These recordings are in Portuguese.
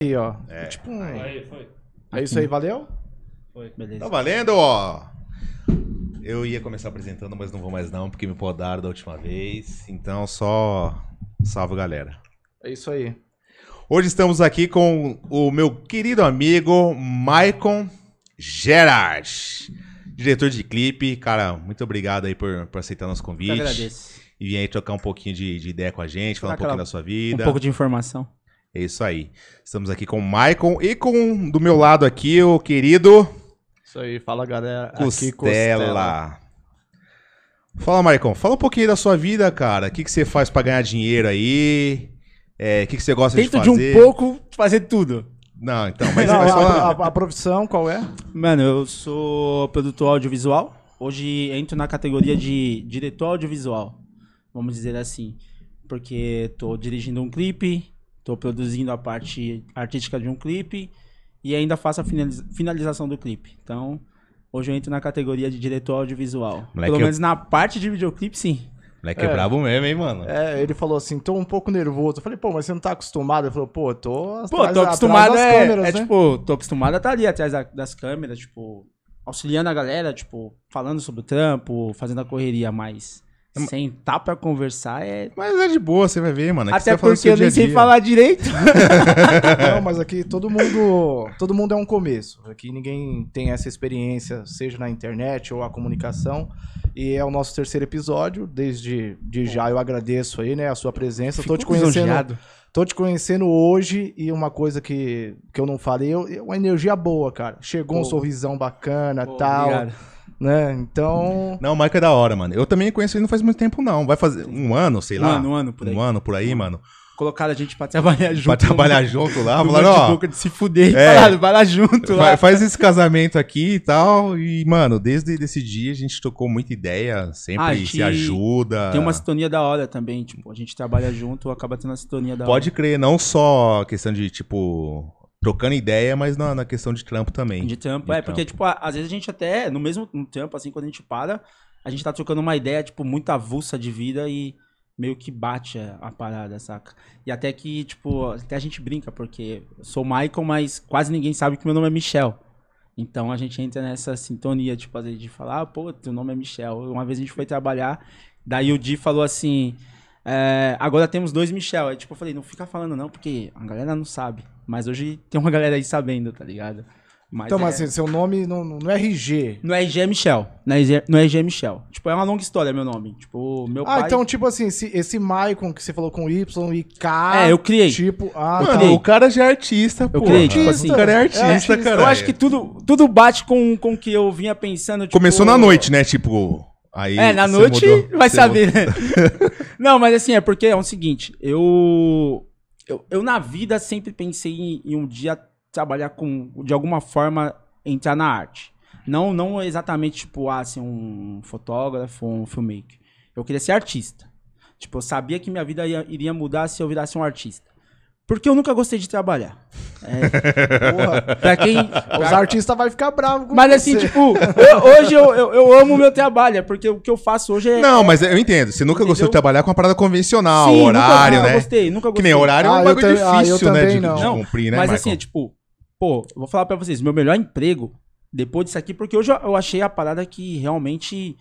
Aí, ó. É. Tipo um... Aí, foi. É isso aí, valeu? Foi. Beleza. Tá valendo, ó. Eu ia começar apresentando, mas não vou mais não, porque me podaram da última vez. Então só salve, galera. É isso aí. Hoje estamos aqui com o meu querido amigo Maicon Gerard, diretor de clipe. Cara, muito obrigado aí por aceitar nosso Eu convite. agradeço. E vir aí trocar um pouquinho de ideia com a gente, falar um Aquela- pouquinho da sua Um vida. pouco de informação. É isso aí. Estamos aqui com o Maicon e com, do meu lado aqui, o querido Isso aí, fala galera. Aqui, Costela. Fala, Maicon. Fala um pouquinho da sua vida, cara. O que você faz pra ganhar dinheiro aí? O que você gosta Dentro de de fazer? um pouco, fazer tudo. Não, então, mas Não, fala... a profissão qual é? Mano, eu sou produtor audiovisual. Hoje entro na categoria de diretor audiovisual, vamos dizer assim. Porque tô dirigindo um clipe, tô produzindo a parte artística de um clipe e ainda faço a finalização do clipe. Então, hoje eu entro na categoria de diretor audiovisual. Moleque, Pelo menos na parte de videoclipe, sim. Moleque é brabo mesmo, hein, mano? Ele falou assim, tô um pouco nervoso. Eu falei, pô, mas você não tá acostumado? Ele falou, pô, tô Pô, atrás- tô acostumado atrás das câmeras, né? tipo, tô acostumado a estar ali atrás das câmeras, tipo, auxiliando a galera, tipo, falando sobre o trampo, fazendo a correria, mas sentar pra conversar é... Mas é de boa, você vai ver, mano. Aqui Até você vai falar do porque seu eu nem dia a sei dia. falar direito. Não, mas aqui todo mundo é um começo. Aqui ninguém tem essa experiência, seja na internet ou a comunicação. E é o nosso terceiro episódio. Desde já eu agradeço aí, né, a sua presença. Fico Tô te conhecendo. lisonjeado. Tô te conhecendo hoje e uma coisa que eu não falei, uma energia boa, cara. Chegou um Pô. sorrisão bacana, Pô, tal, obrigado. né? Então, Não, o Maicon é da hora, mano. Eu também conheço ele não faz muito tempo, não. Vai fazer um ano, sei lá. Um ano por aí. Um ano por aí, mano. Colocaram a gente pra trabalhar junto. Pra trabalhar junto lá. No Falaram, de ó... boca de se fuder. É. Falaram, vai lá junto lá. Faz esse casamento aqui e tal. E, mano, desde esse dia a gente tocou muita ideia. Sempre A gente se ajuda. Tem uma sintonia da hora também, tipo, a gente trabalha junto, acaba tendo uma sintonia da hora. Pode crer, não só a questão de, tipo, trocando ideia, mas na questão de trampo também. De trampo, De porque, tipo, às vezes a gente até, no trampo, assim, quando a gente para, a gente tá trocando uma ideia, tipo, muito avulsa de vida e meio que bate a parada, saca? E até que, tipo, até a gente brinca, porque eu sou o Maicon, mas quase ninguém sabe que meu nome é Michel. Então a gente entra nessa sintonia, tipo, às vezes de falar, pô, teu nome é Michel. Uma vez a gente foi trabalhar, daí o Di falou assim, agora temos 2 Michel. Aí, tipo, eu falei, não fica falando não, porque a galera não sabe. Mas hoje tem uma galera aí sabendo, tá ligado? Mas então, mas assim, seu nome no RG. no RG é Michel. No RG é Michel. Tipo, é uma longa história meu nome. Tipo, meu pai... então, tipo assim, esse Maicon que você falou com Y e K. eu criei. Tipo, Mano, tá. criei. o cara já é artista, pô. criei, tipo assim, o cara é artista, cara. Eu acho que tudo bate com o que eu vinha pensando. Tipo... Começou na noite, né? Tipo... Aí na você noite mudou- vai você saber, né? Não, mas assim, é porque é o seguinte, eu na vida sempre pensei em um dia trabalhar de alguma forma, entrar na arte. Não exatamente, tipo, ser um fotógrafo ou um filmmaker. Eu queria ser artista. Tipo, eu sabia que minha vida iria mudar se eu virasse um artista. Porque eu nunca gostei de trabalhar. Porra, Pra quem... os artistas vão ficar bravos com Mas você. assim, tipo, hoje eu amo o meu trabalho, é porque o que eu faço hoje é... Não, mas eu entendo. Você nunca gostou Entendeu? de trabalhar com uma parada convencional, Sim, horário, nunca né? nunca Que gostei. nem horário é um eu bagulho eu difícil, né? também De não. cumprir, né, Mas Michael? assim, é tipo, pô, eu vou falar pra vocês, meu melhor emprego, depois disso aqui, porque hoje eu achei a parada que realmente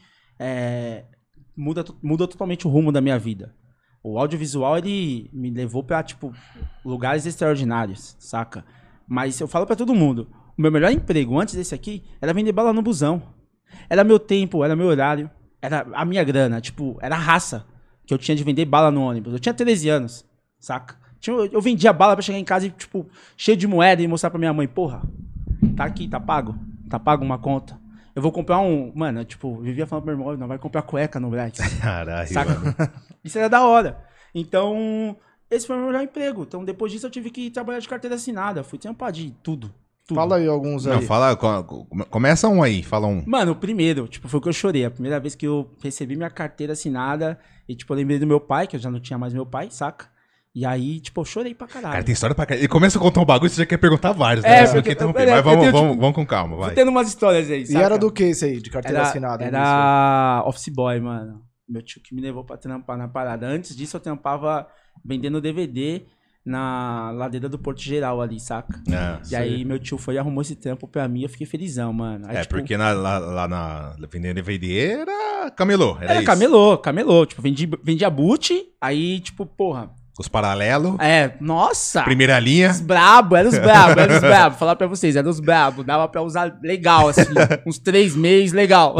muda totalmente o rumo da minha vida. O audiovisual, ele me levou pra, tipo, lugares extraordinários, saca? Mas eu falo pra todo mundo, o meu melhor emprego antes desse aqui era vender bala no busão. Era meu tempo, era meu horário, era a minha grana, tipo, era a raça que eu tinha de vender bala no ônibus. Eu tinha 13 anos, saca? Eu vendia bala pra chegar em casa e, tipo, cheio de moeda e mostrar pra minha mãe, porra, tá aqui, tá pago uma conta. Eu vou comprar mano, tipo, eu vivia falando pro meu irmão, não vai comprar cueca no Black. Caralho, Saca? mano. Isso era da hora. Então, esse foi o meu melhor emprego. Então, depois disso, eu tive que trabalhar de carteira assinada. Fui trampar de tudo. Fala aí alguns aí. Não, fala... Começa um aí, fala um. Mano, o primeiro, tipo, foi o que eu chorei. A primeira vez que eu recebi minha carteira assinada e, tipo, eu lembrei do meu pai, que eu já não tinha mais meu pai, saca? E aí, tipo, eu chorei pra caralho. Cara, tem história pra caralho. Ele começa a contar um bagulho e você já quer perguntar vários, É, né? Você não porque- quer interromper. eu Mas tenho, vamos com calma, vai. Tô tendo umas histórias aí, E saca? era do que esse aí, de carteira assinada? Era office boy, mano. Meu tio que me levou pra trampar na parada. Antes disso, eu trampava vendendo DVD na ladeira do Porto Geral ali, saca? É, E aí meu tio foi e arrumou esse trampo pra mim, eu fiquei felizão, mano. Aí, tipo, porque lá na vendendo DVD era camelô, era era isso. camelô. Tipo, vendia boot, aí, tipo, porra. Os paralelos, Nossa! primeira linha. Os brabo. Falar pra vocês, eram os brabo. Dava pra usar legal, assim. Uns 3 meses, legal.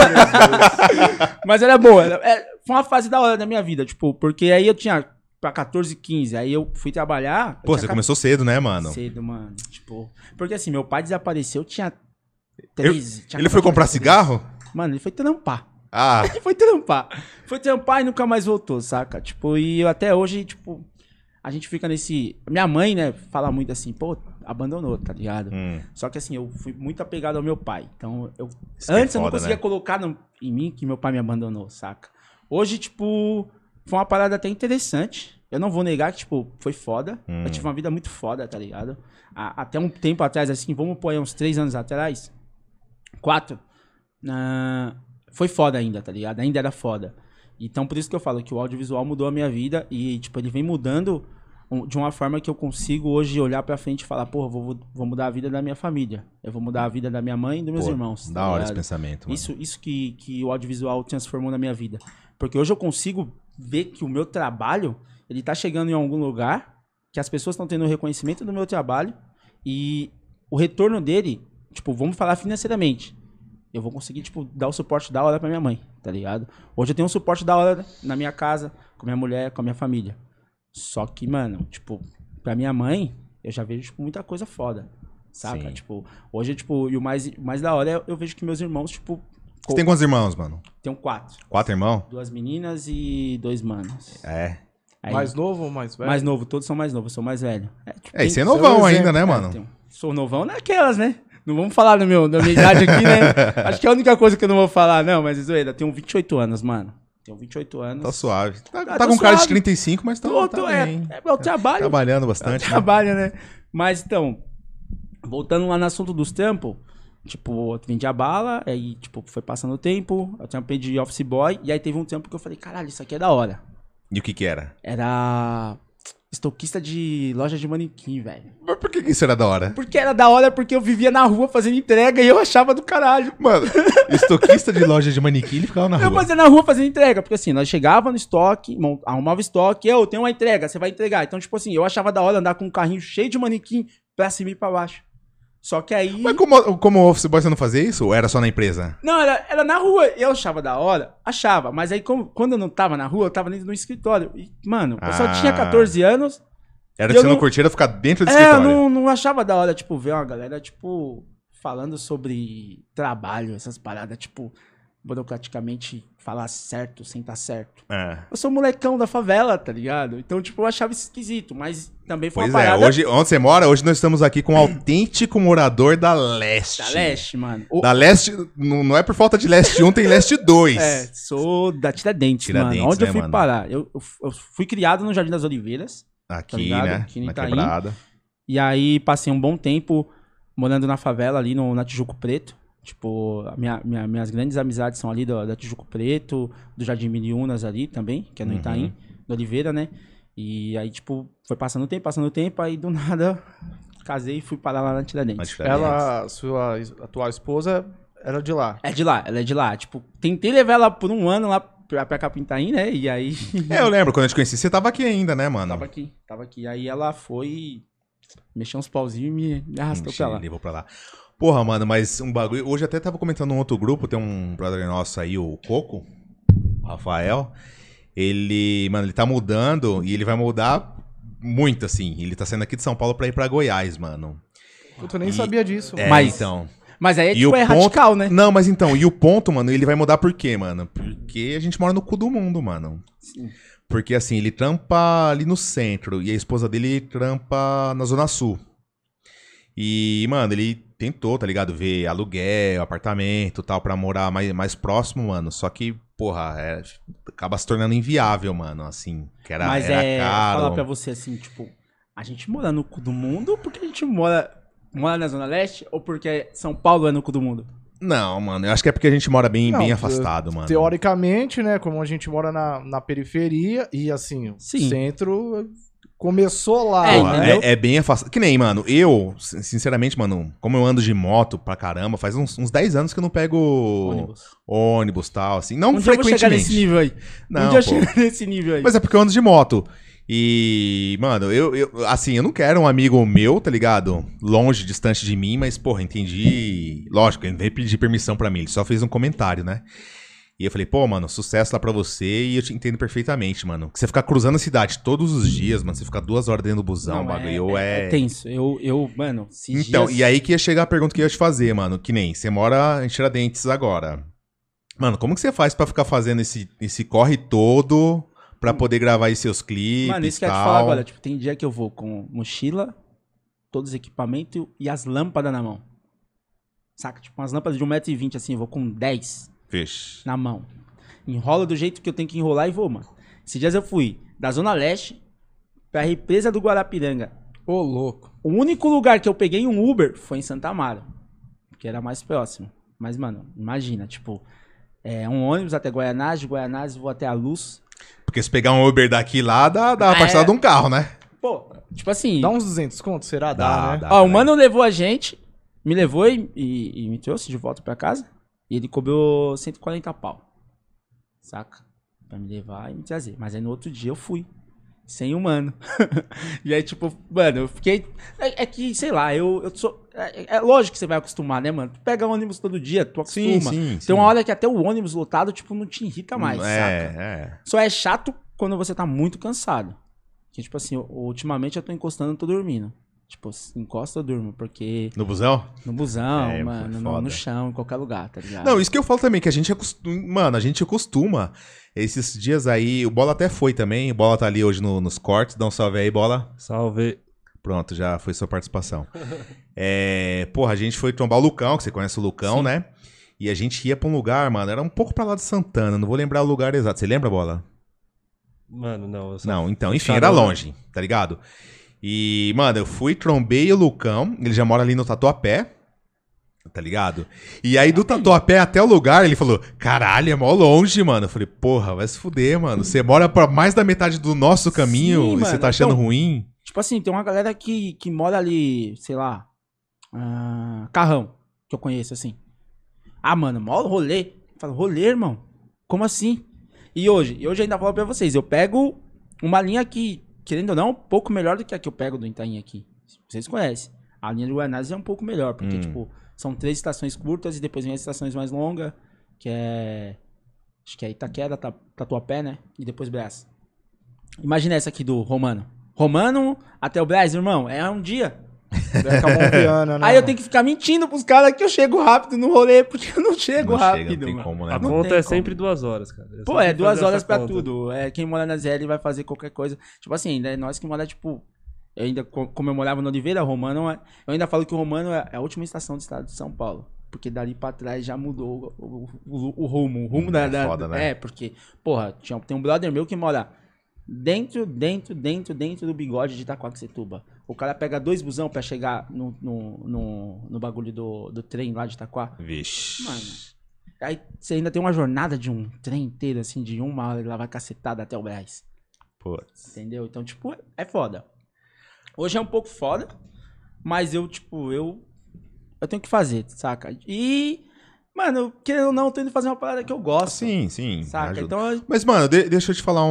Mas era boa. Foi uma fase da hora da minha vida, tipo, porque aí eu tinha pra 14, 15. Aí eu fui trabalhar. Pô, você começou cedo, né, mano? Cedo, mano. Tipo, porque assim, meu pai desapareceu, eu tinha 13. Ele foi comprar cigarro? Mano, ele foi trampar. Ah, Ele foi trampar. Foi trampar e nunca mais voltou, saca? Tipo, e eu até hoje, tipo, a gente fica nesse... Minha mãe, né, fala muito assim, pô, abandonou, tá ligado? Só que assim, eu fui muito apegado ao meu pai. Então, antes eu não conseguia colocar em mim que meu pai me abandonou, saca? Hoje, tipo, foi uma parada até interessante. Eu não vou negar que, tipo, foi foda. Eu tive uma vida muito foda, tá ligado? Até um tempo atrás, assim, vamos pôr aí uns 3 anos atrás, 4, foi foda ainda, tá ligado? Ainda era foda. Então, por isso que eu falo que o audiovisual mudou a minha vida e, tipo, ele vem mudando de uma forma que eu consigo hoje olhar pra frente e falar, porra, vou mudar a vida da minha família. Eu vou mudar a vida da minha mãe e dos meus irmãos. Da hora esse pensamento, mano. Isso que o audiovisual transformou na minha vida. Porque hoje eu consigo ver que o meu trabalho, ele tá chegando em algum lugar, que as pessoas estão tendo o reconhecimento do meu trabalho e o retorno dele, tipo, vamos falar financeiramente. Eu vou conseguir, tipo, dar o suporte da hora pra minha mãe, tá ligado? Hoje eu tenho um suporte da hora na minha casa, com minha mulher, com a minha família. Só que, mano, tipo, pra minha mãe, eu já vejo, tipo, muita coisa foda, saca? Sim. Tipo, hoje, tipo, e o mais da hora é eu vejo que meus irmãos, tipo... Você tem quantos irmãos, mano? Tenho 4. 4 irmãos? 2 meninas e 2 manos. É. Aí, Mais novo ou mais velho? mais novo, todos são mais novos, eu sou mais velho. Tipo, E você é novão seu ainda, exemplo, né, mano? sou novão naquelas, né? Não vamos falar da minha idade aqui, né? Acho que é a única coisa que eu não vou falar, não, mas zoeira, tenho 28 anos, mano. Tenho 28 anos. Tá suave. Tá tô com cara de suave. 35, mas tá bem. É o trabalho. Trabalhando bastante. né? Trabalho, né? Mas então, voltando lá no assunto dos trampos, tipo, eu vendi a bala, aí, tipo, foi passando o tempo, eu trampei de office boy, e aí teve um tempo que eu falei, caralho, isso aqui é da hora. E o que era? Era estoquista de loja de manequim, velho. Mas por que isso era da hora? Porque era da hora, porque eu vivia na rua fazendo entrega e eu achava do caralho. Mano, estoquista de loja de manequim, ele ficava na Eu rua. fazia na rua fazendo entrega, porque assim, nós chegava no estoque, arrumava o estoque, eu tenho uma entrega, você vai entregar. Então, tipo assim, eu achava da hora andar com um carrinho cheio de manequim pra cima e pra baixo. Só que aí... Mas como office boy você não fazia isso? Ou era só na empresa? Não, era na rua. Eu achava da hora, achava. Mas aí, quando eu não tava na rua, eu tava dentro do escritório. E, mano, eu só tinha 14 anos. Era E de eu você não não- curtir, era ficar dentro do Eu escritório. não achava da hora, tipo, ver uma galera, tipo, falando sobre trabalho, essas paradas, tipo, burocraticamente falar certo sem estar certo. É. Eu sou molecão da favela, tá ligado? Então, tipo, eu achava isso esquisito, mas também foi Pois uma é, parada hoje, onde você mora, hoje nós estamos aqui com um autêntico morador da Leste. da Leste, mano. Da Leste, não é por falta de Leste 1, tem Leste 2. É, sou da Tiradentes, Tiradentes, mano. Onde né, eu fui mano? parar? Eu fui criado no Jardim das Oliveiras. Tá Aqui, ligado? né? Aqui em na Itaim. quebrada. E aí passei um bom tempo morando na favela ali na Tijuco Preto. Tipo, minhas grandes amizades são ali da Tijuco Preto, do Jardim Miliunas ali também, que é no Itaim, do Oliveira, né? E aí, tipo, foi passando o tempo, aí do nada casei e fui parar lá na Na Tiradentes. Tiradentes. Ela, sua atual esposa, era de lá. É de lá, ela é de lá. Tipo, tentei levar ela por um ano lá pra cá pro Itaim, né? E aí... É, eu lembro, quando eu te conheci, você tava aqui ainda, né, mano? Tava aqui. Aí ela foi, mexeu uns pauzinhos e me arrastou pra lá. Levou pra lá. Porra, mano, mas um bagulho... Hoje até tava comentando num outro grupo, tem um brother nosso aí, o Coco, o Rafael. Ele, mano, ele tá mudando e ele vai mudar muito, assim. Ele tá saindo aqui de São Paulo pra ir pra Goiás, mano. Puta, eu nem sabia disso. É, Mas- então... Mas aí, E tipo, o é ponto- radical, né? Não, mas então, e o ponto, mano, ele vai mudar por quê, mano? Porque a gente mora no cu do mundo, mano. Sim. Porque, assim, ele trampa ali no centro e a esposa dele trampa na Zona Sul. E, mano, ele tentou, tá ligado? Ver aluguel, apartamento e tal, pra morar mais próximo, mano. Só que, porra, acaba se tornando inviável, mano, assim. Que era, Mas era caro. falar pra você assim, tipo, a gente mora no cu do mundo porque a gente mora na Zona Leste ou porque São Paulo é no cu do mundo? Não, mano, eu acho que é porque a gente mora bem, Não, bem afastado, mano. Teoricamente, né, como a gente mora na periferia e assim, Sim. centro Começou lá, Porra, né? é bem afastado. Que nem, mano, eu, sinceramente, mano, como eu ando de moto pra caramba, faz uns 10 anos que eu não pego ônibus e tal, assim. Não Um dia eu vou chegar frequentemente. nesse nível aí. Não, Um dia eu pô. chego nesse nível aí. Mas é porque eu ando de moto. Mano, assim, eu não quero um amigo meu, tá ligado? Longe, distante de mim, mas, porra, entendi. Lógico, ele não veio pedir permissão pra mim, ele só fez um comentário, né? E eu falei, pô, mano, sucesso lá pra você e eu te entendo perfeitamente, mano. Que você ficar cruzando a cidade todos os dias, mano, você ficar 2 horas dentro do busão, Não, o bagulho é tenso. Mano, esses Então, dias... e aí que ia chegar a pergunta que eu ia te fazer, mano. Que nem, você mora em Tiradentes agora. Mano, como que você faz pra ficar fazendo esse corre todo pra poder gravar aí seus clipes? Mano, isso que eu ia te falar agora. Tipo, tem dia que eu vou com mochila, todos os equipamentos e as lâmpadas na mão. Saca? Tipo, umas lâmpadas de 1,20 m assim, eu vou com 10 Fecha. na mão. Enrola do jeito que eu tenho que enrolar e vou, mano. Esses dias eu fui da Zona Leste pra represa do Guarapiranga. Ô, louco. O único lugar que eu peguei um Uber foi em Santa Amaro, que era mais próximo. Mas, mano, imagina, tipo, um ônibus até Guaianazes, de Guaianazes vou até a Luz. Porque se pegar um Uber daqui lá, dá a parcela de um carro, né? Pô, tipo assim... Dá uns 200 conto, será? Dá, né? Ó, o mano levou a gente, me levou e me trouxe de volta pra casa. E ele cobrou 140 pau. Saca? Pra me levar e me trazer. Mas aí no outro dia eu fui. Sem o mano. E aí, tipo, mano, eu fiquei... É que, sei lá, eu sou... É lógico que você vai acostumar, né, mano? Tu pega ônibus todo dia, tu acostuma. Sim. Tem uma hora que até o ônibus lotado, tipo, não te irrita mais, saca? É. Só é chato quando você tá muito cansado. Que, tipo assim, ultimamente eu tô encostando e tô dormindo. Tipo, se encosta eu durmo, porque... No busão? No busão, É, mano, foda. no chão, em qualquer lugar, tá ligado? Não, isso que eu falo também, que a gente acostuma. Mano, a gente acostuma. Esses dias aí, o Bola até foi também. O Bola tá ali hoje nos cortes. Dá um salve aí, Bola. Salve. Pronto, já foi sua participação. Porra, a gente foi trombar o Lucão, que você conhece o Lucão, Sim. né? E a gente ia pra um lugar, mano, era um pouco pra lá de Santana, não vou lembrar o lugar exato. Você lembra, Bola? Mano, não. Eu só Não, então, fui enfim, carona. era longe, tá ligado? E, mano, eu fui, trombei o Lucão, ele já mora ali no Tatuapé, tá ligado? E aí do Tatuapé até o lugar, ele falou, caralho, é mó longe, mano. Eu falei, porra, vai se fuder, mano. Você mora pra mais da metade do nosso caminho Sim, e você mano, tá achando então- ruim? Tipo assim, tem uma galera que mora ali, sei lá, Carrão, que eu conheço, assim. Ah, mano, mó rolê. Eu falo, rolê, irmão? Como assim? E hoje ainda falo pra vocês, eu pego uma linha que, querendo ou não, um pouco melhor do que a que eu pego do Itaim aqui. Vocês conhecem. A linha de Guaianazes é um pouco melhor, porque, tipo, são 3 estações curtas e depois vem as estações mais longas, que é... Acho que é Itaquera, Tatuapé, né? E depois Brás. Imagina essa aqui do Romano. Romano até o Brás, irmão, é um dia. Viana, né? Aí eu tenho que ficar mentindo pros caras que eu chego rápido no rolê, porque eu não chego Não chega, rápido, não tem mano. como, né? A mano? conta tem é como. sempre 2 horas, cara. Eu Pô, sempre é 2 faço horas essa pra conta. tudo. Quem mora na ZL vai fazer qualquer coisa. Tipo assim, ainda é nós que mora, tipo... Eu ainda, como eu morava no Oliveira, Romano... Eu ainda falo que o Romano é a última estação do estado de São Paulo. Porque dali pra trás já mudou o rumo. O rumo da... foda, né? É, porque... Porra, tem um brother meu que mora dentro do bigode de Itaquaquecetuba. O cara pega 2 busão pra chegar no bagulho do trem lá de Itaquá. Vixe. Mano, aí você ainda tem uma jornada de um trem inteiro, assim, de 1 hora, ele lá vai cacetada até o Brás. Putz. Entendeu? Então, tipo, é foda. Hoje é um pouco foda, mas eu tenho que fazer, saca? E, mano, querendo ou não, eu tô indo fazer uma parada que eu gosto. Sim, Saca? ajuda. Então, Mas, mano, deixa eu te falar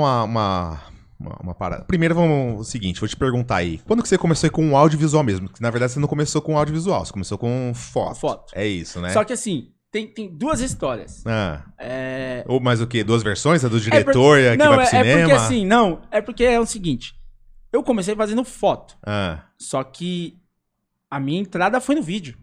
uma parada. Primeiro, vamos o seguinte, vou te perguntar aí. Quando que você começou com o audiovisual mesmo? Porque, na verdade, você não começou com audiovisual, você começou com foto. Foto. É isso, né? só que assim, tem 2 histórias. Ou mais o quê? 2 versões? A do diretor e a que vai pro cinema? É porque assim, é porque é o seguinte, eu comecei fazendo foto, só que a minha entrada foi no vídeo.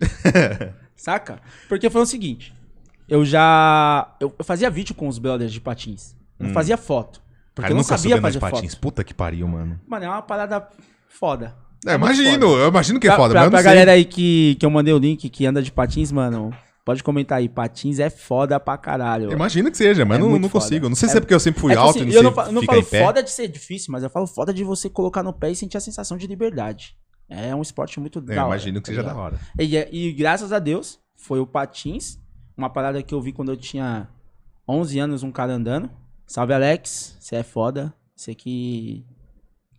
Saca? Porque foi o seguinte, eu fazia vídeo com os brothers de patins, não fazia foto. Porque Cara, eu não nunca sabia soube andar fazer de patins. foto. Puta que pariu, mano. Mano, é uma parada foda. Eu muito imagino que é foda, Pra mas eu não sei. galera aí que eu mandei o link, que anda de patins, mano, pode comentar aí. Patins é foda pra caralho. Eu imagino que seja, mas É não muito consigo. foda. Não sei se é porque eu sempre fui É que, alto assim, e eu não não, sei não ficar falo em pé. foda de ser difícil, mas eu falo foda de você colocar no pé e sentir a sensação de liberdade. É um esporte muito da Eu hora. imagino que seja tá da hora. E graças a Deus, foi o patins, uma parada que eu vi quando eu tinha 11 anos, um cara andando. Salve, Alex, você é foda. Você que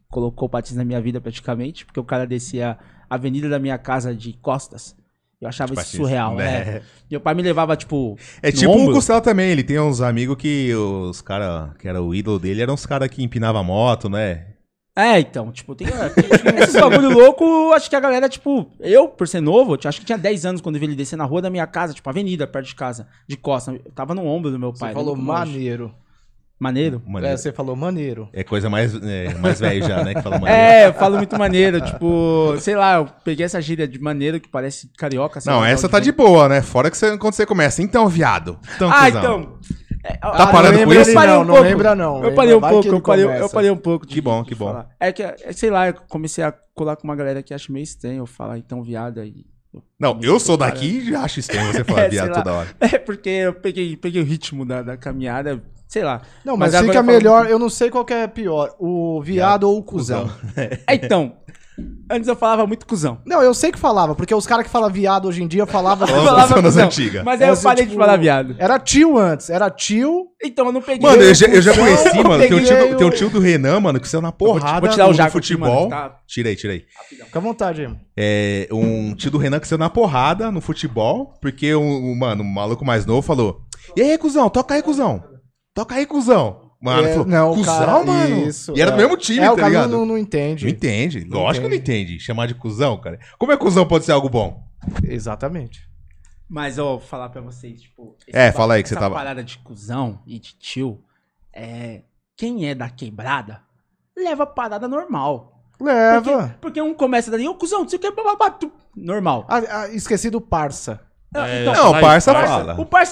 colocou o patins na minha vida praticamente, porque o cara descia a avenida da minha casa de costas. Eu achava isso Patins, surreal, né? Meu pai me levava, tipo, É no tipo ombro. o Costela também, ele tem uns amigos que os caras, que era o ídolo dele, eram os caras que empinavam moto, né? Então, tipo, tem esses bagulho louco, acho que a galera, tipo, eu, por ser novo, acho que tinha 10 anos quando eu vi ele descer na rua da minha casa, tipo, avenida, perto de casa, de costas. Eu tava no ombro do meu pai. Você falou lembro como hoje. maneiro. Maneiro? Maneiro. Você falou maneiro. É coisa mais velho já, né? Que fala maneiro. Eu falo muito maneiro, tipo, sei lá, eu peguei essa gíria de maneiro que parece carioca. sei Não, lá, essa tá de boa, né? Fora que quando você começa. Então, viado. Então, cuzão. então. Tá parando com isso? Não lembra não. Eu parei um Vai pouco, que ele eu parei começa. um pouco. Que bom, que bom. falar. Sei lá, eu comecei a colar com uma galera que acha meio estranho eu falar então viado aí. Não, eu sou daqui e já acho estranho você falar viado sei lá. toda hora. Porque eu peguei o ritmo da caminhada, sei lá. Não, mas agora fica eu falo- melhor, eu não sei qual que é pior, o viado ou o cuzão. Então, antes eu falava muito cuzão. Não, eu sei que falava, porque os caras que falam viado hoje em dia falavam... Vamos falava nas cuzão, antigas. Mas aí eu parei de falar viado. Era tio antes, era tio... Então eu não peguei. Mano, eu já cuzão, conheci, eu mano. peguei Tem um tio do Renan, mano, que saiu na porrada vou tirar o no jaco aqui, futebol. mano, tá? Tira aí. Fica à vontade, aí. É, um tio do Renan que saiu na porrada no futebol, porque mano, um maluco mais novo falou: E aí, cuzão, toca aí, cuzão. Toca aí, cuzão. Mano, ele falou, não, cuzão, cara, mano. isso, E era do mesmo time, o tá cara ligado? não entende. Não entende. Lógico que não entende. Chamar de cuzão, cara. Como é que cuzão pode ser algo bom? Exatamente. Mas eu vou falar pra vocês, tipo... Fala aí que você essa tava... parada de cuzão e de tio, quem é da quebrada, leva a parada normal. Leva. Porque um começa dali, ô cuzão, você quer... Normal. Esqueci do parça. Não, o parça fala.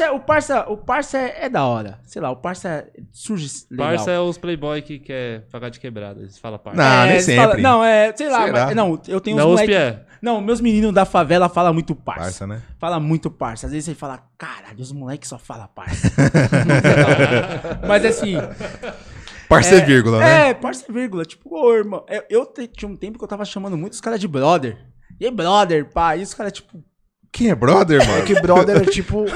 O parça é da hora. Sei lá, o parça surge legal. Parça é os playboy que quer pagar de quebrada. Eles falam parça. Não, nem eles sempre. falam- sei lá, Será? eu tenho uns Na USP moleque... Não, meus meninos da favela falam muito parça. Parça, né? Fala muito parça. Às vezes ele fala, caralho, os moleques só falam parça. Mas assim... Parça e vírgula, né? Parça e vírgula. Tipo, ô, irmão. Tinha um tempo que eu tava chamando muito os caras de brother. E aí, brother, pá. E os caras, tipo... Quem é brother, mano? É que brother é tipo.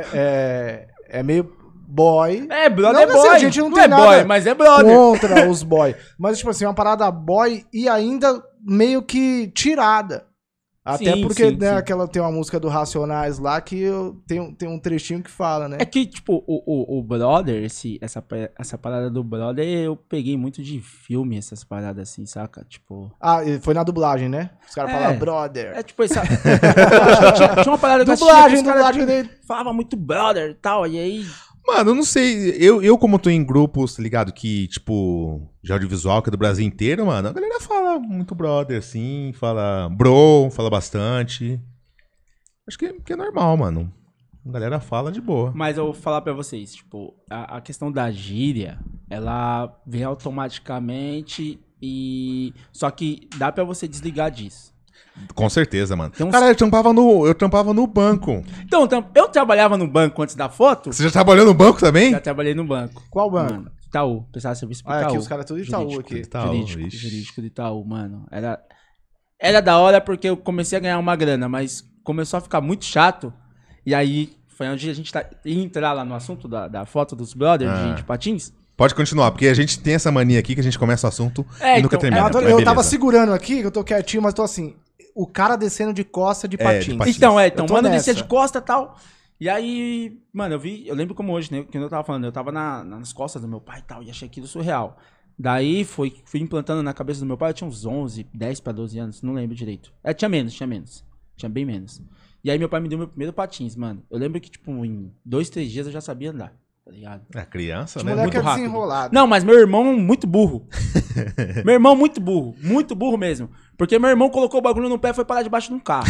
É meio boy. Brother Não, é mas assim, boy. a gente não não tem é nada boy, mas é brother. Contra os boy. Mas, tipo assim, uma parada boy e ainda meio que tirada. Até Sim, porque, sim, né, sim. aquela tem uma música do Racionais lá que tem um trechinho que fala, né? É que, tipo, o brother, essa parada do brother, eu peguei muito de filme, essas paradas assim, saca? Tipo... E foi na dublagem, né? Os caras falavam brother. É tipo essa... tinha uma parada que eu assistia que os caras dublagem dele. falavam muito brother e tal, e aí... Mano, eu não sei. Eu como tô em grupos, tá ligado? Que, tipo, de audiovisual, que é do Brasil inteiro, mano, a galera fala muito brother, assim, fala bro, fala bastante. Acho que é normal, mano. A galera fala de boa. Mas eu vou falar pra vocês, tipo, a questão da gíria, ela vem automaticamente e... Só que dá pra você desligar disso. Com certeza, mano. Tem uns- Cara, eu trampava no banco. Então, eu trabalhava no banco antes da foto, Você já trabalhou no banco também? já trabalhei no banco. Qual banco? Mano, Itaú, prestava serviço pro Itaú. Aqui os caras tudo de Itaú Jurídico. aqui. Itaú, Jurídico, ixi. jurídico de Itaú, mano. Era da hora porque eu comecei a ganhar uma grana, mas começou a ficar muito chato. E aí foi onde a gente ia entrar lá no assunto da foto dos brothers de patins. Pode continuar, porque a gente tem essa mania aqui que a gente começa o assunto e nunca então, termina. Eu Mas tava beleza. segurando aqui, que eu tô quietinho, mas tô assim. O cara descendo de costa de patins. patins. Então, Eu tô mano, nessa. descia de costa e tal. E aí, mano, eu lembro como hoje, né? Que eu tava falando, eu tava nas costas do meu pai e tal, e achei aquilo surreal. Daí fui implantando na cabeça do meu pai, eu tinha uns 11, 10 pra 12 anos, não lembro direito. Tinha menos. Tinha bem menos. E aí meu pai me deu meu primeiro patins, mano. Eu lembro que, tipo, em 2, 3 dias eu já sabia andar, tá ligado? É criança, Esse né? moleque é muito rápido. desenrolado. Não, mas meu irmão muito burro. Meu irmão muito burro mesmo. Porque meu irmão colocou o bagulho no pé e foi parar debaixo de um carro.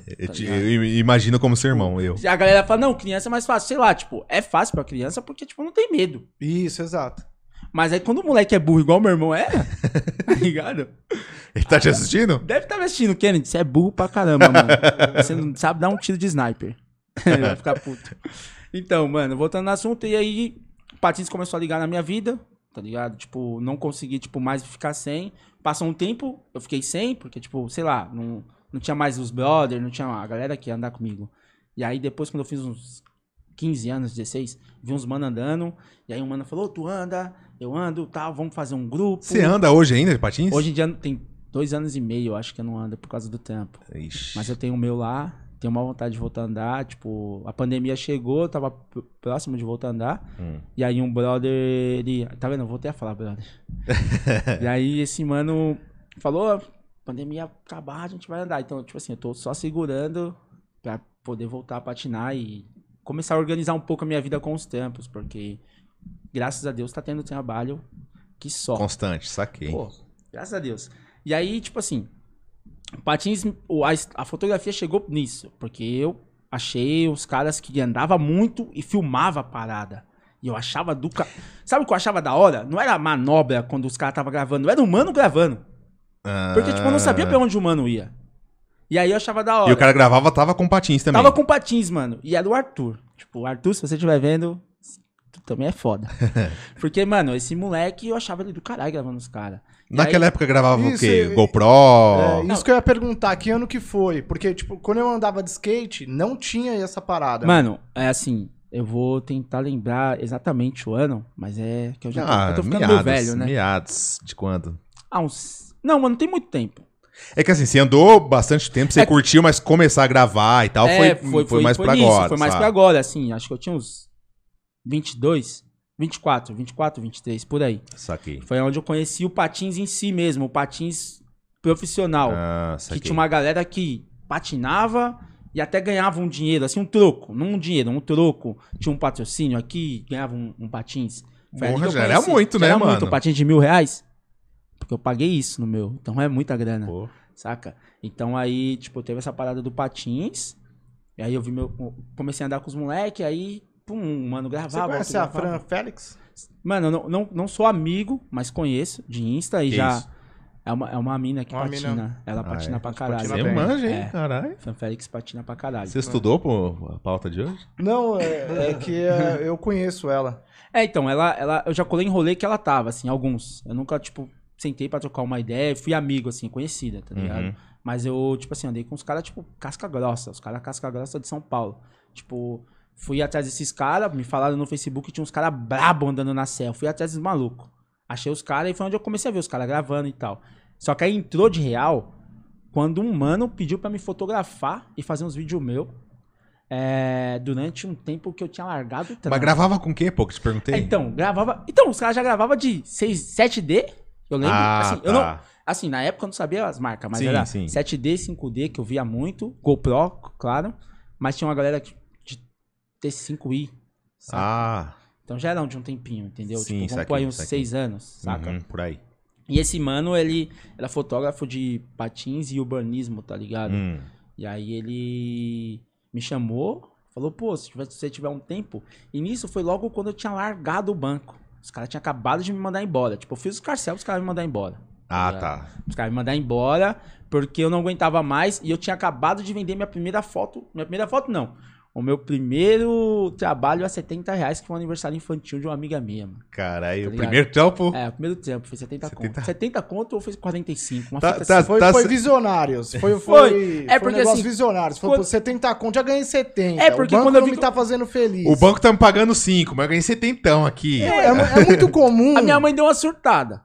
Eu imagino como seu irmão, eu. A galera fala, não, criança é mais fácil. Sei lá, tipo, é fácil pra criança porque, tipo, não tem medo. Isso, exato. Mas aí quando o moleque é burro igual meu irmão era, tá ligado? Ele tá te assistindo? Deve estar me assistindo, Kennedy, você é burro pra caramba, mano. Você não sabe dar um tiro de sniper. Ele vai ficar puto. Então, mano, voltando no assunto, e aí o patins começou a ligar na minha vida, tá ligado? Tipo, não consegui, tipo, mais ficar sem. Passou um tempo, eu fiquei sem, porque, tipo, sei lá, não tinha mais os brothers, não tinha a galera que ia andar comigo. E aí depois, quando eu fiz uns 15 anos, 16, vi uns mano andando, e aí um mano falou, tu anda, eu ando, tal, vamos fazer um grupo. Você anda hoje ainda de patins? Hoje em dia tem 2 anos e meio, eu acho que eu não ando por causa do tempo. Ixi. Mas eu tenho o meu lá, tenho uma vontade de voltar a andar, tipo, a pandemia chegou, eu tava próximo de voltar a andar, e aí um brother, ele, tá vendo, eu voltei a falar, brother. E aí esse mano falou, pandemia acabar, a gente vai andar. Então, tipo assim, eu tô só segurando pra poder voltar a patinar e começar a organizar um pouco a minha vida com os tempos, porque graças a Deus tá tendo trabalho que só. Constante, saquei. Pô, graças a Deus. E aí, tipo assim, patins, a fotografia chegou nisso, porque eu achei os caras que andavam muito e filmava a parada. E eu achava do... Sabe o que eu achava da hora? Não era a manobra quando os caras estavam gravando, era o mano gravando. Porque, tipo, eu não sabia pra onde o mano ia. E aí eu achava da hora. E o cara gravava, tava com patins também. Tava com patins, mano. E era o Arthur. Tipo, o Arthur, se você estiver vendo, tu também é foda. Porque, mano, esse moleque, eu achava ele do caralho gravando os caras. Naquela época gravava o Isso, quê? e- GoPro? Isso que eu ia perguntar, que ano que foi? Porque, tipo, quando eu andava de skate, não tinha essa parada. Mano, é assim, eu vou tentar lembrar exatamente o ano, mas é que eu já eu tô ficando meio velho, né? Meados de quando? Não, mano, não tem muito tempo. É que assim, você andou bastante tempo, você curtiu, mas começar a gravar e tal foi mais pra nisso, agora. Foi mais sabe? pra agora, assim, acho que eu tinha uns 22, 24, 23, por aí. Saquei. Foi onde eu conheci o patins em si mesmo, o patins profissional. Ah, Que saquei. tinha uma galera que patinava e até ganhava um dinheiro, assim, um troco. Não um dinheiro, um troco. Tinha um patrocínio aqui, ganhava um patins. Foi ali Porra, que eu já era conheci. muito, Já né, era mano? muito, um patins de R$1.000. Porque eu paguei isso no meu. Então é muita grana, Pô. saca? Então aí, tipo, teve essa parada do patins. E aí eu vi comecei a andar com os moleques, aí, pum, um mano Você gravava. conhece outro a gravava. Fran Félix? Mano, eu não sou amigo, mas conheço de Insta e Que já. isso? É uma mina que Uma patina. mina. Ela patina é? pra caralho. Patina Você bem. manja, hein, É. caralho. Fan Félix patina pra caralho. Você estudou a pauta de hoje? Não, é que eu conheço ela. Então, eu já colei em rolê que ela tava, assim, alguns. Eu nunca, tipo, sentei pra trocar uma ideia, fui amigo, assim, conhecida, tá ligado? Uhum. Mas eu, tipo assim, andei com os caras, tipo, casca grossa. Os caras casca grossa de São Paulo. Tipo, fui atrás desses caras, me falaram no Facebook que tinha uns caras brabo andando na serra. Fui atrás dos malucos. Achei os caras e foi onde eu comecei a ver os caras gravando e tal. Só que aí entrou de real quando um mano pediu pra me fotografar e fazer uns vídeos meus. Durante um tempo que eu tinha largado o trampo. Mas gravava com quê, pô? Que te perguntei. Então, gravava. Então, os caras já gravavam de 7D. Eu lembro. Assim, eu não. tá. Assim, na época eu não sabia as marcas, mas Sim, era sim. 7D, 5D, que eu via muito. GoPro, claro. Mas tinha uma galera de T5i. Saca? Ah, Então já eram de um tempinho, entendeu? Sim, tipo, vamos saquei, pôr aí uns saquei. 6 anos, saca? uhum, por aí. E esse mano, ele era fotógrafo de patins e urbanismo, tá ligado? E aí ele me chamou, falou, pô, se você tiver um tempo... E nisso foi logo quando eu tinha largado o banco. Os caras tinham acabado de me mandar embora. Tipo, eu fiz os carcel, os caras me mandaram embora. Ah, ligado? tá. Os caras me mandaram embora porque eu não aguentava mais e eu tinha acabado de vender minha primeira foto. Minha primeira foto, não. O meu primeiro trabalho a R$70, que foi um aniversário infantil de uma amiga minha, mano. Caralho, Tá o ligado? primeiro trampo. É, o primeiro tempo, foi 70 conto. 70? 70 conto ou foi 45? Uma Tá- fita tá- assim. Foi visionários. Foi É foi um porque, negócio assim, visionários. Foi quando- por 70 conto, já ganhei 70. É, porque o banco quando eu não vi me que- tá fazendo feliz. O banco tá me pagando 5, mas eu ganhei 70 aqui. É muito comum. A minha mãe deu uma surtada.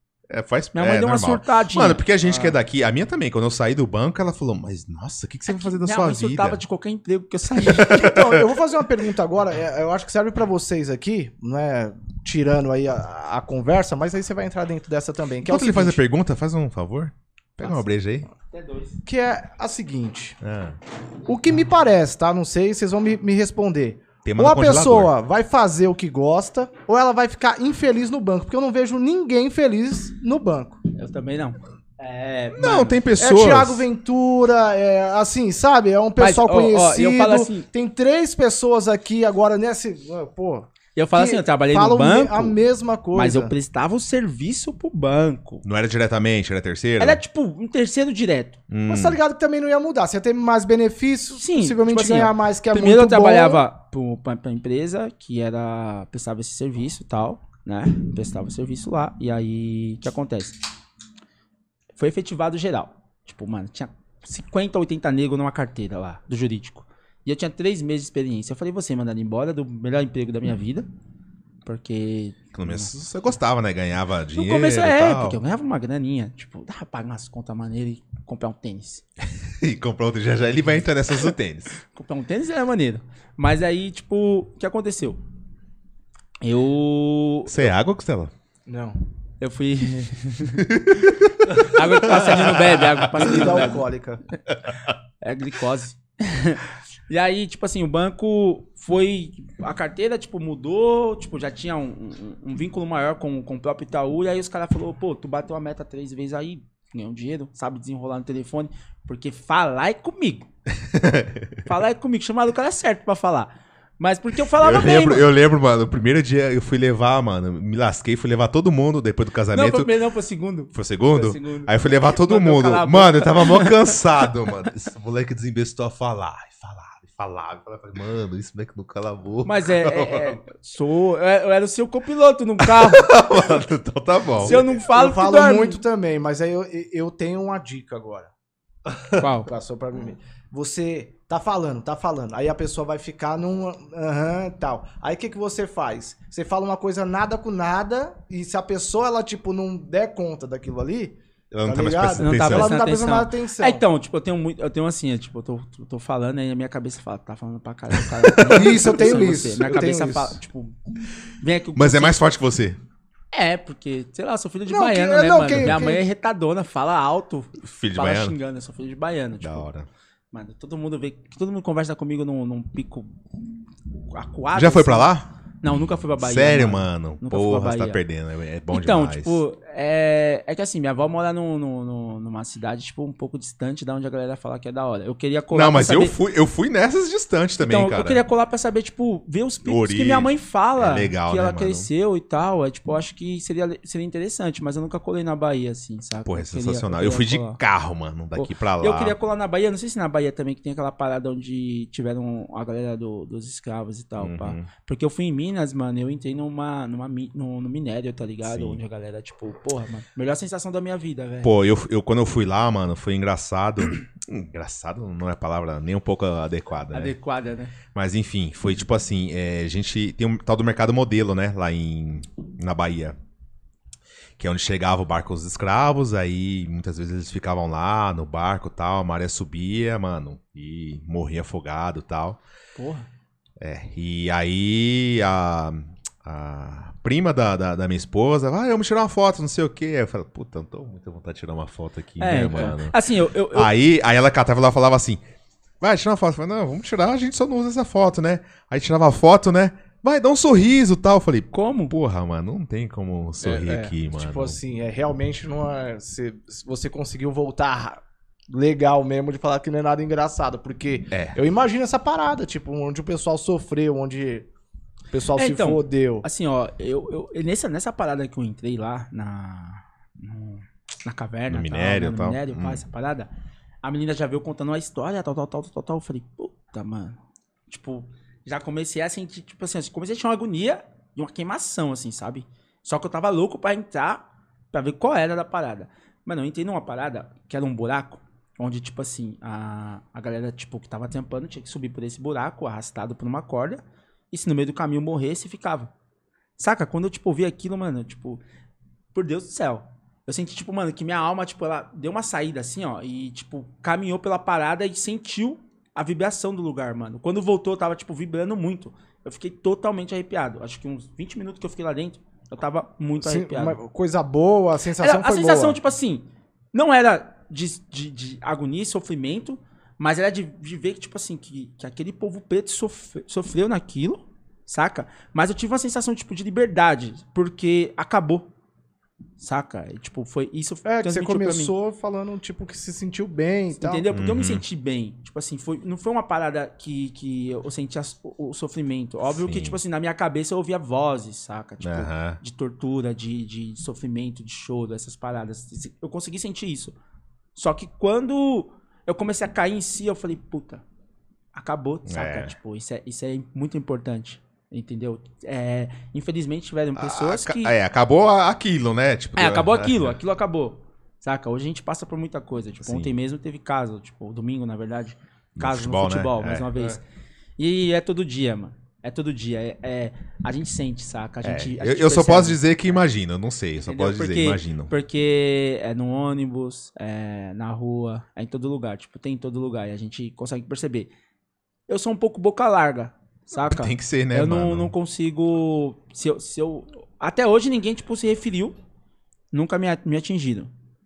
Minha Minha mãe deu uma surtadinha. Mano, porque a gente que é daqui, a minha também, quando eu saí do banco, ela falou, mas nossa, o que você vai fazer da Minha sua mãe vida? surtava de qualquer emprego que eu saía. Então, eu vou fazer uma pergunta agora. Eu acho que serve pra vocês aqui, não é tirando aí a conversa, mas aí você vai entrar dentro dessa também. Que é o Enquanto ele faz a seguinte, pergunta, faz um favor. Pega uma breja aí. Até 2. que é a seguinte. Ah, O que me parece, tá? Não sei, vocês vão me responder. tem uma Ou no a congelador. pessoa vai fazer o que gosta, ou ela vai ficar infeliz no banco. Porque eu não vejo ninguém feliz no banco. Eu também não. Não, mano, tem É pessoas... Thiago Ventura, assim, sabe? É um pessoal Mas, ó, conhecido. eu falo assim- Tem 3 pessoas aqui agora nesse. Pô. Eu falo que assim, eu trabalhei falam no banco, a mesma coisa. mas eu prestava o serviço pro banco. Não era diretamente, era terceiro? Era tipo um terceiro direto. Mas tá ligado que também não ia mudar. Você ia ter mais benefícios, Sim, possivelmente tipo assim, ganhar ó, mais, que é Primeiro eu muito trabalhava pra empresa que prestava esse serviço e tal, né? Prestava o serviço lá. E aí, o que acontece? Foi efetivado geral. Tipo, mano, tinha 50, 80 negros numa carteira lá, do jurídico. E eu tinha 3 meses de experiência. Eu falei, você mandar embora do melhor emprego da minha vida. Porque... No começo você gostava, né? Ganhava dinheiro No começo e tal. porque eu ganhava uma graninha. Tipo, dava pra pagar umas contas maneiras e comprar um tênis. E comprou outro, já ele vai entrar nessas do tênis. Comprar um tênis é maneiro. Mas aí, tipo, o que aconteceu? Você é água, Costela? Não. Eu fui... Água que passarinho não bebe, água que passarinho Bebida não bebe. alcoólica. É glicose. E aí, tipo assim, o banco foi... A carteira, tipo, mudou, tipo, já tinha um vínculo maior com o próprio Itaú. E aí os caras falaram, pô, tu bateu a meta 3 vezes aí, ganhou dinheiro, sabe desenrolar no telefone. Porque falar é comigo. Falar é comigo, chamaram o cara certo pra falar. Mas porque eu falava bem, mano. Eu lembro, mano, o primeiro dia eu fui levar, mano, me lasquei, fui levar todo mundo depois do casamento. Não, foi primeiro, não, foi segundo. Foi o segundo? Foi o segundo. Aí eu fui levar todo Mandou mundo. calar a boca. Mano, eu tava mó cansado, mano. Esse moleque desembestou a falar. Falava. Falei, mano, esse moleque não cala a boca. Mas eu era o seu copiloto num carro. Mano, então tá bom. Se eu não falo, Eu tu falo dorme. muito também, mas aí eu tenho uma dica agora. Qual? Passou pra mim. Você tá falando. Aí a pessoa vai ficar num aham tal. Aí o que você faz? Você fala uma coisa nada com nada e se a pessoa, ela, tipo, não der conta daquilo ali, Ela não tá tá mais ligado? prestando Não tá atenção. ela não tá prestando prestando nada atenção. Então, tipo, eu tenho assim, tipo, eu tô falando aí a minha cabeça fala, tá falando pra caralho, cara. Isso, eu tenho Você. isso, Minha eu cabeça tenho fala, isso. tipo, vem aqui o Mas é conceito. mais forte que você. É, porque, sei lá, eu sou filho de Não, baiano, que- né, não, mano? quem- Minha quem- mãe é retadona, fala alto, Filho de fala baiano. xingando, eu sou filho de baiano, tipo. Da hora. Mano, todo mundo conversa comigo num pico acuado. Já foi pra assim. lá? Não, nunca fui pra Bahia. Sério, mano? Nunca fui pra Porra, você tá Bahia. perdendo. É bom Então, demais. tipo, é que assim, minha avó mora numa cidade, tipo, um pouco distante da onde a galera fala que é da hora. Eu queria colar Não, pra mas saber... eu fui nessas distantes também, Então, cara. eu queria colar pra saber, tipo, ver os picos Ori- que minha mãe fala, é legal, que né, ela mano? cresceu e tal. É, tipo, eu acho que seria interessante, mas eu nunca colei na Bahia, assim, sabe? Porra, é sensacional. Eu fui de carro, mano, daqui pra lá. Eu queria colar na Bahia, não sei se na Bahia também que tem aquela parada onde tiveram a galera dos escravos e tal, pá. Uhum. Porque eu fui em Minas, mano, eu entrei no minério, tá ligado? Sim. Onde a galera, tipo, porra, mano, melhor sensação da minha vida, velho. Pô, quando eu fui lá, mano, foi engraçado. Engraçado não é a palavra nem um pouco adequada, né? Adequada, né? Mas enfim, foi tipo assim, a gente tem um tal do mercado modelo, né, lá na Bahia. Que é onde chegava o barco os escravos, aí muitas vezes eles ficavam lá no barco e tal, a maré subia, mano, e morria afogado e tal. Porra. E aí a prima da minha esposa, vamos tirar uma foto, não sei o quê. Aí eu falei, puta, não tô com muita vontade de tirar uma foto aqui, né, Então. mano? Assim, eu Aí ela catava e ela falava assim, vai, tira uma foto. Eu falei, não, vamos tirar, a gente só não usa essa foto, né? Aí tirava a foto, né? Vai, dá um sorriso e tal. Eu falei, como? porra, mano, não tem como sorrir aqui, mano. Tipo assim, realmente não é. Se você conseguiu voltar legal mesmo de falar que não é nada engraçado. Porque eu imagino essa parada, tipo, onde o pessoal sofreu, onde o pessoal se então, fodeu. Assim, ó, nessa parada que eu entrei lá na caverna, No minério, no tal. minério, pá, essa parada, a menina já veio contando uma história, tal. Eu falei, puta, mano. Tipo, já comecei a sentir, tipo assim, comecei a sentir uma agonia e uma queimação, assim, sabe? Só que eu tava louco pra entrar, pra ver qual era da parada. Mano, eu entrei numa parada que era um buraco, onde, tipo assim, a galera, tipo, que tava trampando tinha que subir por esse buraco, arrastado por uma corda, e se no meio do caminho morresse, ficava. Saca? Quando eu, tipo, vi aquilo, mano, tipo, por Deus do céu. Eu senti, tipo, mano, que minha alma, tipo, ela deu uma saída assim, ó, e, tipo, caminhou pela parada e sentiu a vibração do lugar, mano. Quando voltou, eu tava, tipo, vibrando muito. Eu fiquei totalmente arrepiado. Acho que uns 20 minutos que eu fiquei lá dentro, eu tava muito arrepiado. Uma coisa boa, a sensação Era, foi a sensação, boa. tipo assim, não era de agonia e sofrimento, mas era de ver que, tipo assim, que aquele povo preto sofreu naquilo, saca? Mas eu tive uma sensação, tipo, de liberdade, porque acabou, saca? E, tipo, foi isso. Que você transmitiu pra mim. começou falando, tipo, que se sentiu bem e tal. Entendeu? Porque eu me senti bem. Tipo assim, não foi uma parada que eu senti o sofrimento. Óbvio Sim. que, tipo assim, na minha cabeça eu ouvia vozes, saca? Tipo, Aham. de tortura, de sofrimento, de choro, essas paradas. Eu consegui sentir isso. Só que quando eu comecei a cair em si, eu falei, puta, acabou, saca? Tipo, isso é muito importante. Entendeu? Infelizmente tiveram pessoas que... Acabou aquilo, né? Tipo, acabou aquilo acabou. Saca? Hoje a gente passa por muita coisa. Tipo, Sim. ontem mesmo teve caso, tipo, domingo, na verdade, caso futebol, no futebol, né? mais uma vez. E é todo dia, mano. É todo dia. A gente sente, saca? A gente Eu só percebe. posso dizer que imagino, eu não sei. Eu só Entendeu? posso dizer, imagino. Porque é no ônibus, é na rua, é em todo lugar. Tipo, tem em todo lugar. E a gente consegue perceber. Eu sou um pouco boca larga, saca? Tem que ser, né, eu mano? não consigo... Se eu, até hoje ninguém, tipo, se referiu. Nunca me atingiram.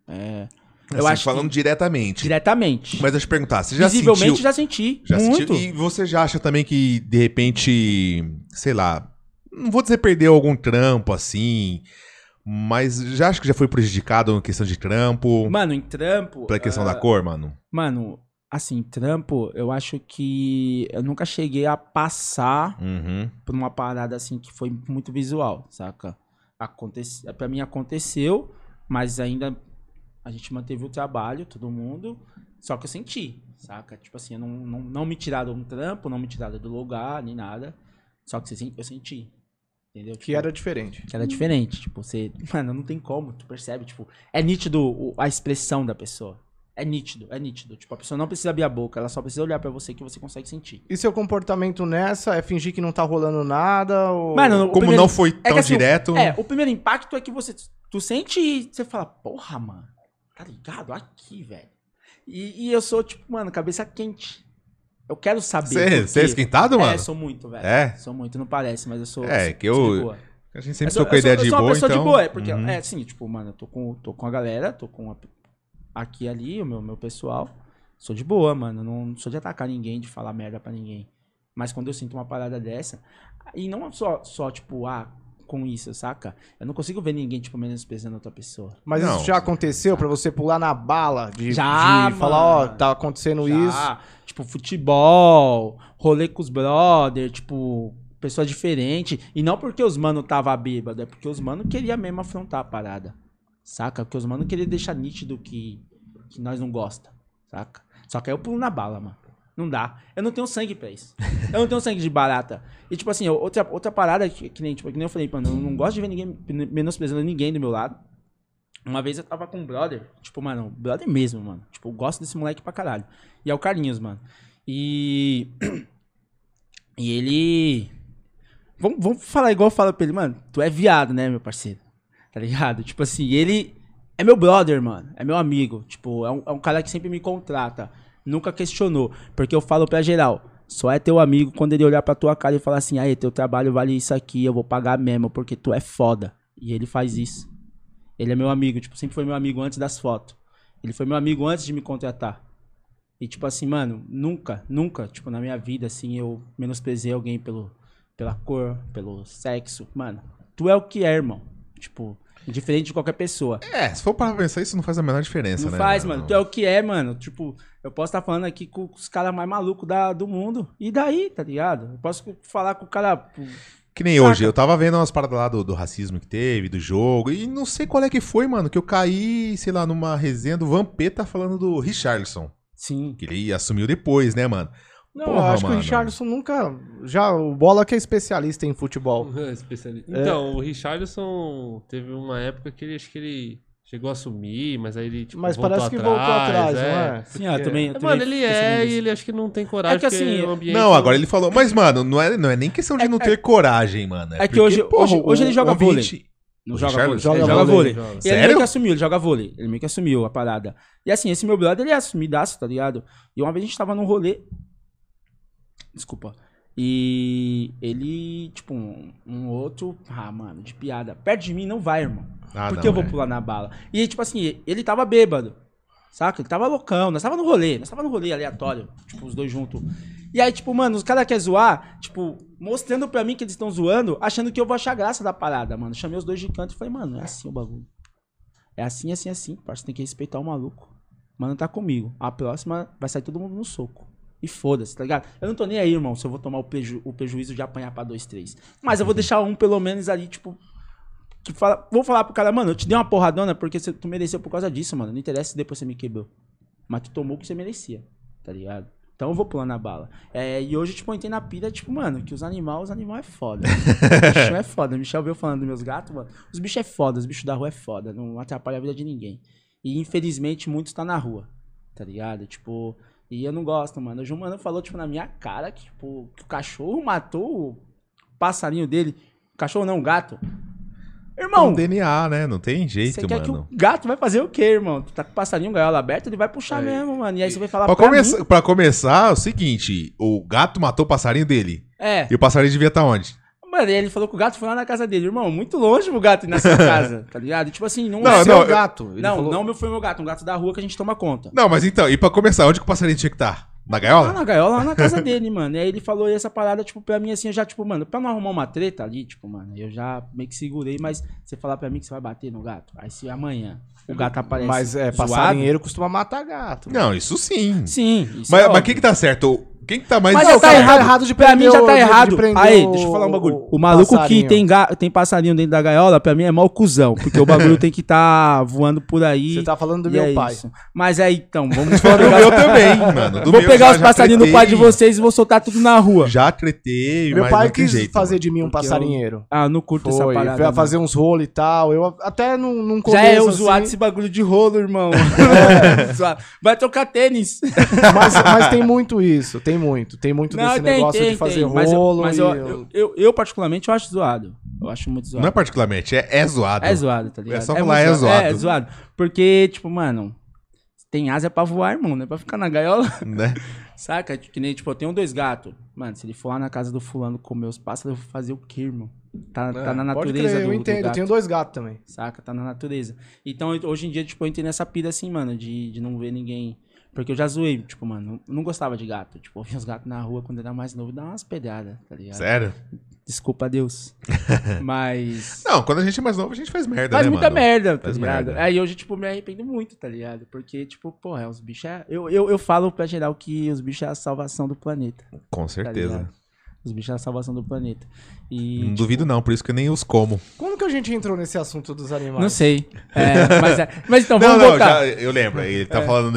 Eu Assim, acho falando que, diretamente. diretamente. Mas deixa eu te perguntar, você já Visivelmente sentiu... já senti. Já muito. sentiu? E você já acha também que, de repente, sei lá, não vou dizer perdeu algum trampo, assim, mas já acho que já foi prejudicado em questão de trampo? Mano, em trampo... Pela questão da cor, mano? Mano, assim, trampo, eu acho que eu nunca cheguei a passar Uhum. por uma parada assim que foi muito visual, saca? Pra mim aconteceu, mas ainda a gente manteve o trabalho, todo mundo, só que eu senti, saca? Tipo assim, não me tiraram um trampo, não me tiraram do lugar, nem nada, só que eu senti, entendeu? Que era diferente. Que era diferente, tipo, você... Mano, não tem como, tu percebe, tipo, é nítido a expressão da pessoa. É nítido. Tipo, a pessoa não precisa abrir a boca, ela só precisa olhar pra você que você consegue sentir. E seu comportamento nessa é fingir que não tá rolando nada? Ou... Mano, Como não foi tão assim, direto... o primeiro impacto é que tu sente e você fala, porra, mano, tá ligado? Aqui, velho. E eu sou, tipo, mano, cabeça quente. Eu quero saber. Você é esquentado, mano? Sou muito, velho. É? Sou muito, não parece, mas eu sou. Que sou de boa. A gente sempre Eu sou- trocou ideia de eu sou boa, uma pessoa então... de boa, porque, Uhum. assim, tipo, mano, eu tô com a galera, tô com aqui ali, o meu pessoal. Sou de boa, mano. Não sou de atacar ninguém, de falar merda pra ninguém. Mas quando eu sinto uma parada dessa, e não só tipo, com isso, saca? Eu não consigo ver ninguém, tipo, menosprezando outra pessoa. Mas Não. isso já aconteceu pra você pular na bala? De Já, falar, ó, mano. tá acontecendo Já, isso. tipo, futebol, rolê com os brother, tipo, pessoa diferente. E não porque os mano tava bêbado, é porque os mano queria mesmo afrontar a parada. Saca? Porque os mano queria deixar nítido que nós não gosta, saca? Só que aí eu pulo na bala, mano. Não dá. Eu não tenho sangue pra isso. Eu não tenho sangue de barata. E, tipo assim, outra parada que nem eu falei, mano, eu não gosto de ver ninguém menosprezando ninguém do meu lado. Uma vez eu tava com um brother, tipo, mano, brother mesmo, mano. Tipo, eu gosto desse moleque pra caralho. E é o Carlinhos, mano. E ele... Vamos falar igual eu falo pra ele, mano, tu é viado, né, meu parceiro? Tá ligado? Tipo assim, ele é meu brother, mano. É meu amigo. Tipo, é um cara que sempre me contrata. Nunca questionou. Porque eu falo pra geral, só é teu amigo quando ele olhar pra tua cara e falar assim, aí, teu trabalho vale isso aqui, eu vou pagar mesmo, porque tu é foda. E ele faz isso. Ele é meu amigo, tipo, sempre foi meu amigo antes das fotos. Ele foi meu amigo antes de me contratar. E tipo assim, mano, nunca, tipo, na minha vida, assim, eu menosprezei alguém pela cor, pelo sexo. Mano, tu é o que é, irmão. Tipo, diferente de qualquer pessoa. Se for para pensar, isso não faz a menor diferença, Não né? faz, mano. Tu é o que é, mano. Tipo, eu posso estar falando aqui com os caras mais malucos do mundo. E daí, tá ligado? Eu posso falar com o cara... Que nem Saca? hoje, eu tava vendo umas paradas lá do racismo que teve, do jogo, e não sei qual é que foi, mano, que eu caí, sei lá, numa resenha do Vampeta falando do Richarlison. Sim. Que ele assumiu depois, né, mano? Não, Porra, eu acho que mano. o Richarlison nunca... Já, o Bola que é especialista em futebol. Especialista. Então, o Richarlison teve uma época que ele acho que ele chegou a assumir, mas aí ele tipo, Mas voltou parece que voltou atrás, não é? Sim, eu também... Mano, ele fiquei e ele acho que não tem coragem, É que, assim, porque o ambiente... Não, agora ele falou, mas, mano, não é nem questão de não ter coragem, mano. É que porque, hoje ele joga o ambiente- Não O joga vôlei. Richarlison? Ele Joga joga vôlei. vôlei. E ele Sério? meio que assumiu, ele joga vôlei. Ele meio que assumiu a parada. E assim, esse meu brother, ele é assumidaço, tá ligado? E uma vez a gente tava num rolê. Desculpa. E ele, tipo, um outro. Ah, mano, de piada. Perto de mim não vai, irmão. Porque eu vou pular na bala. E, tipo assim, ele tava bêbado. Saca? Ele tava loucão. Nós tava no rolê aleatório. Tipo, os dois juntos. E aí, tipo, mano, os caras querem zoar, tipo, mostrando pra mim que eles estão zoando, achando que eu vou achar graça da parada, mano. Chamei os dois de canto e falei, mano, é assim o bagulho. É assim, assim, assim. Parça, tem que respeitar o maluco. Mano, tá comigo. A próxima vai sair todo mundo no soco. E foda-se, tá ligado? Eu não tô nem aí, irmão, se eu vou tomar o prejuízo de apanhar pra 2, 3. Mas eu vou deixar um, pelo menos, ali, tipo... Vou falar pro cara, mano, eu te dei uma porradona porque tu mereceu por causa disso, mano. Não interessa se depois você me quebrou. Mas tu tomou o que você merecia, tá ligado? Então eu vou pular na bala. E hoje, tipo, eu entrei na pira, tipo, mano, que os animais é foda. O bicho é foda. O Michel veio falando dos meus gatos, mano. Os bichos é foda, os bichos da rua é foda. Não atrapalha a vida de ninguém. E, infelizmente, muitos tá na rua, tá ligado? Tipo... E eu não gosto, mano. O Gilmano falou, tipo, na minha cara que, tipo, que o cachorro matou o passarinho dele. Cachorro não, gato. Irmão, É um DNA, né? Não tem jeito, você quer que o mano. gato vai fazer o quê, irmão? Tu tá com o passarinho gaiola aberta, ele vai puxar mesmo, mano. E aí você vai falar Pra começar, é o seguinte, o gato matou o passarinho dele. É. E o passarinho devia estar onde? Mano, ele falou que o gato foi lá na casa dele. Irmão, muito longe o gato ir na sua casa, tá ligado? E, tipo assim, não, Não, é Seu não, gato. Ele Não, falou- não foi meu gato, um gato da rua que a gente toma conta. Não, mas então, e pra começar, onde que o passarinho tinha que estar? Na Lá gaiola? na gaiola, lá na casa dele, mano. E aí ele falou essa parada, tipo, pra mim, assim, eu já, tipo, mano, pra não arrumar uma treta ali, tipo, mano, eu já meio que segurei, mas você falar pra mim que você vai bater no gato, aí se amanhã o gato aparece Mas é, zoado, passarinheiro costuma matar gato. Não, isso sim. sim, isso Mas, é mas óbvio. quem que tá certo? Quem que tá mais... Mas Não, já o tá cara errado. tá errado de Pra mim prender já o- tá de errado. prender Aí, o- deixa eu falar um bagulho. o O maluco passarinho. que tem passarinho dentro da gaiola, pra mim é mau cuzão. Porque o bagulho tem que tá voando por aí. Você tá falando do e meu é pai. isso. Mas aí, então, vamos Do meu também, mano. Do Vou meu pegar já- os já passarinhos do tretei. pai de vocês e vou soltar tudo na rua. Já tretei, Meu mas pai não tem quis jeito, fazer mano. de mim um Porque eu- passarinheiro. Ah, não curto essa Foi, parada. foi a mano. fazer uns rolos e tal. Eu até não Já é começo, o zoado assim, esse bagulho de rolo, irmão. Zoado. Vai trocar tênis. mas tem muito isso, tem muito desse negócio de fazer Mas eu- rolo. Mas e eu, particularmente, eu acho zoado. Eu acho muito zoado. Não é particularmente, é zoado. É zoado, tá ligado? É só muito falar, é zoado. É zoado. Porque, tipo, mano, tem asa pra voar, irmão, não é pra ficar na gaiola. Né? Saca? Que nem, tipo, eu tenho 2 gatos. Mano, se ele for lá na casa do fulano comer os pássaros, eu vou fazer o quê, irmão? Tá na Pode natureza crer, do, eu do entendo. Eu gato. tenho 2 gatos também. Saca? Tá na natureza. Então, hoje em dia, tipo, eu entrei nessa pira assim, mano, de não ver ninguém. Porque eu já zoei, tipo, mano, eu não gostava de gato. Tipo, eu via os gatos na rua quando eu era mais novo, dava umas pedradas, tá ligado? Sério? Desculpa, Deus. Mas. Não, quando a gente é mais novo, a gente faz merda, Faz né, muita mano? merda, tá Faz ligado? merda. Aí hoje, tipo, me arrependo muito, tá ligado? Porque, tipo, porra, os bichos é. Eu falo pra geral que os bichos é a salvação do planeta. Com Tá certeza. ligado? Os bichos é a salvação do planeta. E. Não tipo, duvido não, por isso que eu nem os como. Como que a gente entrou nesse assunto dos animais? Não sei. Mas então, Não, vamos não, voltar. eu lembro. Ele tá falando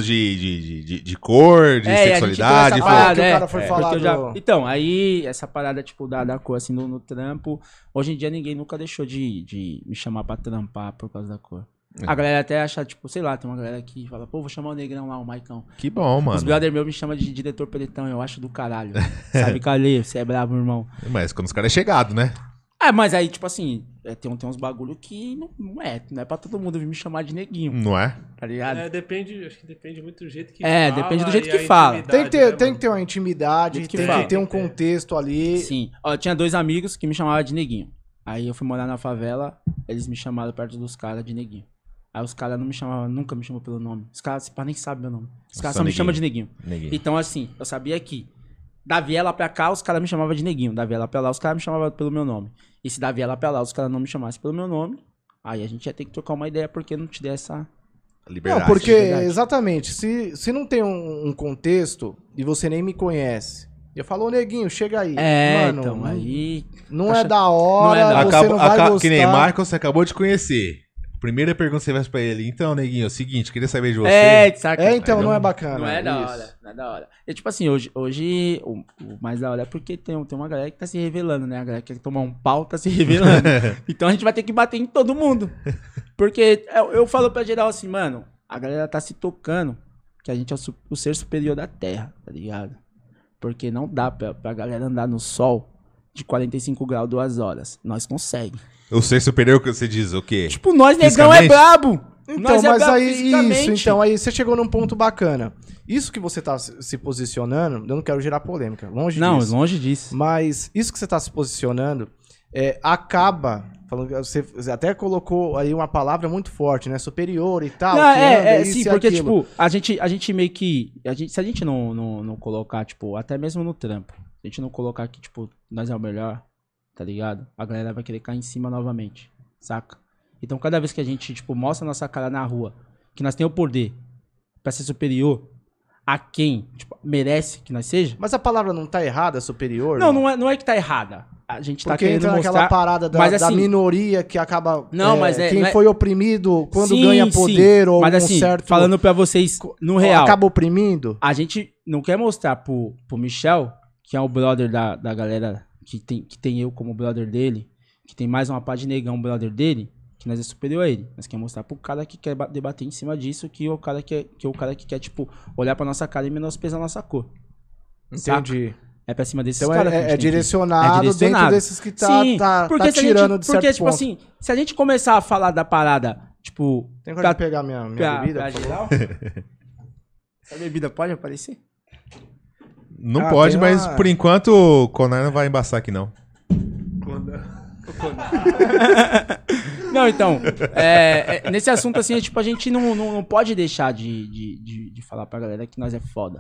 de cor, de É, e a gente sexualidade. tem essa falou- parada, que o cara foi falar porque eu do- Então, aí, essa parada, tipo, da cor, assim, no trampo. Hoje em dia, ninguém nunca deixou de me chamar pra trampar por causa da cor. A galera até acha, tipo, sei lá, tem uma galera que fala, pô, vou chamar o Negrão lá, o Maicão. Que bom, Os mano. brother meus me chamam de diretor pretão, eu acho do caralho. Sabe, Calê, você é bravo, irmão. Mas quando os caras é chegado, né? É, mas aí, tipo assim, tem uns bagulho que não é pra todo mundo vir me chamar de neguinho, Não é? tá ligado? É, depende, acho que depende muito do jeito que É, fala. depende do jeito e que a fala. intimidade, Tem né, que ter uma intimidade, Muito que tem fala. que ter um contexto ali. Sim. Ó, eu tinha 2 amigos que me chamavam de neguinho. Aí eu fui morar na favela, eles me chamaram perto dos caras de neguinho. Aí os caras não me chamavam, nunca me chamou pelo nome. Os caras, nem sabem meu nome. Os caras Só só me neguinho. chamam de neguinho. Neguinho. Então, assim, eu sabia que da viela pra cá, os caras me chamavam de neguinho. Da viela pra lá, os caras me chamavam pelo meu nome. E se da viela pra lá, os caras não me chamassem pelo meu nome, aí a gente ia ter que trocar uma ideia porque não te der essa... Liberdade. Não, porque, verdade. exatamente, se não tem um contexto e você nem me conhece, eu falo, ô neguinho, chega aí. Mano, então, aí... não acha- é da hora, não é da- você não vai gostar. Que nem Michael, você acabou de conhecer. Primeira pergunta que você faz pra ele. Então, neguinho, é o seguinte, queria saber de você. saca? É, então, não é não- bacana. Não é da isso. hora, não é da hora. E tipo assim, hoje o mais da hora é porque tem uma galera que tá se revelando, né? A galera que quer tomar um pau tá se revelando. Então a gente vai ter que bater em todo mundo. Porque eu falo pra geral assim, mano, a galera tá se tocando que a gente é o ser superior da Terra, tá ligado? Porque não dá pra galera andar no sol de 45 graus 2 horas. Nós conseguimos. O ser superior que você diz o quê? Tipo, nós negão é Fisicamente? brabo. Então, Nós é mas brabo aí, fisicamente. isso, então, aí você chegou num ponto bacana. Isso que você tá se posicionando, eu não quero gerar polêmica, longe Não, disso. longe disso. Mas isso que você tá se posicionando, acaba, falando, você até colocou aí uma palavra muito forte, né? Superior e tal. Não, que anda, sim, isso e porque, aquilo. tipo, a gente meio que. Se a gente não colocar, tipo, até mesmo no trampo, se a gente não colocar que, tipo, nós é o melhor, tá ligado? A galera vai querer cair em cima novamente, saca? Então, cada vez que a gente, tipo, mostra a nossa cara na rua, que nós temos o poder pra ser superior a quem, tipo, merece que nós seja. Mas a palavra não tá errada, superior? Não é que tá errada. A gente tá Porque querendo entra naquela mostrar... parada da, mas, da assim, minoria que acaba... Não, mas quem não é- foi oprimido, quando Sim, ganha sim. poder ou mas, um assim, certo... falando pra vocês no real, acaba oprimindo. a gente não quer mostrar pro Michel, que é o brother da galera, que tem eu como brother dele, que tem mais uma pá de negão brother dele, que que nós é superior a ele. Nós queremos mostrar pro cara que quer debater em cima disso que o cara que quer, tipo, olhar pra nossa cara e menosprezar a nossa cor. Entendi. Saca? É pra cima desses Então caras. é direcionado dentro desses que tá tirando de certo porque, tipo ponto. assim, se a gente começar a falar da parada, tipo... Tem como pegar minha bebida, por favor? geral? Essa bebida pode aparecer? Não pode, tem mas uma- por enquanto o Conar não vai embaçar aqui, não. Não, então, nesse assunto, assim, tipo, a gente não pode deixar de falar pra galera que nós é foda.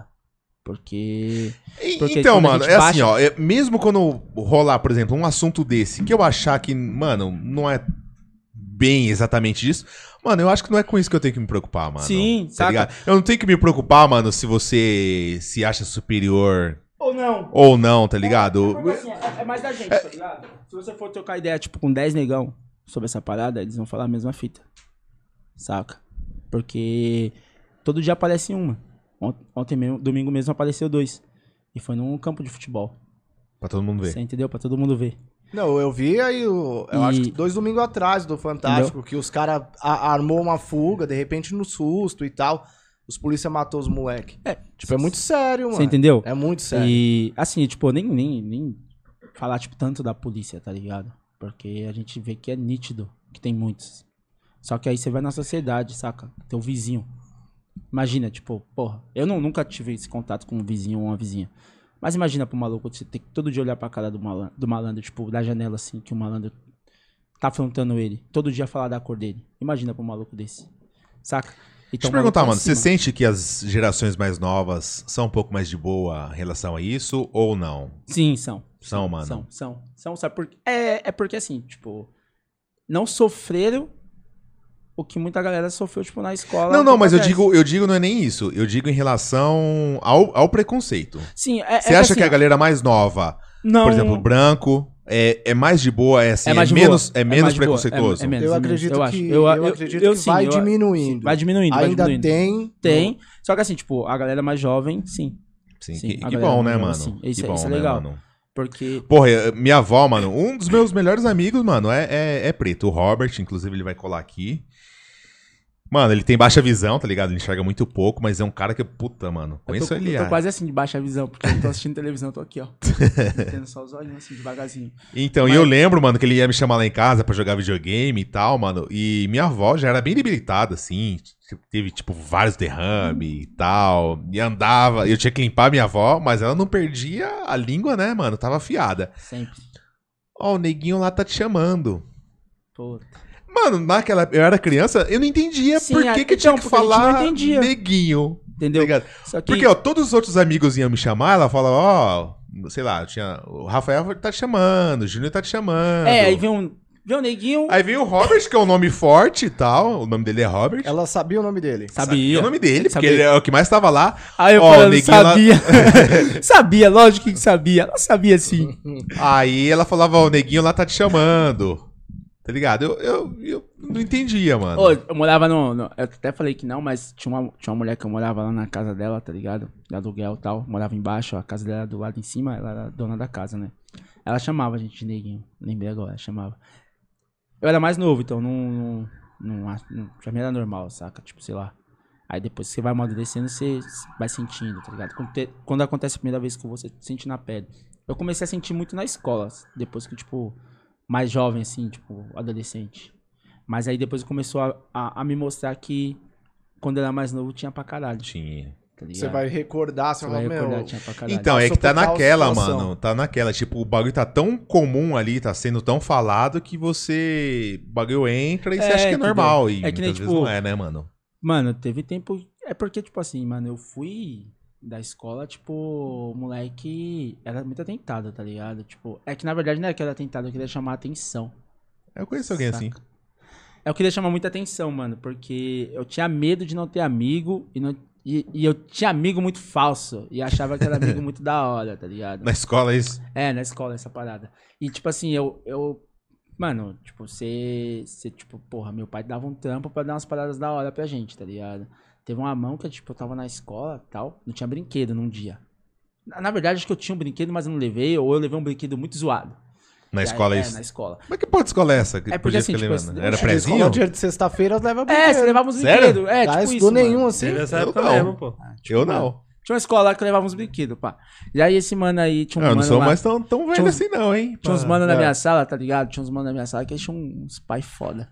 Porque Então, quando a mano, gente é assim, baixa- ó. Mesmo quando rolar, por exemplo, um assunto desse, que eu achar que, mano, não é bem exatamente disso, mano, eu acho que não é com isso que eu tenho que me preocupar, mano. Sim, tá saca? ligado? Eu não tenho que me preocupar, mano, se você se acha superior Ou não. ou não, tá ligado? Porque, assim, é mais da gente, tá ligado? Se você for trocar ideia, tipo, com 10 negão sobre essa parada, eles vão falar a mesma fita. Saca? Porque todo dia aparece uma. Ontem mesmo, domingo mesmo, apareceu 2. E foi num campo de futebol. Pra todo mundo ver. Você entendeu? Pra todo mundo ver. Não, eu vi aí, eu acho que 2 domingos atrás do Fantástico, que os caras armou uma fuga, de repente no susto e tal. Os polícia matou os moleque. Tipo, é muito sério, mano. Você entendeu? É muito sério. E, assim, tipo, nem falar, tipo, tanto da polícia, tá ligado? Porque a gente vê que é nítido, que tem muitos. Só que aí você vai na sociedade, saca? Teu vizinho. Imagina, tipo, porra, eu nunca tive esse contato com um vizinho ou uma vizinha. Mas imagina pro maluco, você ter que todo dia olhar pra cara do malandro, tipo, da janela, assim, que o malandro tá afrontando ele. Todo dia falar da cor dele. Imagina pro maluco desse. Saca? Deixa Então, eu perguntar, o maluco mano, tá você em cima. sente que as gerações mais novas são um pouco mais de boa em relação a isso ou não? Sim, são. São, mano. São, sabe por quê? É porque, assim, tipo, não sofreram o que muita galera sofreu, tipo, na escola. Não, um não, tempo mas eu atrás. digo não é nem isso. Eu digo em relação ao preconceito. Sim, Você acha que a galera mais nova, não, por exemplo, branco, é mais de boa, assim, é mais de menos, boa. é menos mais de boa. preconceituoso? É menos, Eu é acredito menos, que, acho. eu acredito que sim, vai diminuindo. Vai diminuindo, vai Ainda diminuindo. tem. Tem, só que assim, tipo, a galera mais jovem, sim. Sim, Sim, que a galera bom, né, mais mano? jovem, sim. Que Isso bom, é né, legal. mano? Porque... Porra, minha avó, mano, um dos meus melhores amigos, mano, é preto. O Robert, inclusive, ele vai colar aqui. Mano, ele tem baixa visão, tá ligado? Ele enxerga muito pouco, mas é um cara que, puta, mano, conheço ele. Eu tô quase assim, de baixa visão, porque eu tô assistindo televisão, eu tô aqui, ó. Tendo só os olhinhos assim, devagarzinho. Então, Mas- e eu lembro, mano, que ele ia me chamar lá em casa pra jogar videogame e tal, mano. E minha avó já era bem debilitada, assim. Teve, tipo, vários derrames e tal. E andava. Eu tinha que limpar minha avó, mas ela não perdia a língua, né, mano? Tava afiada. Sempre. Ó, o neguinho lá tá te chamando. Puta. Mano, eu era criança, eu não entendia Sim, por que tinha então, que porque a gente não falar entendia. neguinho. Entendeu? Tá ligado? Só que... Porque, ó, todos os outros amigos iam me chamar, ela falava, ó, sei lá, tinha. O Rafael tá te chamando, o Júnior tá te chamando. aí vem um neguinho... Aí veio o Robert, que é um nome forte e tal. O nome dele é Robert. Ela sabia o nome dele. Sabia o nome dele, porque Sabia. ele é o que mais tava lá. Aí eu Ó, falando, neguinho lá- sabia. Sabia, lógico que sabia. Ela sabia sim. Aí ela falava, ó, o neguinho lá tá te chamando. Tá ligado? Eu não entendia, mano. Ô, eu morava eu até falei que não, mas tinha uma mulher que eu morava lá na casa dela, tá ligado? De aluguel e tal. Morava embaixo, a casa dela era do lado em cima, ela era dona da casa, né? Ela chamava a gente de neguinho. Lembrei agora, ela chamava. Eu era mais novo, então pra mim era normal, saca? Tipo, sei lá. Aí depois que você vai amadurecendo, você vai sentindo, tá ligado? Quando acontece a primeira vez que você sente na pele. Eu comecei a sentir muito na escola, depois que, tipo, mais jovem, assim, tipo, adolescente. Mas aí depois começou a me mostrar que quando eu era mais novo tinha pra caralho. Tinha. Tá ligado? Você vai recordar, você Você vai vai falar, recordar, meu. tinha pra caralho. Então, é Passou que tá por tal naquela, situação. mano. Tá naquela. Tipo, o bagulho tá tão comum ali, tá sendo tão falado que você. O bagulho entra e você acha que é entendeu? normal. E É que nem, muitas vezes tipo, não é, né, mano? Mano, teve tempo... É porque, tipo assim, mano, eu fui da escola, tipo, o moleque era muito atentado, tá ligado? Tipo, é que na verdade não é que era atentado, eu queria chamar a atenção. Eu conheço alguém Saca? assim. Eu queria chamar muita atenção, mano, porque eu tinha medo de não ter amigo e eu tinha amigo muito falso e achava que era amigo muito da hora, tá ligado? Na escola é isso. É, na escola, essa parada. E, tipo assim, mano, tipo, você, tipo, porra, meu pai dava um trampo pra dar umas paradas da hora pra gente, tá ligado? Teve uma mão que, tipo, eu tava na escola e tal, não tinha brinquedo num dia. Na verdade, acho que eu tinha um brinquedo, mas eu não levei, ou eu levei um brinquedo muito zoado. Na escola é isso? Na escola. Mas que porra de escola é essa? Que É porque podia assim, ficar tipo, levando? assim, Era Na prezinho? escola, dia de sexta-feira, leva brinquedo. Você levava uns Sério? brinquedos. Ah, Tipo estudou isso, nenhum mano. assim? Teve essa época não. mesmo, pô. Eu não. Tinha uma escola lá que levava uns brinquedos, pá. E aí esse mano aí tinha um Eu não mano sou lá. mais tão velho Tinha uns- assim não, hein? Tinha uns Pá. manos na minha sala, tá ligado? Tinha uns manos na minha sala que eles tinham uns pais foda.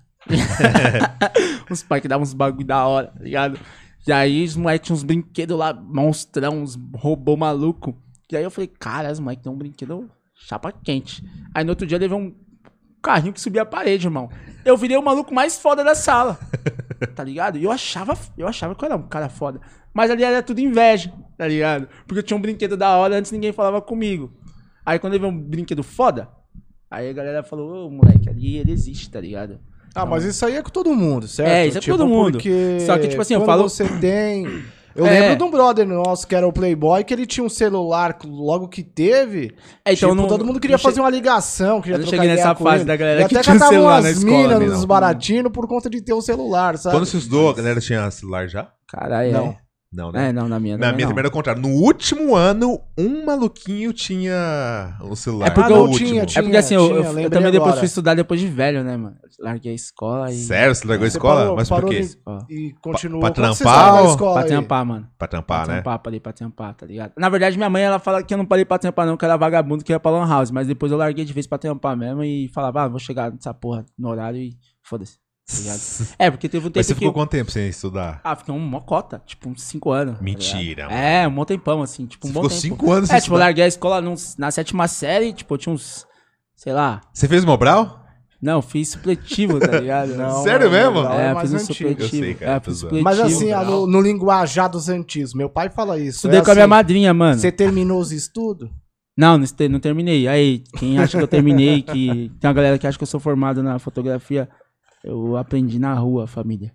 Uns pais que davam uns bagulho da hora, tá ligado? E aí os moleques tinham uns brinquedos lá, monstrão, uns robô maluco. E aí eu falei, cara, os moleques tem um brinquedo chapa quente. Aí no outro dia eu levei um carrinho que subia a parede, irmão. Eu virei o maluco mais foda da sala. Tá ligado? E eu achava que eu era um cara foda. Mas ali era tudo inveja, tá ligado? Porque eu tinha um brinquedo da hora, antes ninguém falava comigo. Aí quando eu vi um brinquedo foda, aí a galera falou, ô moleque, ali ele existe, tá ligado? Ah, mas isso aí é com todo mundo, certo? É, isso é com todo mundo. Porque Só que, tipo assim, eu quando falo- você tem... Eu É. lembro de um brother nosso que era o Playboy, que ele tinha um celular logo que teve. É, então tipo, não- todo mundo queria não che- fazer uma ligação, queria Eu não trocar cheguei nessa ideia com fase ele. da galera E que até tinha catavam celular na umas escola, minas né, nos não. baratinos por conta de ter o celular, sabe? Quando se estudou, a galera tinha celular já? Caralho, Não. Não, né? É, não, na minha Na minha não. também era o contrário. No último ano, um maluquinho tinha o celular. É porque No eu último. É porque assim, eu lembrei também depois agora. fui estudar depois de velho, né, mano? Larguei a escola e... Sério? Você largou a Você escola? parou- Mas por parou quê? de- Ó, E continuou. Pra Quando você trampar saiu da ou- escola pra aí? tampar, mano. Pra tampar, Pra né? tampar, parei pra tampar, tá ligado? Na verdade, minha mãe, ela fala que eu não parei pra tampar não, que eu era vagabundo, que ia pra lan house. Mas depois eu larguei de vez pra tampar mesmo e falava, vou chegar nessa porra no horário e foda-se, tá ligado? É, porque teve um tempo Mas você que... ficou quanto tempo sem estudar? Ah, fiquei uma cota, tipo uns 5 anos. tá Mentira, ligado? mano. É, um bom tempão, assim, tipo um Você bom ficou tempo. 5 anos sem É, tipo, eu estudar? larguei a escola na 7ª série, tipo, eu tinha uns, sei lá... Você fez Mobral? Não, fiz supletivo, tá ligado? Não, Sério não, mesmo? não, É, mais fiz um antigo. supletivo. Eu sei, cara, É, tô fiz zoando. supletivo. Mas assim, no linguajar dos antigos, meu pai fala isso. Estudei é com a minha assim, madrinha, mano. Você terminou os estudos? Não terminei. Aí, quem acha que eu terminei, que tem uma galera que acha que eu sou formado na fotografia, eu aprendi na rua, família.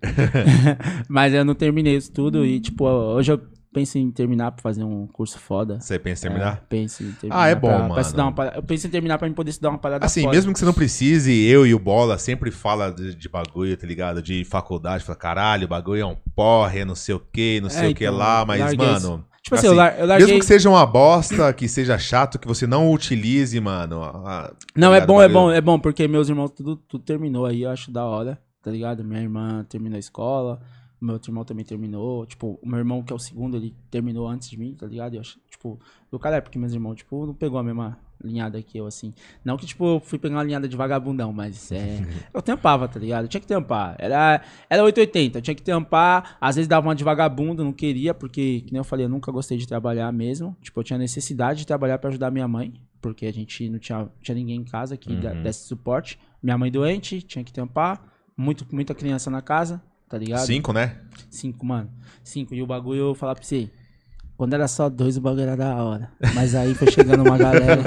Mas eu não terminei isso tudo e, tipo, hoje eu penso em terminar pra fazer um curso foda. Você pensa em terminar? Penso em terminar. Ah, é bom, pra mano. estudar uma parada. Eu penso em terminar pra mim poder estudar uma parada Assim, foda. mesmo que você não precise, eu e o Bola sempre fala de bagulho, tá ligado? De faculdade, fala, caralho, o bagulho é um porre, não sei o que, não sei o que então, lá, mas, larguei mano... Tipo assim, eu larguei... Mesmo que seja uma bosta, que seja chato, que você não utilize, mano... Não, tá é ligado? bom, O é bagulho- bom, é bom, porque meus irmãos tudo terminou aí, eu acho da hora, tá ligado? Minha irmã terminou a escola, meu outro irmão também terminou, tipo, o meu irmão que é o segundo, ele terminou antes de mim, tá ligado? Eu acho, tipo, do cara é porque meus irmãos, tipo, não pegou a mesma linhada que eu, assim. Não que, tipo, eu fui pegar uma linhada de vagabundão, mas eu tampava, tá ligado? Eu tinha que tampar. Era 880, eu tinha que tampar. Às vezes dava uma de vagabundo, não queria, porque, que nem eu falei, eu nunca gostei de trabalhar mesmo. Tipo, eu tinha necessidade de trabalhar pra ajudar minha mãe, porque a gente não tinha ninguém em casa que desse suporte. Minha mãe doente, tinha que tampar. Muita criança na casa, tá ligado? 5, né? 5, mano. 5. E o bagulho, eu vou falar pra você. Quando era só 2, o bagulho era da hora. Mas aí foi chegando uma galera.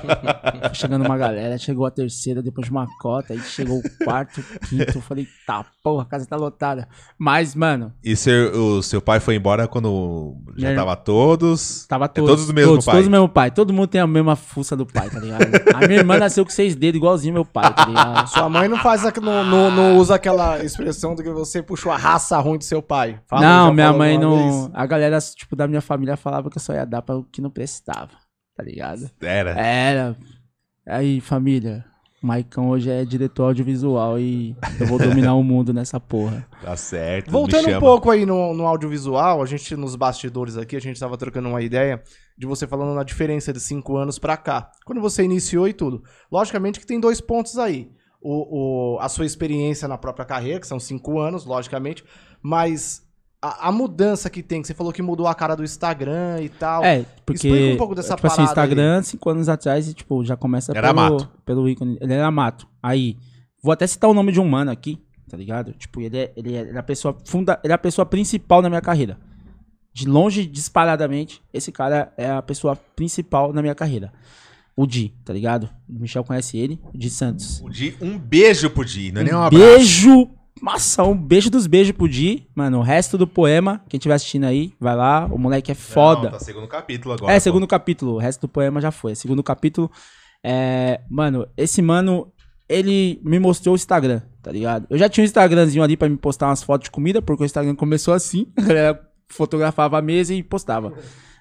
Chegou a terceira, depois de uma cota. Aí chegou o quarto, quinto. Eu falei, tá, porra, a casa tá lotada. Mas, mano. E o seu pai foi embora quando já Minha- tava todos... Tava todos do mesmo pai. Todos do mesmo pai. Todo mundo tem a mesma fuça do pai, tá ligado? A minha irmã nasceu com 6 dedos, igualzinho meu pai, tá ligado? Sua mãe não faz não usa aquela expressão de que você puxou a raça ruim do seu pai. Fala, Não, já minha falou mãe alguma não. vez? A galera, tipo, da minha família falava que eu só ia dar pra o que não prestava, tá ligado? Era. Era. Aí, família, o Maicão hoje é diretor audiovisual e eu vou dominar o mundo nessa porra. Tá certo. me Voltando um chama. pouco aí no audiovisual, a gente nos bastidores aqui, a gente tava trocando uma ideia de você falando na diferença de 5 anos pra cá. Quando você iniciou e tudo. Logicamente que tem 2 pontos aí. A sua experiência na própria carreira, que são 5 anos, logicamente, mas a mudança que tem, que você falou que mudou a cara do Instagram e tal. É, porque. Explica um pouco dessa tipo assim, parada Instagram, 5 anos atrás, e, tipo, já começa Era mato. pelo ícone. Ele era mato. Aí, vou até citar o nome de um mano aqui, tá ligado? Tipo, ele é a pessoa ele é a pessoa principal na minha carreira. De longe, disparadamente, esse cara é a pessoa principal na minha carreira. O Di, tá ligado? O Michel conhece ele, o Di Santos. Um beijo pro Di, não é nem um abraço. Beijo! Nossa, um beijo dos beijos pro Di. Mano, o resto do poema, quem estiver assistindo aí, vai lá. O moleque é foda. Não, tá segundo capítulo agora. É, pô. segundo capítulo. O resto do poema já foi. Segundo capítulo. Mano, esse mano, ele me mostrou o Instagram, tá ligado? Eu já tinha um Instagramzinho ali pra me postar umas fotos de comida, porque o Instagram começou assim. A galera fotografava a mesa e postava.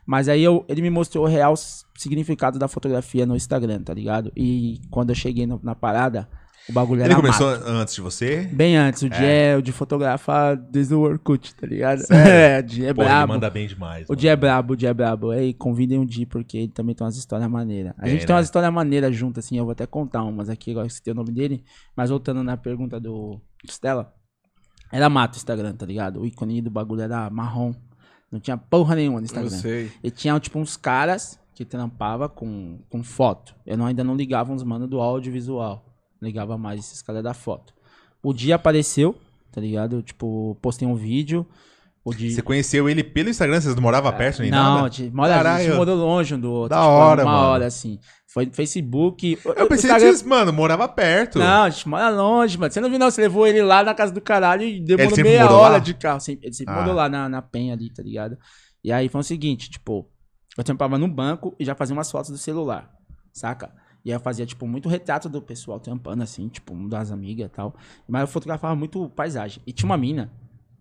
Mas aí ele me mostrou o real significado da fotografia no Instagram, tá ligado? E quando eu cheguei na parada, o bagulho era Ele começou mato. antes de você? Bem antes, o Di é o de fotografar desde o Orkut, tá ligado? Sério? O Di é Pô, ele brabo. manda bem demais. O Di é brabo, o Di é brabo. Aí convidem o Di, porque ele também tem umas histórias maneiras. A gente tem umas histórias maneiras juntas, assim, eu vou até contar umas aqui, agora que você tem o nome dele. Mas voltando na pergunta do Stella, era mato o Instagram, tá ligado? O ícone do bagulho era marrom. Não tinha porra nenhuma no Instagram. Eu sei. E tinha, tipo, uns caras que trampava com foto. Eu ainda não ligava uns manos do audiovisual. Ligava mais esses caras da foto. O Di apareceu, tá ligado? Eu, tipo, postei um vídeo. O Di... Você conheceu ele pelo Instagram? Vocês não moravam perto nem não, nada? A gente morou longe um do outro. Da hora, uma mano. hora, assim. Foi no Facebook. Eu pensei Instagram... que vocês, mano, morava perto. Não, a gente mora longe, mano. Você não viu, não? Você levou ele lá na casa do caralho e demorou sempre meia morou hora lá? de carro. Ele sempre morou lá na Penha ali, tá ligado? E aí foi o seguinte, tipo, eu trampava no banco e já fazia umas fotos do celular, saca? E aí eu fazia, tipo, muito retrato do pessoal trampando, assim, tipo, das amigas e tal. Mas eu fotografava muito paisagem. E tinha uma mina.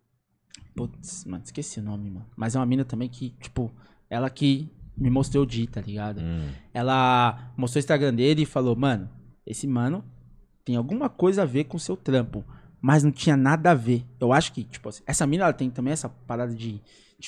Putz, mano, esqueci o nome, mano. Mas é uma mina também que, tipo, ela que me mostrou o Di, tá ligado? Ela mostrou o Instagram dele e falou, mano, esse mano tem alguma coisa a ver com o seu trampo. Mas não tinha nada a ver. Eu acho que, tipo assim, essa mina, ela tem também essa parada de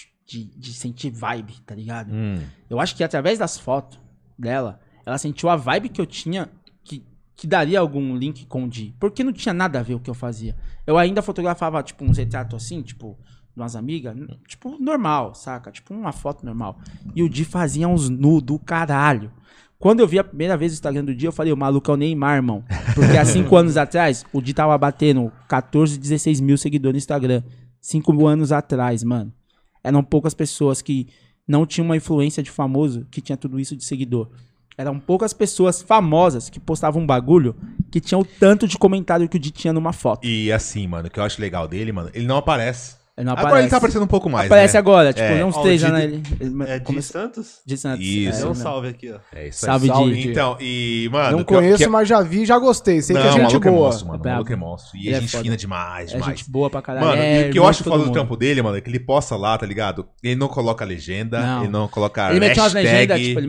sentir vibe, tá ligado? Eu acho que através das fotos dela, ela sentiu a vibe que eu tinha, que daria algum link com o Di. Porque não tinha nada a ver o que eu fazia. Eu ainda fotografava, tipo, uns retratos assim, tipo, de umas amigas, tipo, normal, saca? Tipo, uma foto normal. E o Di fazia uns nu do caralho. Quando eu vi a primeira vez o Instagram do Di, eu falei, o maluco é o Neymar, irmão. Porque há 5 anos atrás, o Di tava batendo 14, 16 mil seguidores no Instagram. 5 anos atrás, mano. Eram poucas pessoas que não tinham uma influência de famoso que tinha tudo isso de seguidor. Eram poucas pessoas famosas que postavam um bagulho que tinha o tanto de comentário que o Di tinha numa foto. E assim, mano, o que eu acho legal dele, mano, ele não aparece. Ele não Agora aparece. ele tá aparecendo um pouco mais, Aparece né? agora, tipo, uns Ó, 3 o anos. Di- É de começou- Santos? de Santos. Isso. Dá um mesmo. salve aqui, ó. É isso aí. Salve, Salve, Di. Di. Então, e, mano... Não que eu- conheço, que- mas já vi, já gostei. Sei que é Não, o gente maluco é boa. monstro, mano. O Brabo. maluco é monstro. E Ele é é gente foda. fina demais, É demais. gente boa pra caralho. Mano, é e o que eu irmão acho de todo foda do mundo. trampo dele, mano, é que ele posta lá, tá ligado? Ele não coloca legenda, Não. ele não coloca Ele metia umas hashtag. legendas, tipo,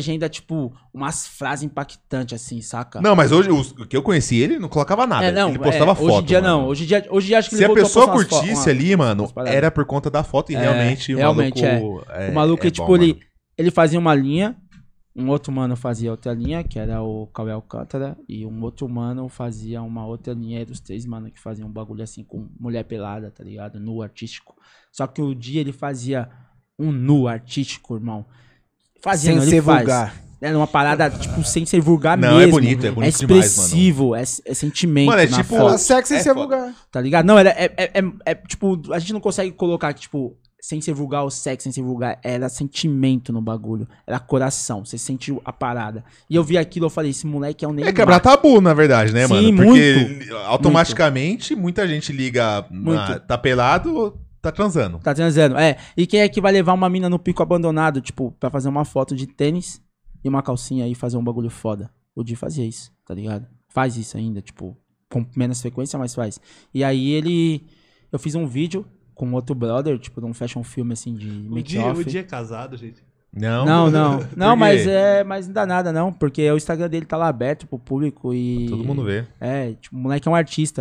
umas frases impactantes, assim, saca? Não, mas hoje, o que eu conheci ele, não colocava nada. ele postava foto, Hoje em dia mano. não. Hoje em dia acho que Se ele a voltou pessoa postar umas curtisse ali, mano, umas paradas. era por conta da foto e realmente o realmente, maluco... o maluco, é tipo, bom, ele fazia uma linha, um outro mano fazia outra linha, que era o Cauê Alcântara, e um outro mano fazia uma outra linha, eram os 3 mano que faziam um bagulho assim com mulher pelada, tá ligado? Nu artístico. Só que o Di, ele fazia um nu artístico, irmão. Fazia, Sem não, ele ser faz. vulgar. Era uma parada, tipo, sem ser vulgar Não, mesmo. é bonito demais, mano. expressivo, é sentimento Mano, é na tipo- foto, Fala sexo sem É ser foda. vulgar. tá ligado? Não, tipo, a gente não consegue colocar, tipo, sem ser vulgar o sexo, sem ser vulgar, era sentimento no bagulho, era coração, você sentiu a parada. E eu vi aquilo, eu falei, esse moleque é um Neymar. É quebrar tabu, na verdade, né, Sim, mano? Porque muito. automaticamente muita gente liga, Muito. tá pelado, tá transando. Tá transando, E quem é que vai levar uma mina no pico abandonado, tipo, pra fazer uma foto de tênis e uma calcinha e fazer um bagulho foda? O Di fazia isso, tá ligado? Faz isso ainda, tipo, com menos frequência, mas faz. E aí eu fiz um vídeo com outro brother, tipo, de um fashion film, assim, de O Di make-off. é casado, gente. Não? Não, Por mas quê? mas não dá nada, não, porque o Instagram dele tá lá aberto pro público e... Todo mundo vê. Tipo, o moleque é um artista,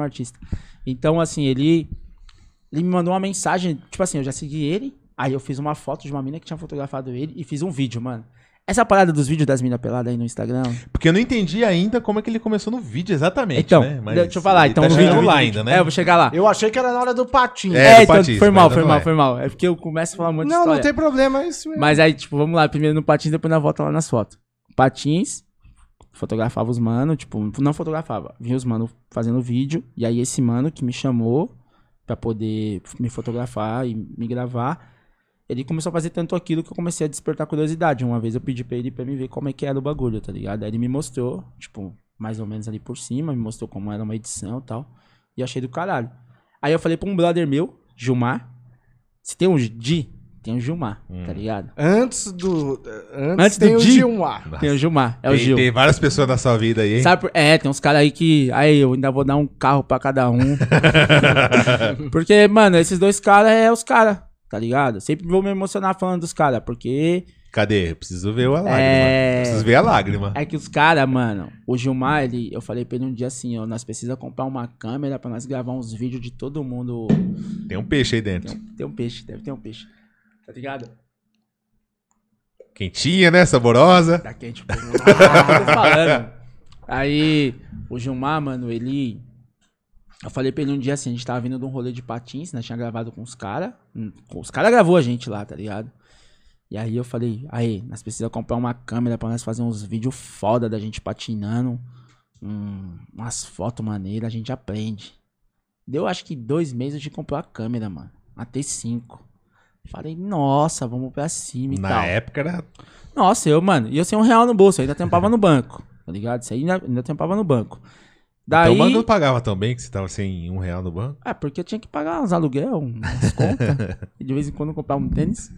Então, assim, ele me mandou uma mensagem, tipo assim, eu já segui ele, aí eu fiz uma foto de uma mina que tinha fotografado ele e fiz um vídeo, mano. Essa parada dos vídeos das minas peladas aí no Instagram... Porque eu não entendi ainda como é que ele começou no vídeo exatamente, Então, né? Mas deixa eu falar, ele então, tá no chegando vídeo... lá ainda, né? eu vou chegar lá. Eu achei que era na hora do patinho. É, do Então, Patins, foi mas mal, não foi é. mal, foi mal. É porque eu começo a falar um monte de Não, história. não tem problema, é isso mesmo. Mas aí, tipo, vamos lá, primeiro no Patins, depois na volta lá nas fotos. Patins, fotografava os mano, tipo, não fotografava, vinha os mano fazendo vídeo, e aí esse mano que me chamou pra poder me fotografar e me gravar, ele começou a fazer tanto aquilo que eu comecei a despertar curiosidade. Uma vez eu pedi pra ele pra me ver como é que era o bagulho, tá ligado? Aí ele me mostrou, tipo, mais ou menos ali por cima, me mostrou como era uma edição e tal, e achei do caralho. Aí eu falei pra um brother meu, Gilmar, se tem um Di, tem o Gilmar, tá ligado? Antes Antes tem do o Di. Gilmar. Tem o Gilmar, é o Tem, Gil. tem várias pessoas na sua vida aí, hein? Sabe tem uns caras aí que... Aí eu ainda vou dar um carro pra cada um. Porque, mano, esses dois caras é os caras. tá ligado? Sempre vou me emocionar falando dos caras, porque... Cadê? Eu preciso ver a lágrima. Preciso ver a lágrima. É que os caras, mano, o Gilmar, eu falei pra ele um dia assim, ó, nós precisamos comprar uma câmera pra nós gravar uns vídeos de todo mundo. Tem um peixe aí dentro. Tem um peixe, deve ter um peixe. Tá ligado? Quentinha, né? Saborosa. Tá quente, pô. Tô falando. Aí, o Gilmar, mano, eu falei pra ele um dia assim, a gente tava vindo de um rolê de patins, nós tinha gravado com os caras. Os caras gravou a gente lá, tá ligado? E aí eu falei, aí, nós precisamos comprar uma câmera pra nós fazer uns vídeos foda da gente patinando. Umas fotos maneiras, a gente aprende. Deu acho que 2 meses a gente comprou a câmera, mano. A T5. Falei, nossa, vamos pra cima e tal. Na época era... Nossa, eu sem R$1 no bolso, eu ainda tampava no banco. Tá ligado? Isso aí ainda tampava no banco. Daí... Então o banco não pagava tão bem que você tava sem R$1 no banco? É, porque eu tinha que pagar uns aluguel, umas contas. E de vez em quando eu comprava um tênis.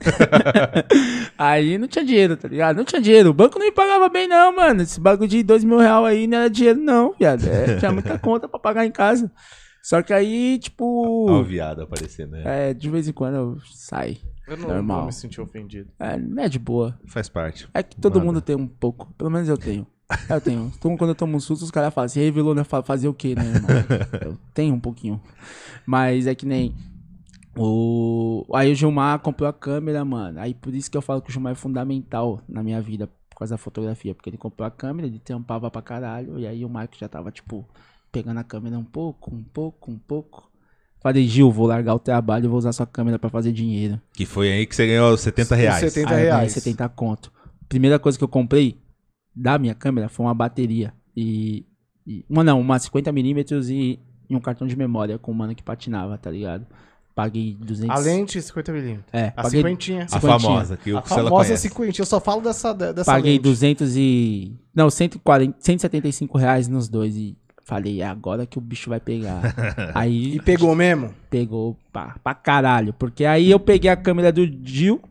Aí não tinha dinheiro, tá ligado? Não tinha dinheiro. O banco não me pagava bem, não, mano. Esse bagulho de R$2.000 aí não era dinheiro, não, viado. Tinha muita conta pra pagar em casa. Só que aí, tipo... Olha o viado aparecendo, né? de vez em quando eu saio. Eu não Normal. vou me sentir ofendido. Não é de boa. Faz parte. É que todo Manda. mundo tem um pouco. Pelo menos eu tenho. Eu tenho. Então, quando eu tomo um susto, os caras falam, você revelou, né? Fazer o quê, né, irmão? Eu tenho um pouquinho. Mas é que nem... Aí o Gilmar comprou a câmera, mano. Aí por isso que eu falo que o Gilmar é fundamental na minha vida, por causa da fotografia. Porque ele comprou a câmera, ele tampava pra caralho. E aí o Marco já tava, tipo, pegando a câmera um pouco. Falei, Gil, vou largar o trabalho e vou usar sua câmera pra fazer dinheiro. Que foi aí que você ganhou R$70. R$70. Aí eu ganhei 70 conto. Primeira coisa que eu comprei da minha câmera foi uma bateria. Uma 50mm e um cartão de memória com o mano que patinava, tá ligado? Paguei 200... A lente 50mm. A paguei... cinquentinha. A famosa, que o Cela famosa conhece. cinquentinha. Eu só falo dessa Paguei lente. R$175 nos dois e falei, é agora que o bicho vai pegar. Aí E pegou mesmo? pegou pra caralho. Porque aí eu peguei a câmera do Gil,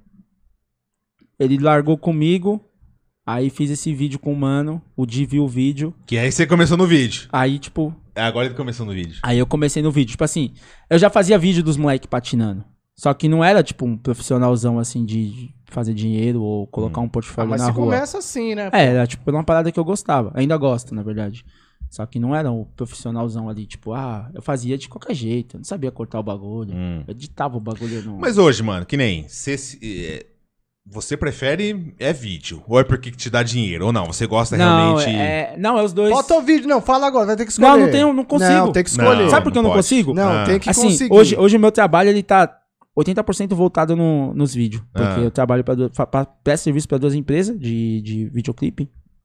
ele largou comigo, aí fiz esse vídeo com o mano, o Di viu o vídeo. Que aí você começou no vídeo. Aí, tipo... Agora ele começou no vídeo. Aí eu comecei no vídeo. Tipo assim, eu já fazia vídeo dos moleques patinando. Só que não era, tipo, um profissionalzão, assim, de fazer dinheiro ou colocar um portfólio Mas na você rua. começa assim, né? Era, tipo, uma parada que eu gostava. Ainda gosto, na verdade. Só que não era um profissionalzão ali, tipo, eu fazia de qualquer jeito. Eu não sabia cortar o bagulho. Eu editava o bagulho no... Mas hoje, mano, que nem... Você prefere vídeo? Ou é porque te dá dinheiro? Ou não? Você gosta realmente... Não, é os dois... Foto ou vídeo? Não, fala agora, vai ter que escolher. Não consigo. Não, tem que escolher. Não. Sabe por que eu não pode. consigo? Não, tem que Assim, conseguir. hoje o meu trabalho, ele tá 80% voltado nos vídeos. Porque eu trabalho presto serviço pra 2 empresas de videoclipe.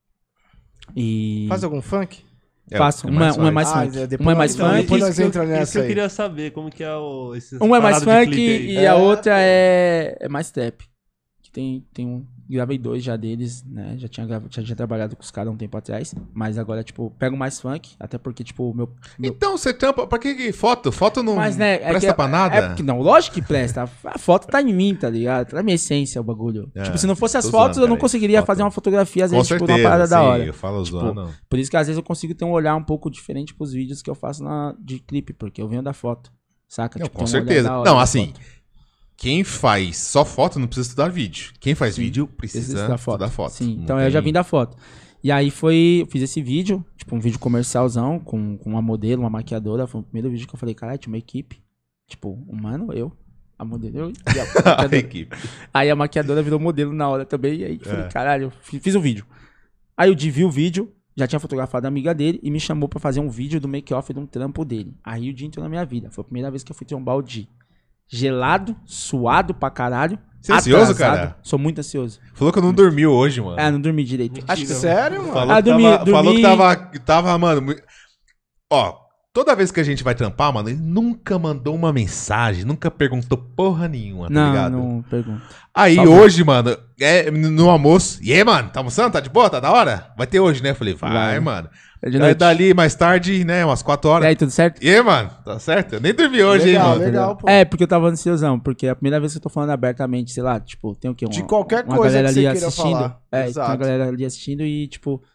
E... Faz algum funk? Faço. Um é mais funk. Um é mais funk. Depois nós entramos Isso nessa que eu aí. queria saber, como que é esses Um é mais paradas de funk clipe aí. e a outra é mais trap. Que tem um... Gravei 2 já deles, né? Já tinha trabalhado com os caras um tempo atrás. Mas agora, tipo, pego mais funk. Até porque, tipo, meu... Então, você tampa... Pra que foto? Foto não Mas, né, presta pra nada? É porque, não, lógico que presta. A foto tá em mim, tá ligado? Tá na minha essência o bagulho. Tipo, se não fosse as tô fotos, zoando, eu não cara. conseguiria Foto. fazer uma fotografia, às Com vezes, tipo, certeza, uma parada da sim, hora. eu falo Tipo, zoando. por isso que às vezes eu consigo ter um olhar um pouco diferente pros vídeos que eu faço de clipe, porque eu venho da foto. Saca? Não, Tipo, com tem um olhar certeza. da hora Não, da assim... foto. Quem faz só foto não precisa estudar vídeo. Quem faz Sim, vídeo precisa estudar estudar foto. Sim, Não então tem- eu já vim da foto. E aí eu fiz esse vídeo, tipo um vídeo comercialzão, com uma modelo, uma maquiadora. Foi o primeiro vídeo que eu falei, caralho, tinha uma equipe. Tipo, um mano, eu, a modelo, eu e a A maquiadora. equipe. Aí a maquiadora virou modelo na hora também. E aí eu falei, caralho, eu fiz um vídeo. Aí o Di viu o vídeo, já tinha fotografado a amiga dele e me chamou pra fazer um vídeo do make-off de um trampo dele. Aí o Di entrou na minha vida. Foi a primeira vez que eu fui trombar o Di. Gelado, suado pra caralho. Você é ansioso, atrasado. cara? Sou muito ansioso. Falou que eu não dormiu hoje, mano. Não dormi direito. Acho que Sério, mano? Falou, que dormi- tava, falou que dormi- tava, mano... Ó, toda vez que a gente vai trampar, mano, ele nunca mandou uma mensagem, nunca perguntou porra nenhuma, tá ligado? Não pergunto. Aí Só hoje, mano, no almoço... E aí, mano, tá almoçando? Tá de boa? Tá da hora? Vai ter hoje, né? Eu falei, vai, Vai. mano. É de Aí noite. dali, mais tarde, né, umas 4 E horas. aí, tudo certo? E aí, mano, tá certo? Eu nem dormi hoje, Legal, hein, mano. legal, pô. É, porque eu tava ansiosão, porque é a primeira vez que eu tô falando abertamente, sei lá, tipo, tem o quê? De qualquer uma coisa galera que você ali queira assistindo. falar. Tem uma Exato. galera ali assistindo e, tipo,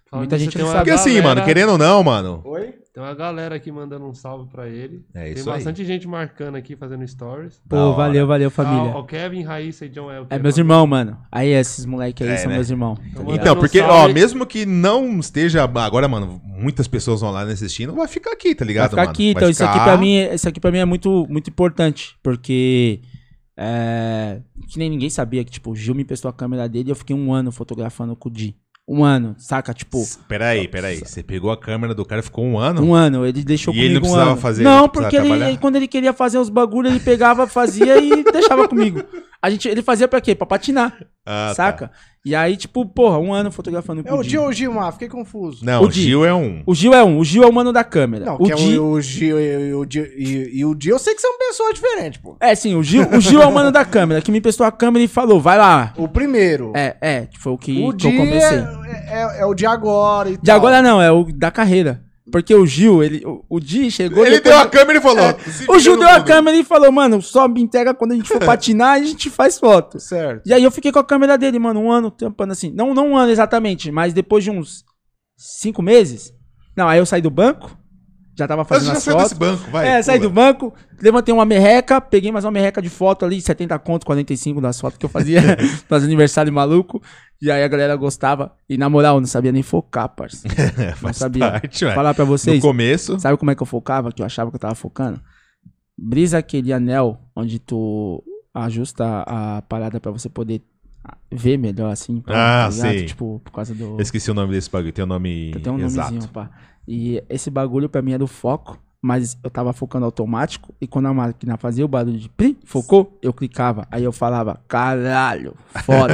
Muita gente tem não uma sabe. Porque assim, galera- mano, querendo ou não, mano. Oi? Tem uma galera aqui mandando um salve pra ele. É Tem isso aí. bastante gente marcando aqui, fazendo stories. Da Pô, hora. valeu, família. O Kevin, Raíssa e John El. É meus irmãos, mano. Aí esses moleques aí É, são né? meus irmãos. tá Então, ligado? Então, um porque, ó, salve. mesmo que não esteja. Agora, mano, muitas pessoas online assistindo, vai ficar aqui, tá Vai ligado, ficar mano? aqui, Vai então isso ficar- aqui pra mim é muito, muito importante, porque que nem ninguém sabia que, tipo, o Gil me emprestou a câmera dele e eu fiquei 1 ano fotografando com o Di. 1 ano, saca? Tipo, Peraí. Você pegou a câmera do cara e ficou 1 ano? 1 ano, ele deixou E comigo ele não precisava 1 ano. fazer, Não, não porque precisava ele, trabalhar? quando ele queria fazer uns bagulho, ele pegava, fazia e deixava comigo. Ele fazia pra quê? Pra patinar, Ah, saca? tá. E aí, tipo, porra, 1 ano fotografando É com o o Di. Gil ou o Gilmar? Fiquei confuso. Não, O o Di. Gil é um. O Gil é o mano da câmera. Não, o que Di... é o Gil e o Gil eu sei que são pessoas diferentes, pô. É, sim, o Gil é o mano da câmera, que me emprestou a câmera e falou, vai lá. O primeiro. Foi o que O eu Di comecei. é o de agora e De tal. agora não, é o da carreira. Porque o Gil, o Di chegou... Ele depois- deu a câmera e falou. "Se O vira Gil no deu a mundo." câmera e falou, mano, sobe, entrega quando a gente for patinar, a gente faz foto. Certo. E aí eu fiquei com a câmera dele, mano, 1 ano tampando assim. Não 1 ano exatamente, mas depois de uns 5 meses. Não, aí eu saí do banco, já tava Mas fazendo já as saiu fotos. desse banco, vai. Saí pula. do banco, levantei uma merreca, peguei mais uma merreca de foto ali, 70 conto, 45 das fotos que eu fazia nos aniversários maluco. E aí a galera gostava. E na moral, eu não sabia nem focar, parça. Não Faz sabia. parte, Vou ué. falar pra No vocês. começo. Sabe como é que eu focava? Que eu achava que eu tava focando? Brisa aquele anel onde tu ajusta a parada pra você poder ver melhor, assim. Ah, tá ligado? sei. Tipo, por causa do... Eu esqueci o nome desse bagulho, tem o nome Tem um exato. nomezinho, pá. E esse bagulho pra mim era o foco, mas eu tava focando automático e quando a máquina fazia o barulho de plim, focou, eu clicava. Aí eu falava, caralho, foda.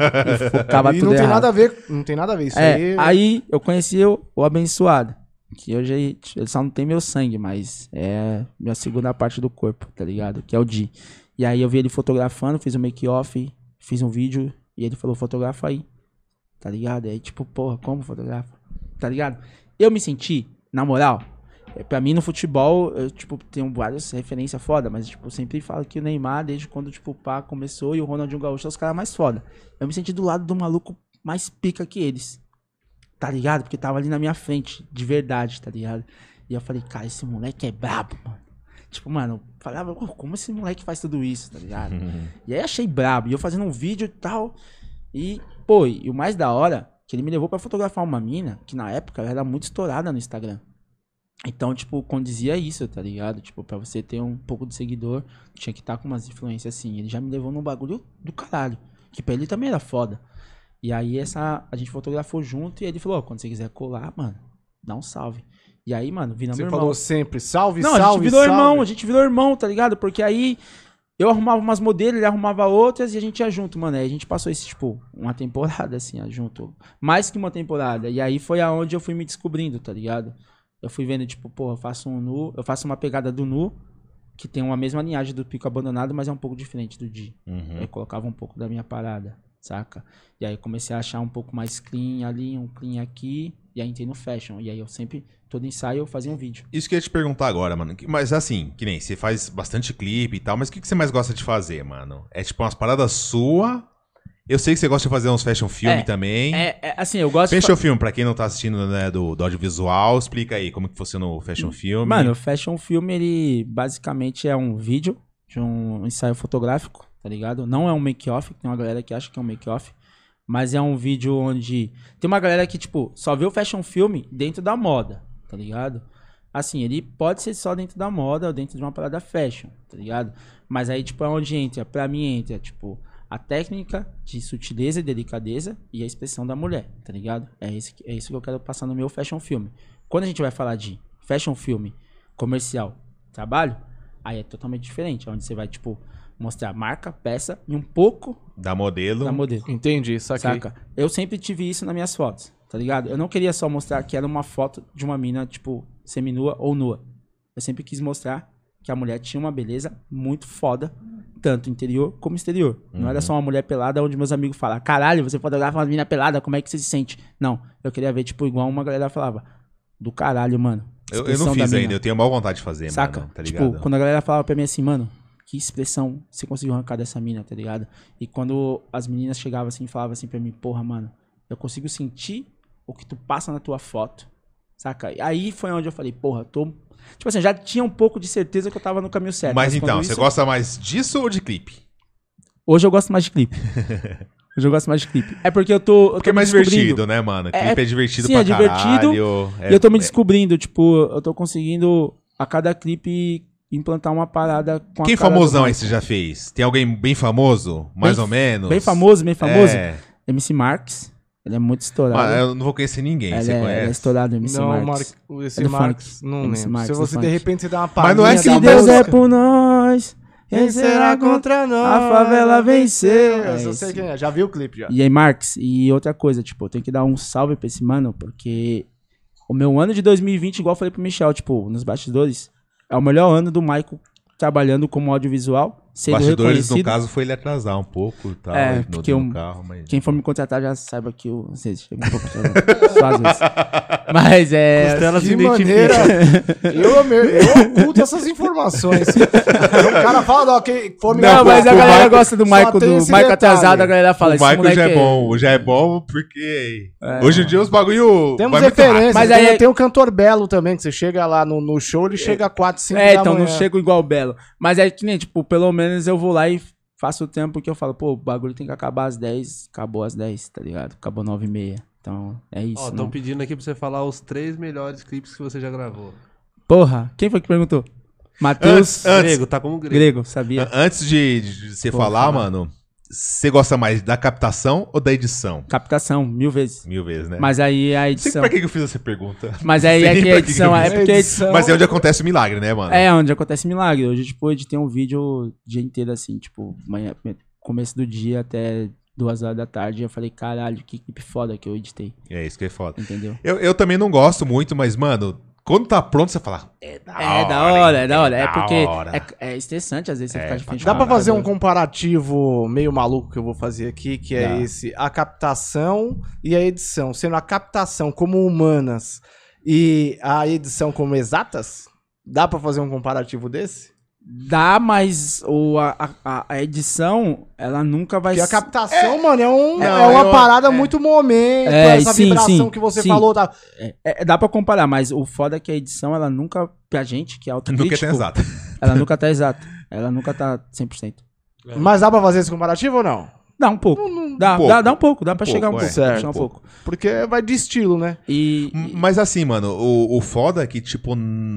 E focava E tudo não tem errado. nada a ver, não tem nada a ver isso aí. Aí eu conheci o abençoado, que hoje ele só não tem meu sangue, mas é minha segunda parte do corpo, tá ligado? Que é o Di. E aí eu vi ele fotografando, fiz um make-off, fiz um vídeo e ele falou, fotografa aí, tá ligado? E aí tipo, porra, como fotografa? Tá ligado? Eu me senti, na moral, pra mim no futebol, eu tipo, tenho várias referências foda, mas tipo, eu sempre falo que o Neymar, desde quando tipo, o pá começou e o Ronaldinho Gaúcho são os caras mais foda. Eu me senti do lado do maluco mais pica que eles. Tá ligado? Porque tava ali na minha frente, de verdade, tá ligado? E eu falei, cara, esse moleque é brabo, mano. Tipo, mano, eu falava, como esse moleque faz tudo isso, tá ligado? E aí achei brabo. E eu fazendo um vídeo e tal. E, pô, e o mais da hora, que ele me levou pra fotografar uma mina, que na época ela era muito estourada no Instagram. Então, tipo, condizia isso, tá ligado? Tipo, pra você ter um pouco de seguidor, tinha que estar com umas influências assim. Ele já me levou num bagulho do caralho. Que pra ele também era foda. E aí a gente fotografou junto e ele falou, ó, quando você quiser colar, mano, dá um salve. E aí, mano, viramos Você irmão. falou sempre, salve, Não, salve, a gente virou salve. irmão, a gente virou irmão, tá ligado? Porque aí eu arrumava umas modelos, ele arrumava outras e a gente ia junto, mano. Aí a gente passou esse, tipo, uma temporada, assim, ó, junto. Mais que uma temporada. E aí foi aonde eu fui me descobrindo, tá ligado? Eu fui vendo, tipo, porra, eu faço um nu, eu faço uma pegada do nu, que tem uma mesma linhagem do Pico Abandonado, mas é um pouco diferente do Di. Eu colocava um pouco da minha parada, saca? E aí eu comecei a achar um pouco mais clean ali, um clean aqui, e aí entrei no fashion. E aí eu sempre, todo ensaio, eu fazia um vídeo. Isso que eu ia te perguntar agora, mano. Mas assim, que nem você faz bastante clipe e tal, mas o que você mais gosta de fazer, mano? É tipo umas paradas suas. Eu sei que você gosta de fazer uns fashion film também. Assim, eu gosto Fashion film, pra quem não tá assistindo, né, do audiovisual, explica aí como que funciona o fashion film. Mano, o fashion film, ele basicamente é um vídeo de um ensaio fotográfico, tá ligado? Não é um make-off, tem uma galera que acha que é um make-off, mas é um vídeo onde... Tem uma galera que, tipo, só vê o fashion film dentro da moda, tá ligado? Assim, ele pode ser só dentro da moda ou dentro de uma parada fashion, tá ligado? Mas aí, tipo, é onde entra, pra mim entra, tipo... A técnica de sutileza e delicadeza e a expressão da mulher, tá ligado? É isso que eu quero passar no meu fashion film. Quando a gente vai falar de fashion film comercial, trabalho, aí é totalmente diferente. Onde você vai, tipo, mostrar marca, peça e um pouco Da modelo. da modelo. Entendi, saquei. Saca? Eu sempre tive isso nas minhas fotos, tá ligado? Eu não queria só mostrar que era uma foto de uma mina, tipo, seminua ou nua. Eu sempre quis mostrar que a mulher tinha uma beleza muito foda, tanto interior como exterior. Não era só uma mulher pelada onde meus amigos falam, caralho, você fotografa uma menina pelada, como é que você se sente? Não, eu queria ver, tipo, igual uma galera falava, do caralho, mano. Eu Expressão não da fiz mina. ainda, eu tenho a maior vontade de fazer, Saca? mano, tá ligado? Tipo, quando a galera falava pra mim assim, mano, que expressão você conseguiu arrancar dessa mina, tá ligado? E quando as meninas chegavam assim e falavam assim pra mim, porra, mano, eu consigo sentir o que tu passa na tua foto, saca? E aí foi onde eu falei, porra, tô... Tipo assim, já tinha um pouco de certeza que eu tava no caminho certo. Mas então, quando você isso- gosta mais disso ou de clipe? Hoje eu gosto mais de clipe. Hoje eu gosto mais de clipe. É porque eu tô Porque é me mais descobrindo. divertido, né, mano? Clipe é divertido sim, pra é divertido, caralho. E eu tô me descobrindo, tipo, eu tô conseguindo a cada clipe implantar uma parada com Quem a cara do famosão aí Michael. você já fez? Tem alguém bem famoso? Mais ou menos? Bem famoso. É. MC Marx. Ele é muito estourado. Ah, eu não vou conhecer ninguém, Ele você é conhece? estourado, MC Não, Marx. esse É do Marx, funk. não MC lembro. Marx, Se do você funk. de repente você dá uma Mas palhinha não é que Se da Deus é música, por nós, quem será contra nós? A favela venceu. Eu É sei esse. quem é, já vi o clipe já. E aí, Marx, e outra coisa, tipo, eu tenho que dar um salve pra esse mano, porque o meu ano de 2020, igual eu falei pro Michel, tipo, nos bastidores, é o melhor ano do Michael trabalhando como audiovisual, sendo Bastidores, no reconhecido. caso, foi ele atrasar um pouco e tal. É, no porque carro, mas... Quem for me contratar já saiba que eu, não sei, chega um pouco atrasado, só às vezes. Mas é... Costelas De se identificam. maneira, eu oculto essas informações. O cara fala, ó, quem for me Não, mas a o galera Michael- gosta do só Michael, tem do esse Michael detalhe. atrasado, a galera fala, O esse Michael moleque já é bom, já é bom porque... Hoje em dia os bagulho Temos vai muito referências, Mas mas aí- tem o Cantor Belo também, que você chega lá no show, ele chega 4, 5 É, da então manhã. não chego igual o Belo. Mas é que nem, tipo, pelo menos eu vou lá e faço o tempo que eu falo, pô, o bagulho tem que acabar às 10, acabou às 10, tá ligado? Acabou 9h30. Então, é isso. Ó, não. estão pedindo aqui pra você falar os 3 melhores clipes que você já gravou. Porra, quem foi que perguntou? Matheus Antes- Grego, tá como grego. Grego, sabia? Antes de você Vou falar, falar. mano, você gosta mais da captação ou da edição? Captação, 1000 vezes. 1000 vezes, né? Mas aí a Não sei edição... pra que eu fiz essa pergunta. Mas aí Não é sei que pra a edição... eu É fiz. porque a edição... Mas é onde acontece o milagre, né, mano? É onde acontece milagre. Hoje, tipo, eu editei um vídeo o dia inteiro, assim, tipo, manhã, começo do dia até 2 horas da tarde. E eu falei, caralho, que clipe foda que eu editei, É isso que é foda. entendeu? Eu também não gosto muito, mas, mano, quando tá pronto, você fala, é da hora. É da hora, é da hora. É da porque hora. é estressante, às vezes, você ficar de frente. Dá pra fazer um computador. comparativo meio maluco que eu vou fazer aqui, que é Dá. esse, a captação e a edição. Sendo a captação como humanas e a edição como exatas? Dá pra fazer um comparativo desse? Dá, mas a edição, ela nunca vai Porque a ser... captação, mano, é Não, uma parada muito momento, É, essa sim, vibração sim, que você sim. falou. Tá? Dá pra comparar, mas o foda é que a edição, ela nunca, pra gente, que é Nunca autocrítico, tem exato. ela nunca tá exata. Ela nunca tá 100%. Mas dá pra fazer esse comparativo ou não? Dá um pouco. Dá, pouco. dá um pouco, dá pra chegar um pouco, pouco. é. Dá pra Certo. chegar um pouco. Porque vai de estilo, né? Mas assim, mano, o foda é que, tipo,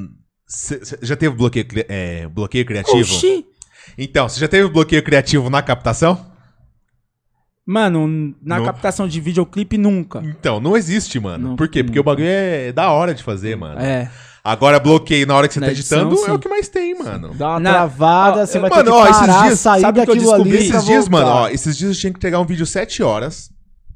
cê já teve bloqueio criativo? Oxi! Então, você já teve bloqueio criativo na captação? Mano, na Não. captação de videoclipe, nunca. Então, não existe, mano. Não, Por quê? Porque nunca. o bagulho é da hora de fazer, mano. É. Agora, bloqueio na hora que você Na tá edição, editando é sim. o que mais tem, mano. Dá uma Na- travada, Ó, você vai mano, ter que ó, esses parar, dias- sair sabe o que eu daquilo ali descobri? pra Esses dias, voltar. mano, ó, esses dias eu tinha que entregar um vídeo 7 horas.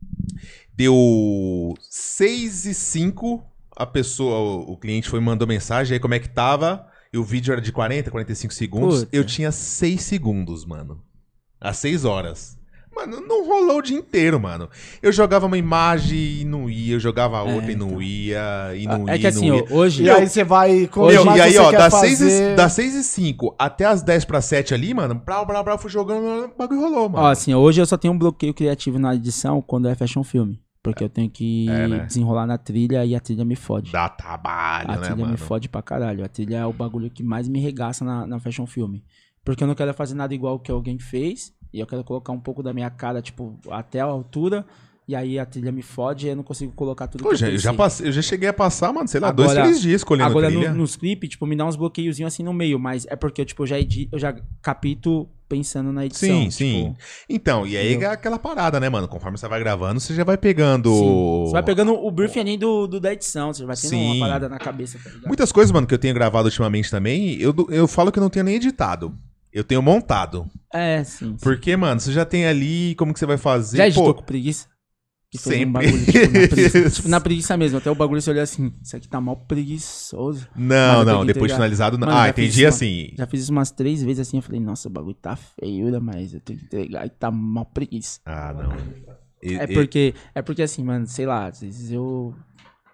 Deu 6h05, a pessoa, o cliente foi e mandou mensagem, aí como é que tava, e o vídeo era de 40, 45 segundos, Puta. eu tinha 6 segundos, mano. Às 6 horas. Mano, não rolou o dia inteiro, mano. Eu jogava uma imagem e não ia, eu jogava outra e não ia, e não ia, É que assim, não ó, ia. hoje... E aí você vai... quanto Meu, mais e aí, você ó, quer fazer- das 6h05 até as 10:07 ali, mano, blá, fui jogando, o bagulho rolou, mano. Ó, assim, hoje eu só tenho um bloqueio criativo na edição quando é fashion film. Porque eu tenho que né? desenrolar na trilha e a trilha me fode. Dá trabalho, A né, trilha mano? me fode pra caralho. A trilha é o bagulho que mais me regaça na fashion film. Porque eu não quero fazer nada igual que alguém fez. E eu quero colocar um pouco da minha cara, tipo, até a altura. E aí a trilha me fode e eu não consigo colocar tudo Pô, que eu pensei. eu já cheguei a passar, mano, sei lá, Agora- 2, 3 dias escolhendo Agora trilha. nos clipes, tipo, me dá uns bloqueiozinhos assim no meio. Mas é porque, tipo, eu já capito pensando na edição. Sim, tipo, sim. Então, e aí é aquela parada, né, mano? Conforme você vai gravando, você já vai pegando... sim. Você vai pegando o briefing ali da edição. Você vai tendo Sim. uma parada na cabeça, tá ligado? Muitas coisas, mano, que eu tenho gravado ultimamente também, eu falo que eu não tenho nem editado. Eu tenho montado. É, sim. Porque, mano, você já tem ali como que você vai fazer. Já editou Pô, com preguiça? Que fez sempre. um bagulho, tipo, na preguiça. Tipo, na preguiça mesmo. Até o bagulho você olha assim, isso aqui tá mal preguiçoso. Mas Não, eu tenho não, que depois entregar. finalizado não. Mano, Ah, já fiz entendi isso, assim. Já fiz isso umas 3 vezes assim, eu falei, nossa, o bagulho tá feiura, mas eu tenho que entregar e tá mal preguiça. Ah, não. É porque assim, mano, sei lá, às vezes eu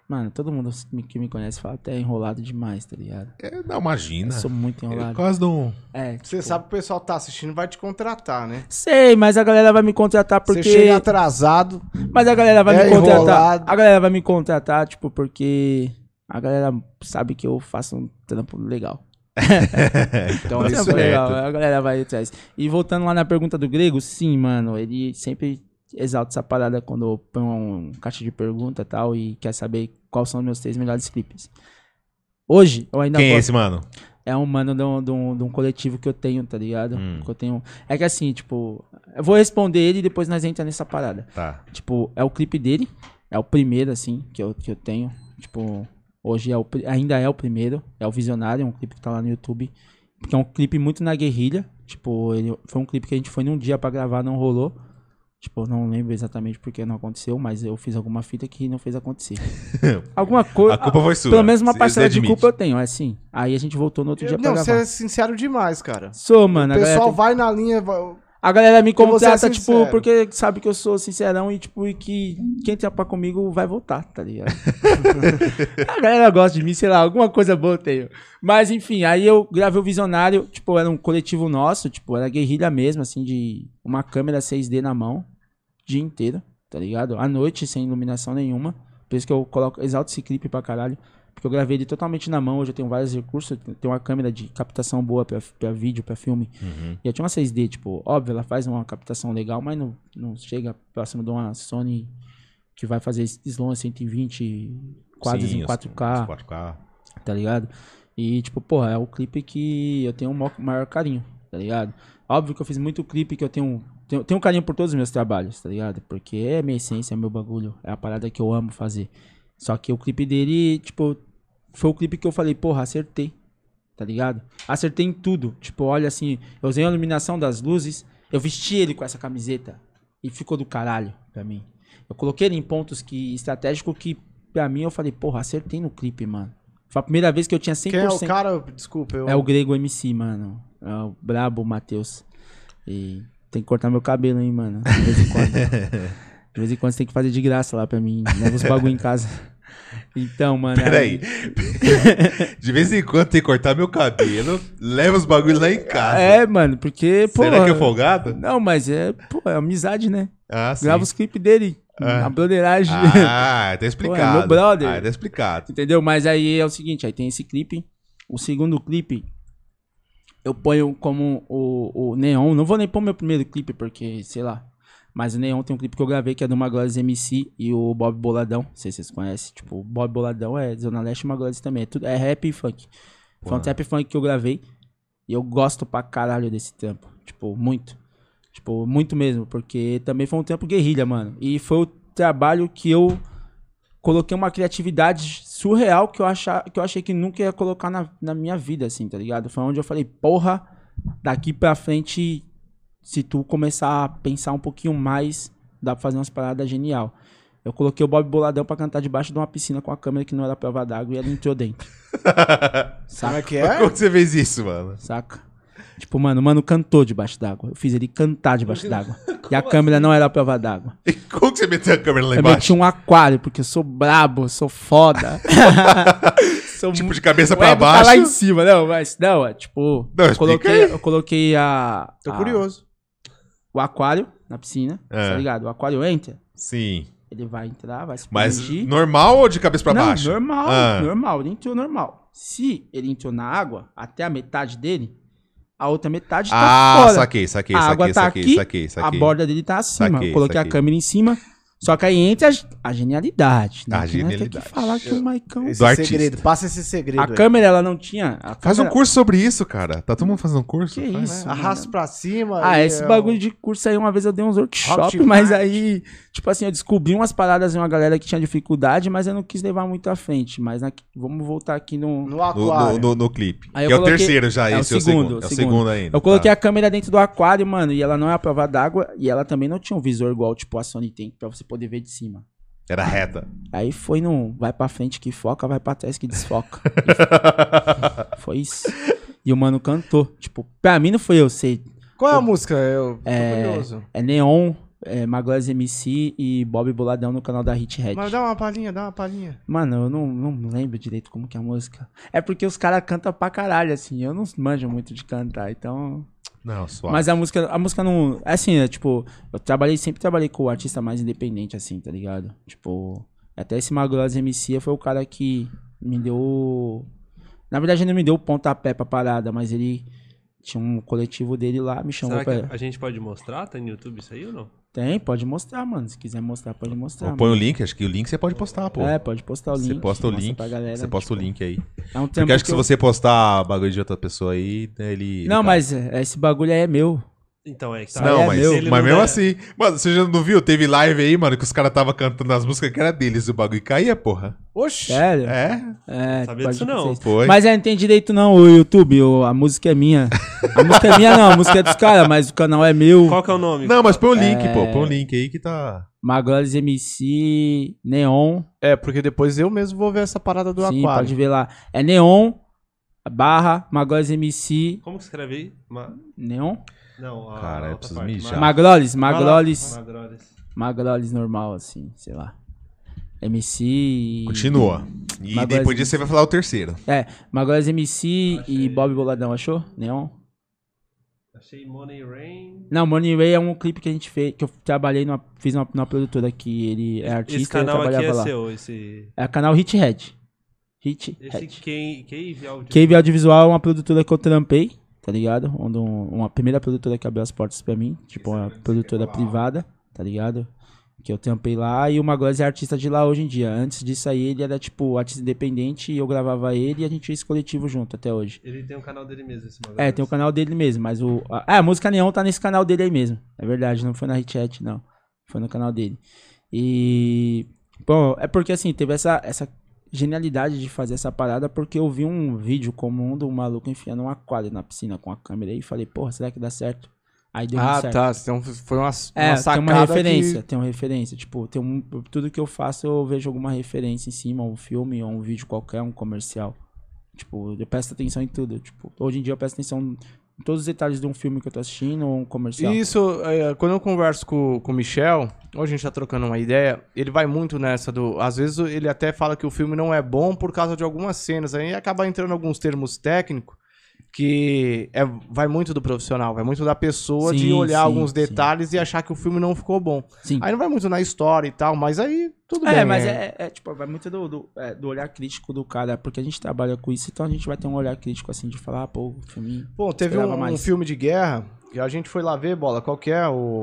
Mano, todo mundo que me conhece fala até enrolado demais, tá ligado? Não, imagina. Eu sou muito enrolado. Quase não... Você sabe que o pessoal tá assistindo vai te contratar, né? Sei, mas a galera vai me contratar porque... Você chega atrasado. Mas a galera vai me contratar. Enrolado. A galera vai me contratar, tipo, porque a galera sabe que eu faço um trampo legal. Então Um isso trampo é. legal, a galera vai atrás. E voltando lá na pergunta do Grego, sim, mano, ele sempre exalta essa parada quando eu ponho um caixa de pergunta e tal e quer saber quais são os meus 3 melhores clipes. Hoje, eu ainda Quem é gosto- esse, mano? É um mano de um coletivo que eu tenho, tá ligado? Que eu tenho... É que assim, tipo... Eu vou responder ele e depois nós entramos nessa parada. Tá. Tipo, é o clipe dele. É o primeiro, assim, que eu tenho. Tipo, hoje ainda é o primeiro. É o Visionário, é um clipe que tá lá no YouTube. Que é um clipe muito na guerrilha. Tipo, foi um clipe que a gente foi num dia pra gravar, não rolou. Tipo, não lembro exatamente porque não aconteceu, mas eu fiz alguma fita que não fez acontecer. Alguma coisa... A culpa foi sua. Pelo menos uma Você parcela de admite. culpa eu tenho, é assim. Aí a gente voltou no outro dia pra Não, você gravar. é sincero demais, cara. Sou, mano. O pessoal tem- vai na linha. A galera me Porque você é contrata, tipo, sincero. porque sabe que eu sou sincerão e, tipo, e que quem trapar comigo vai voltar, tá ligado? A galera gosta de mim, sei lá, alguma coisa boa eu tenho. Mas, enfim, aí eu gravei o Visionário, tipo, era um coletivo nosso, tipo, era guerrilha mesmo, assim, de uma câmera 6D na mão, o dia inteiro, tá ligado? À noite, sem iluminação nenhuma. Por isso que eu exalto esse clipe pra caralho. Porque eu gravei ele totalmente na mão, hoje eu tenho vários recursos, eu tenho uma câmera de captação boa pra vídeo, pra filme. E eu tinha uma 6D, tipo, óbvio, ela faz uma captação legal, mas não chega próximo de uma Sony que vai fazer slow em 120 quadros Sim, em os 4K, 4K. tá ligado? E, tipo, porra, é o clipe que eu tenho um maior carinho, tá ligado? Óbvio que eu fiz muito clipe que eu tenho um carinho por todos os meus trabalhos, tá ligado? Porque é minha essência, é meu bagulho, é a parada que eu amo fazer. Só que o clipe dele, tipo, foi o clipe que eu falei, porra, acertei, tá ligado? Acertei em tudo. Tipo, olha assim, eu usei a iluminação das luzes, eu vesti ele com essa camiseta e ficou do caralho pra mim. Eu coloquei ele em pontos estratégicos que, pra mim, eu falei, porra, acertei no clipe, mano. Foi a primeira vez que eu tinha 100%. Quem é o cara? Desculpa, eu. É o Grego MC, mano. É o brabo Matheus. E tem que cortar meu cabelo, hein, mano. De vez em quando. De vez em quando você tem que fazer de graça lá pra mim. Leva os bagulho em casa. Então, mano. Peraí. De vez em quando tem que cortar meu cabelo, leva os bagulhos lá em casa. É, mano, porque, pô. Será que é folgado? Não, mas é amizade, né? Ah, sim. Grava os clipes dele. Na broderagem. Ah, tá explicado. Pô, é meu brother. Ah, tá explicado. Entendeu? Mas aí é o seguinte, aí tem esse clipe. O segundo clipe, eu ponho como o Neon. Não vou nem pôr meu primeiro clipe, porque, sei lá. Mas o Neon tem um clipe que eu gravei, que é do Maglores MC e o Bob Boladão. Não sei se vocês conhecem. Tipo, o Bob Boladão é Zona Leste e Maglores também. É rap e funk. Foi um trap funk que eu gravei. E eu gosto pra caralho desse trampo. Tipo, muito. Tipo, muito mesmo. Porque também foi um trampo guerrilha, mano. E foi o trabalho que eu coloquei uma criatividade surreal que eu achei que nunca ia colocar na minha vida, assim, tá ligado? Foi onde eu falei, porra, daqui pra frente, se tu começar a pensar um pouquinho mais, dá pra fazer umas paradas genial. Eu coloquei o Bob Boladão pra cantar debaixo de uma piscina com a câmera que não era prova d'água e ela entrou dentro. Como é que é? Como que você fez isso, mano? Saca? Tipo, mano, o mano cantou debaixo d'água. Eu fiz ele cantar debaixo d'água. E a câmera não era a prova d'água. E como que você meteu a câmera lá Eu embaixo? meti um aquário, porque eu sou brabo, sou foda. Sou Tipo, de cabeça O pra ego tá baixo. lá em cima, não, mas não, é tipo. Não, explica aí. Eu coloquei Tô curioso. o aquário na piscina, É. tá ligado? O aquário entra, Sim. ele vai entrar, vai se Mas expandir. normal ou de cabeça pra Não, baixo? normal, Ah. normal, ele entrou normal. Se ele entrou na água, até a metade dele, a outra metade tá Ah, fora. saquei. A água tá aqui, a borda dele tá acima. Saquei, Eu coloquei saquei. a câmera em cima. Só que aí entra a genialidade, né? A Que nós tem genialidade. que falar que o Maicão... Esse Do artista. segredo, passa esse segredo. A aí. câmera, ela não tinha... Faz um curso sobre isso, cara. Tá todo mundo fazendo um curso? Que Faz. isso? Arrasta pra cima. Ah, e esse é bagulho de curso aí, uma vez eu dei uns workshops, Hotmart. mas aí, tipo assim, eu descobri umas paradas em uma galera que tinha dificuldade, mas eu não quis levar muito à frente. Mas vamos voltar aqui no... no aquário. No clipe. Aí Que eu é o coloquei- terceiro já, é o esse é o segundo, segundo. É o o segundo ainda. Eu coloquei Tá. a câmera dentro do aquário, mano, e ela não é a prova d'água, e ela também não tinha um visor igual, tipo, a Sony tem, pra você poder ver de cima. Era reta. Aí foi no vai pra frente que foca, vai pra trás que desfoca. E foi isso. E o mano cantou. Tipo, pra mim não foi eu sei. Qual é a música? Eu tô curioso. É Neon, Maglaz MC e Bob Boladão no canal da Hit Head. Mas dá uma palhinha. Mano, eu não lembro direito como que é a música. É porque os caras cantam pra caralho, assim. Eu não manjo muito de cantar, então... Não, suave. Mas a música não... Assim, tipo... Eu sempre trabalhei com o artista mais independente, assim, tá ligado? Tipo... Até esse Maglaz MC foi o cara que me deu... Na verdade, ele não me deu o pontapé pra parada, mas ele... Tinha um coletivo dele lá, me chamou Será pra... que a gente pode mostrar? Tá no YouTube isso aí ou não? Tem, pode mostrar, mano. Se quiser mostrar, pode mostrar. Põe o mano. link, acho que o link você pode postar, pô. Pode postar o link. Você posta o mostra link, pra galera, você posta o tipo, link aí. É um Porque tempo acho que se você postar bagulho de outra pessoa aí, ele... Não, ele mas esse bagulho aí é meu. Então é que tá. Não, é mas, meu. Se ele mas não mesmo der- assim... Mano, você já não viu? Teve live aí, mano, que os caras tava cantando as músicas que era deles e o bagulho caía, porra. Oxi. Sério? É? Sabia pode disso não. ser. Foi. Mas não tem direito não, o YouTube. A música é minha. A música é minha não, a música é dos caras, mas o canal é meu. Qual que é o nome? Não, mas põe o link, pô. Põe o link aí que tá... Maglaz MC, Neon. É, porque depois eu mesmo vou ver essa parada do Sim, aquário. pode ver lá. É Neon, Maglaz MC, Como que escreve aí? Neon? Não, a Cara, eu outra preciso parte. mijar. Maglores. Maglores. Maglores normal, assim, sei lá. MC. Continua. E Maglaz depois disso você vai falar o terceiro. Maglores MC Achei. e Bob Boladão, achou? Neon? Achei Money Rain. Não, Money Ray é um clipe que a gente fez, que eu trabalhei fiz numa produtora que ele é artista Esse e eu canal aqui trabalhava é lá. seu, esse... É o canal Hit Head. Esse Head. Cave Audio. Cave Audiovisual é uma produtora que eu trampei, tá ligado? Onde uma primeira produtora que abriu as portas pra mim, tipo uma produtora privada, tá ligado? Que eu trampei lá e o Maglaz é artista de lá hoje em dia. Antes disso aí ele era tipo artista independente e eu gravava ele e a gente tinha esse coletivo junto até hoje. Ele tem um canal dele mesmo, esse Maglores. Tem o canal dele mesmo, mas a música Neon tá nesse canal dele aí mesmo. É verdade, não foi na Hit Chat, não. Foi no canal dele. E... Bom, é porque assim, teve essa genialidade de fazer essa parada porque eu vi um vídeo comum do maluco enfiando um aquário na piscina com a câmera e falei, porra, será que dá certo? Aí deu muito certo. Tá. Então foi uma Tem sacada uma referência, que... tem uma referência. Tipo, tudo que eu faço eu vejo alguma referência em cima, um filme ou um vídeo qualquer, um comercial. Tipo, eu presto atenção em tudo. Tipo, hoje em dia eu presto atenção em todos os detalhes de um filme que eu tô assistindo ou um comercial. Isso, quando eu converso com o Michel, hoje a gente tá trocando uma ideia, ele vai muito nessa do... Às vezes ele até fala que o filme não é bom por causa de algumas cenas, aí acaba entrando alguns termos técnicos que vai muito do profissional, vai muito da pessoa de olhar alguns detalhes e achar que o filme não ficou bom. Sim. Aí não vai muito na história e tal, mas aí tudo bem. Mas tipo, vai muito do olhar crítico do cara, porque a gente trabalha com isso, então a gente vai ter um olhar crítico assim de falar, pô, o filme... Pô, teve esperava um mais. filme de guerra que a gente foi lá ver, Bola, qual que é?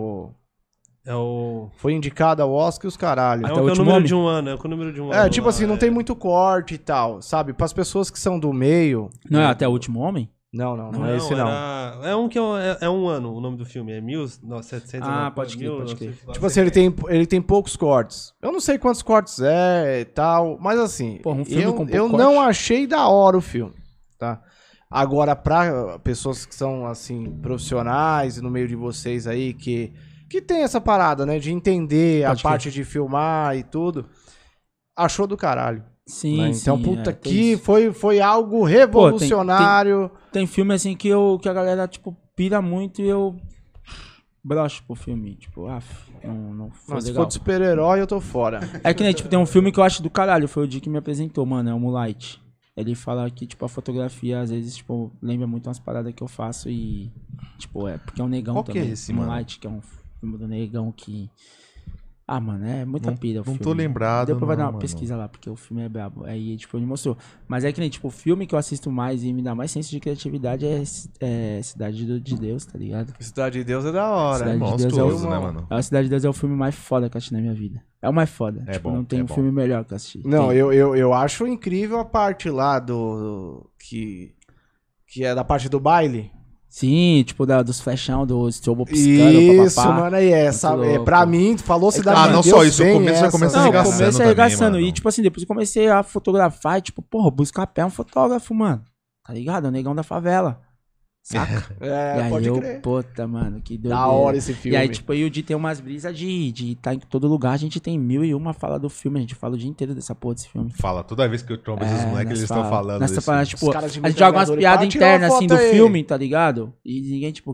É o... Foi indicado ao Oscar e os caralho. É Até o o último número homem? de um ano, é com o número de um ano. É, tipo lá, assim, não tem muito corte e tal, sabe? Para as pessoas que são do meio... Não é Até o Último Homem? Não é esse não. É um que é um ano, o nome do filme. É 1700... Pode crer. Tipo assim, ele tem poucos cortes. Eu não sei quantos cortes é e tal, mas assim, Porra, um filme com pouco eu corte. não achei da hora o filme, tá? Agora, pra pessoas que são, assim, profissionais e no meio de vocês aí, que tem essa parada, né, de entender Pode a parte de filmar e tudo, achou do caralho. Sim, Né? Então, sim, puta, tem que isso. foi algo revolucionário. Tem filme assim que a galera, tipo, pira muito e eu broxo pro filme. Tipo, não foi Mas se legal. for de super-herói, eu tô fora. É que nem, tipo, tem um filme que eu acho do caralho. Foi o Di que me apresentou, mano. É o Moonlight. Ele fala que, tipo, a fotografia, às vezes, tipo, lembra muito umas paradas que eu faço e... Tipo, porque é um negão Qual que também. é esse, mano? Moonlight, que é um filme do negão que... Ah, mano, é muita pira o Não filme. tô lembrado, Depois vai dar uma mano. pesquisa lá, porque o filme é brabo. Aí, tipo, ele mostrou. Mas é que nem, tipo, o filme que eu assisto mais e me dá mais senso de criatividade é Cidade de Deus, tá ligado? Cidade de Deus é da hora. Cidade de Deus Monstruoso, né, mano? A Cidade de Deus é o filme mais foda que eu assisti na minha vida. É o mais foda. É Tipo, bom, não tem é um bom. filme melhor que eu assisti. Não, Tem. eu acho incrível a parte lá que é da parte do baile. Sim, tipo, dos flechão, do strobo piscando, Isso, papapá. mano, aí essa. Muito louco. Pra mim, falou Cidade de não Deus. só isso, o bem começo já essa. começa Não, arregaçando comecei também, arregaçando. mano. E, tipo assim, depois eu comecei a fotografar e, tipo, porra, o Buscapé é um fotógrafo, mano. Tá ligado? É o negão da favela. Saca? É, e aí pode eu, crer. puta, mano, que doideira. Da hora esse filme. E aí, tipo, eu de ter umas brisas de tá em todo lugar, a gente tem 1001 fala do filme, a gente fala o dia inteiro dessa porra desse filme. Fala, toda vez que eu trombo esses moleques, eles estão falando Nessa desse parada, filme. tipo, Os caras de a gente joga umas metralhadora e piadas pá, tira uma internas assim foto do aí. filme, tá ligado? E ninguém, tipo, o quê?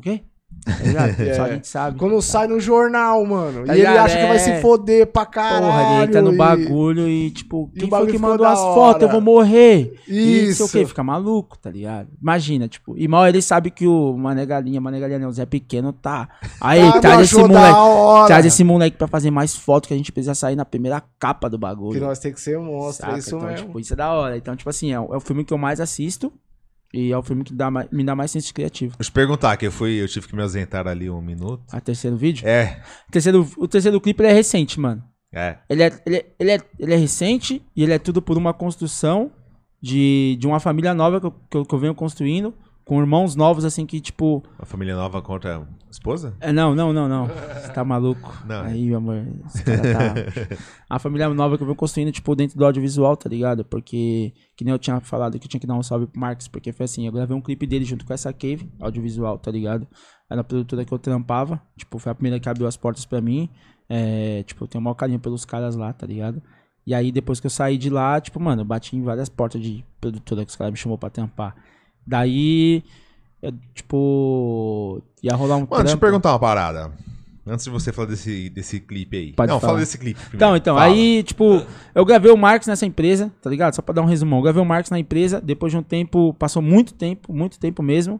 Tá ligado? Só a É. gente sabe. Quando sai no jornal, mano. Tá e ele ligado? acha que vai se foder pra caralho. Porra, ele entra no e- bagulho e, tipo, E quem o foi bagulho que ficou mandou da as hora. fotos? Eu vou morrer. E não sei o Isso. quê, fica maluco, tá ligado? Imagina, tipo, e mal ele sabe que o Mané Galinha não, o Zé Pequeno tá. Aí, Tá, traz não esse achou da moleque. hora. Traz esse moleque pra fazer mais fotos que a gente precisa sair na primeira capa do bagulho. Que nós tem que ser monstro, Saca? é isso Então, mesmo. tipo, isso é da hora. Então, tipo assim, é o filme que eu mais assisto e é o filme que me dá mais senso criativo. Deixa eu te perguntar, que eu tive que me ausentar ali um minuto. A terceiro vídeo? É, O terceiro clipe ele é recente, mano. é. Ele é recente e ele é tudo por uma construção de uma família nova que eu venho construindo, com irmãos novos, assim, que, tipo... Uma família nova contra a esposa? Não. Você tá maluco? Não. Aí, meu amor, esse cara tá... A família nova que eu venho construindo, tipo, dentro do audiovisual, tá ligado? Porque, que nem eu tinha falado, que eu tinha que dar um salve pro Marcos, porque foi assim, eu gravei um clipe dele junto com essa Cave, audiovisual, tá ligado? Era a produtora que eu trampava, tipo, foi a primeira que abriu as portas pra mim. Tipo, eu tenho o maior carinho pelos caras lá, tá ligado? E aí, depois que eu saí de lá, tipo, mano, eu bati em várias portas de produtora que os caras me chamou pra trampar. Daí, eu, tipo, ia rolar um Mano, deixa eu trampo. perguntar uma parada. Antes de você falar desse clipe aí. Pode Não, falar. fala desse clipe primeiro. Então, Fala. aí, tipo, eu gravei o Marcos nessa empresa, tá ligado? Só pra dar um resumão. Eu gravei o Marcos na empresa, depois de um tempo, passou muito tempo mesmo.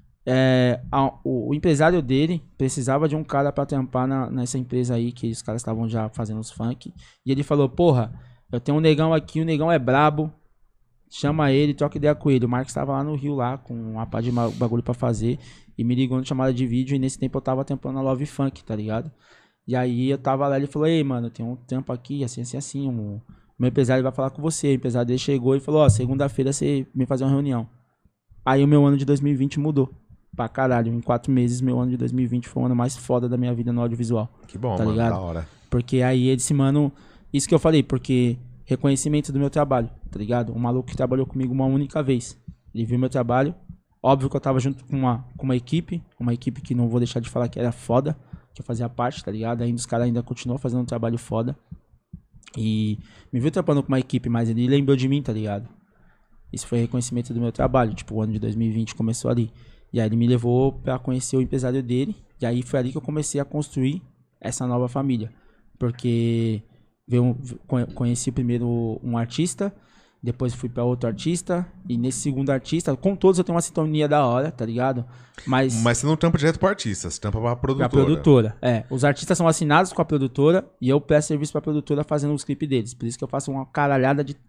O empresário dele precisava de um cara pra trampar nessa empresa aí, que os caras estavam já fazendo os funk. E ele falou, porra, eu tenho um negão aqui, o negão é brabo, chama ele, troca ideia com ele. O Marcos tava lá no Rio, lá, com uma pá de bagulho pra fazer, e me ligou na chamada de vídeo, e nesse tempo eu tava trampando na Love Funk, tá ligado? E aí eu tava lá, ele falou, ei, mano, tem um trampo aqui, assim, o meu empresário vai falar com você. O empresário dele chegou e falou, ó, segunda-feira você vem fazer uma reunião. Aí o meu ano de 2020 mudou. Pra caralho, em 4 meses, meu ano de 2020 foi o ano mais foda da minha vida no audiovisual. Que bom, tá mano, ligado? da hora. Porque aí ele disse, mano, isso que eu falei, porque reconhecimento do meu trabalho, tá ligado? Um maluco que trabalhou comigo uma única vez. Ele viu meu trabalho. Óbvio que eu tava junto com uma equipe que não vou deixar de falar que era foda, que eu fazia parte, tá ligado? Ainda os caras ainda continuam fazendo um trabalho foda. E me viu trabalhando com uma equipe, mas ele lembrou de mim, tá ligado? Isso foi reconhecimento do meu trabalho. Tipo, o ano de 2020 começou ali. E aí ele me levou pra conhecer o empresário dele. E aí foi ali que eu comecei a construir essa nova família. Porque conheci primeiro um artista, depois fui pra outro artista, e nesse segundo artista, com todos eu tenho uma sintonia da hora, tá ligado? Mas você não tampa direto pro artista, você tampa pra produtora. pra produtora, os artistas são assinados com a produtora, e eu presto serviço pra produtora fazendo os clipes deles. Por isso que eu faço uma caralhada de...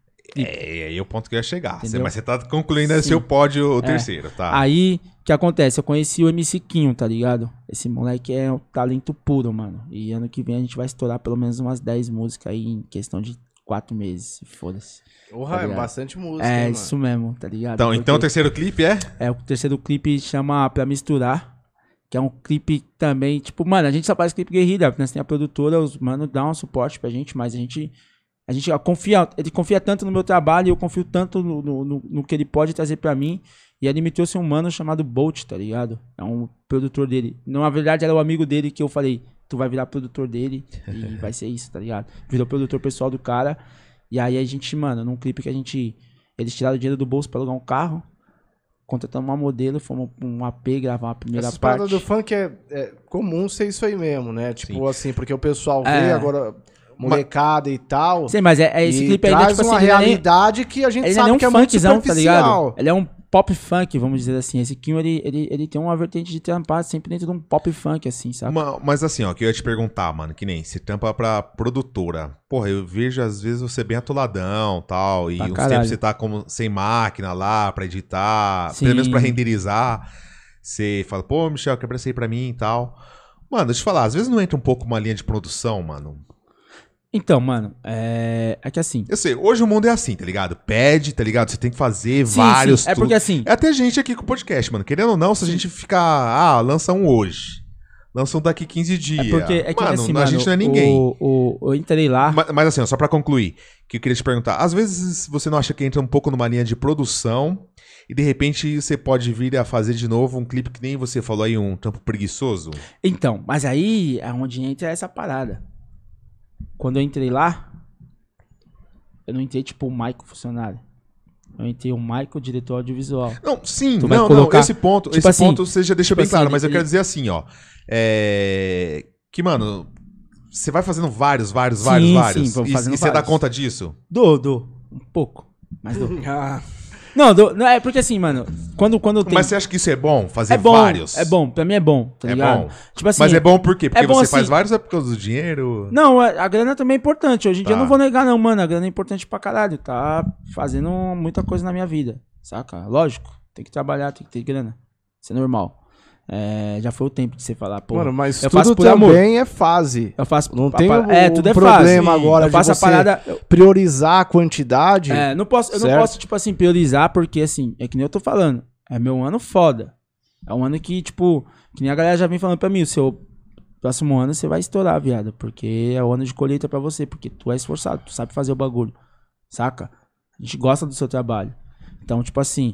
Aí é o ponto que eu ia chegar. Entendeu? Mas você tá concluindo aí Sim. seu pódio, o terceiro, tá? Aí, o que acontece? Eu conheci o MC Quinho, tá ligado? Esse moleque é um talento puro, mano. E ano que vem a gente vai estourar pelo menos umas 10 músicas aí em questão de 4 meses. Foda-se. Porra, tá é ligado? bastante música, É, hein, isso mesmo, tá ligado? Então o Porque terceiro clipe é? o terceiro clipe chama Pra Misturar. Que é um clipe também, tipo, mano, a gente só faz clipe guerrilha. Nós tem a produtora, os mano dão um suporte pra gente, mas a gente confia, ele confia tanto no meu trabalho e eu confio tanto no que ele pode trazer pra mim. E ele me trouxe um mano chamado Bolt, tá ligado? É um produtor dele. Na verdade, era o amigo dele que eu falei, tu vai virar produtor dele e vai ser isso, tá ligado? Virou produtor pessoal do cara. E aí a gente, mano, num clipe que eles tiraram o dinheiro do bolso pra alugar um carro, contratamos uma modelo, fomos pra um AP gravar a primeira Essas parte. paradas do funk é comum ser isso aí mesmo, né? Tipo Sim. assim, porque o pessoal vê agora molecada e tal. Sim, mas esse e clipe ainda, traz tipo assim, uma ele não é nem- realidade que a gente ele não é sabe nem que é um muito funkzão, tá ligado? superficial. Ele é um pop funk, vamos dizer assim. Esse Quinho, ele tem uma vertente de trampar sempre dentro de um pop funk, assim, sabe? Mas assim, ó, que eu ia te perguntar, mano, que nem se tampa pra produtora. Porra, eu vejo às vezes você bem atoladão, tal, e Pra uns caralho. tempos você tá como sem máquina lá pra editar, Sim. pelo menos pra renderizar. Você fala, pô, Michel, quebra isso aí pra mim e tal. Mano, deixa eu te falar, às vezes não entra um pouco uma linha de produção, mano. Então, mano, é que assim... Eu sei, hoje o mundo é assim, tá ligado? Pede, tá ligado? Você tem que fazer Sim, vários. sim, é porque assim... É até gente aqui com o podcast, mano. Querendo ou não, se a gente ficar. Lança um hoje. Lança um daqui 15 dias. É que assim, mano, a gente não é ninguém. Eu entrei lá... Mas assim, ó, só pra concluir, que eu queria te perguntar. Às vezes você não acha que entra um pouco numa linha de produção e de repente você pode vir a fazer de novo um clipe que nem você falou aí, um trampo preguiçoso? Então, mas aí é onde entra essa parada. Quando eu entrei lá, eu não entrei tipo o Maico funcionário. Eu entrei o Michael, diretor audiovisual. Não, sim, Tu vai não, colocar- esse ponto, tipo assim, você já deixa tipo bem claro, assim, mas eu ele- quero dizer assim, ó. Que, mano, você vai fazendo vários. Sim, vou E fazendo você dá vários. conta disso? Dou. Um pouco. Mas dou. Ah, Não, é porque assim, mano, quando tem... Mas você acha que isso é bom? Fazer É bom, vários? é bom. Pra mim é bom, tá É ligado? bom. Tipo assim... Mas é bom por quê? Porque é bom você assim- faz vários é por causa do dinheiro? Não, a grana também é importante. Hoje em dia eu Tá. não vou negar não, mano. A grana é importante pra caralho. Tá fazendo muita coisa na minha vida, saca? Lógico, tem que trabalhar, tem que ter grana. Isso é normal. Já foi o tempo de você falar, pô... mano, mas eu faço tudo por amor. também é fase. Eu faço... Não a tem pa- o tudo é problema fase. agora Eu de faço você a parada... priorizar a quantidade. eu não posso, Certo. tipo assim, priorizar, porque assim, é que nem eu tô falando. É meu ano foda. É um ano que, tipo, que nem a galera já vem falando pra mim, o seu próximo ano você vai estourar, viado. Porque é o ano de colheita pra você, porque tu é esforçado, tu sabe fazer o bagulho. Saca? A gente gosta do seu trabalho. Então, tipo assim,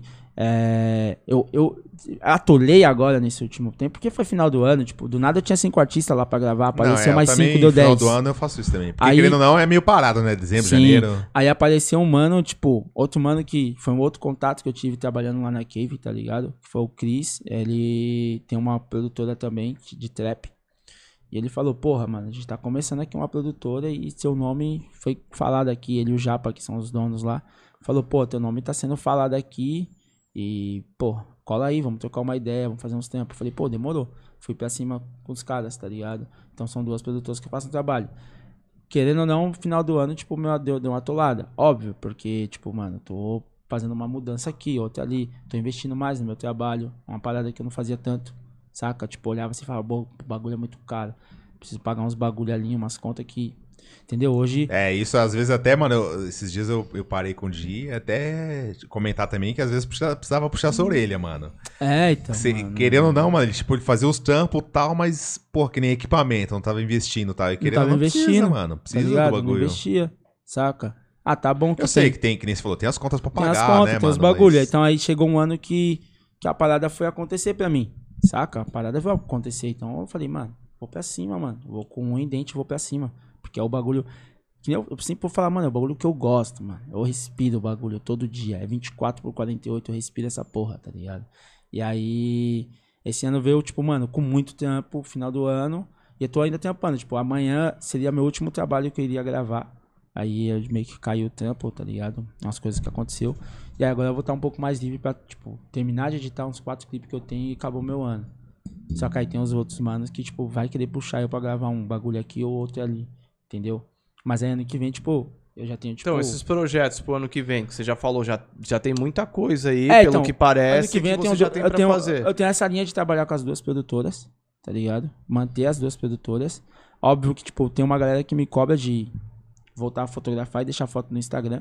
eu atolei agora nesse último tempo, porque foi final do ano, tipo, do nada eu tinha 5 artistas lá pra gravar, apareceu mais 5, deu 10. No final do ano eu faço isso também. Porque Aí- querendo ou não, é meio parado, né? Dezembro, Sim. janeiro. Aí apareceu um mano, tipo, outro mano que foi um outro contato que eu tive trabalhando lá na Cave, tá ligado? Que foi o Chris. Ele tem uma produtora também de trap. E ele falou, porra, mano, a gente tá começando aqui uma produtora e seu nome foi falado aqui. Ele e o Japa, que são os donos lá, falou, pô, teu nome tá sendo falado aqui e, pô, cola aí, vamos trocar uma ideia, vamos fazer uns tempos. Eu falei, pô, demorou. Fui pra cima com os caras, tá ligado? Então são 2 produtoras que fazem trabalho. Querendo ou não, no final do ano, tipo, meu deu uma atolada. Óbvio, porque, tipo, mano, tô fazendo uma mudança aqui, outra ali. Tô investindo mais no meu trabalho. Uma parada que eu não fazia tanto, saca? Tipo, olhava assim e falava, o bagulho é muito caro. Preciso pagar uns bagulho ali, umas contas que... Entendeu? Hoje... Isso às vezes até, mano, esses dias eu parei com o Di, até comentar também que às vezes precisava puxar sua orelha, mano. Então, Você, mano, querendo ou não, mano, ele fazia os tampos e tal, mas, pô, que nem equipamento, não tava investindo e tal. E querendo ou tava não, precisa, investindo, mano. tá Precisa ligado? do Não bagulho. investia, saca? Ah, tá bom que Eu sei que tem, que nem você falou, tem as contas pra tem pagar, as contas, né, tem os mano? bagulho. Mas- Então aí chegou um ano que a parada foi acontecer pra mim, saca? A parada foi acontecer. Então eu falei, mano, vou pra cima, mano. Vou com um em dente, vou pra cima. Porque é o bagulho... Que nem eu sempre vou falar, mano, é o bagulho que eu gosto, mano. Eu respiro o bagulho todo dia. É 24/48, eu respiro essa porra, tá ligado? E aí, esse ano veio, tipo, mano, com muito tempo, final do ano. E eu tô ainda trampando. Tipo, amanhã seria meu último trabalho que eu iria gravar. Aí eu meio que caiu o trampo, tá ligado? Umas coisas que aconteceu. E aí agora eu vou estar um pouco mais livre pra, tipo, terminar de editar uns 4 clipes que eu tenho e acabou meu ano. Só que aí tem os outros manos que, tipo, vai querer puxar eu pra gravar um bagulho aqui ou outro ali. Entendeu? Mas aí ano que vem, tipo, eu já tenho, tipo... Então, esses projetos pro ano que vem, que você já falou, já tem muita coisa aí, É, pelo então, que parece, ano que vem eu você tenho, já tem eu pra tenho, fazer. eu tenho essa linha de trabalhar com as 2 produtoras, tá ligado? Manter as 2 produtoras. Óbvio que, tipo, tem uma galera que me cobra de voltar a fotografar e deixar foto no Instagram.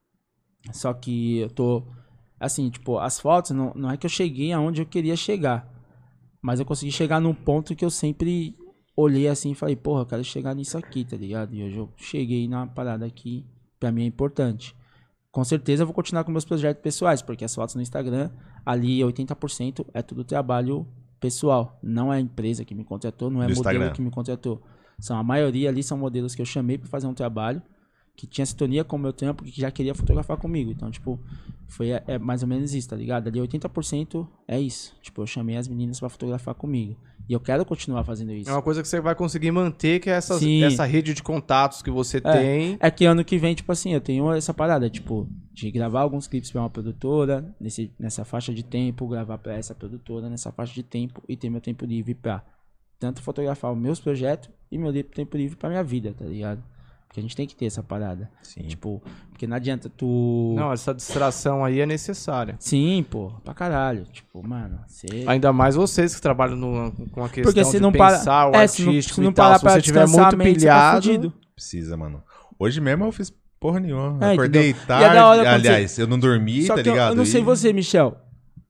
Só que eu tô... Assim, tipo, as fotos, não é que eu cheguei aonde eu queria chegar. Mas eu consegui chegar num ponto que eu sempre olhei assim e falei, porra, eu quero chegar nisso aqui, tá ligado? E hoje eu cheguei na parada que pra mim é importante. Com certeza eu vou continuar com meus projetos pessoais, porque as fotos no Instagram, ali 80% é tudo trabalho pessoal. Não é a empresa que me contratou, não é Do modelo Instagram. que me contratou. A maioria ali são modelos que eu chamei pra fazer um trabalho, que tinha sintonia com o meu trampo, que já queria fotografar comigo. Então, tipo, foi mais ou menos isso, tá ligado? Ali 80% é isso. Tipo, eu chamei as meninas pra fotografar comigo. E eu quero continuar fazendo isso. É uma coisa que você vai conseguir manter, que é Sim. essa rede de contatos que você tem. É que ano que vem, tipo assim, eu tenho essa parada, tipo, de gravar alguns clipes pra uma produtora, nessa faixa de tempo, gravar pra essa produtora, nessa faixa de tempo, e ter meu tempo livre pra tanto fotografar os meus projetos e meu tempo livre pra minha vida, tá ligado? Porque a gente tem que ter essa parada. Sim. Tipo, porque não adianta tu... Não, essa distração aí é necessária. Sim, pô, pra caralho. Tipo, mano, você... Ainda mais vocês que trabalham com a questão Porque se de não pensar o para... se artístico não e tal. parar Se pra você estiver descansar muito a mente, você tá pilhado... fudido. Precisa, mano. Hoje mesmo eu fiz porra nenhuma. É, Acordei entendeu? E tarde. é da hora quando Aliás, eu não dormi, Só tá que ligado? eu não sei E- você, Michel.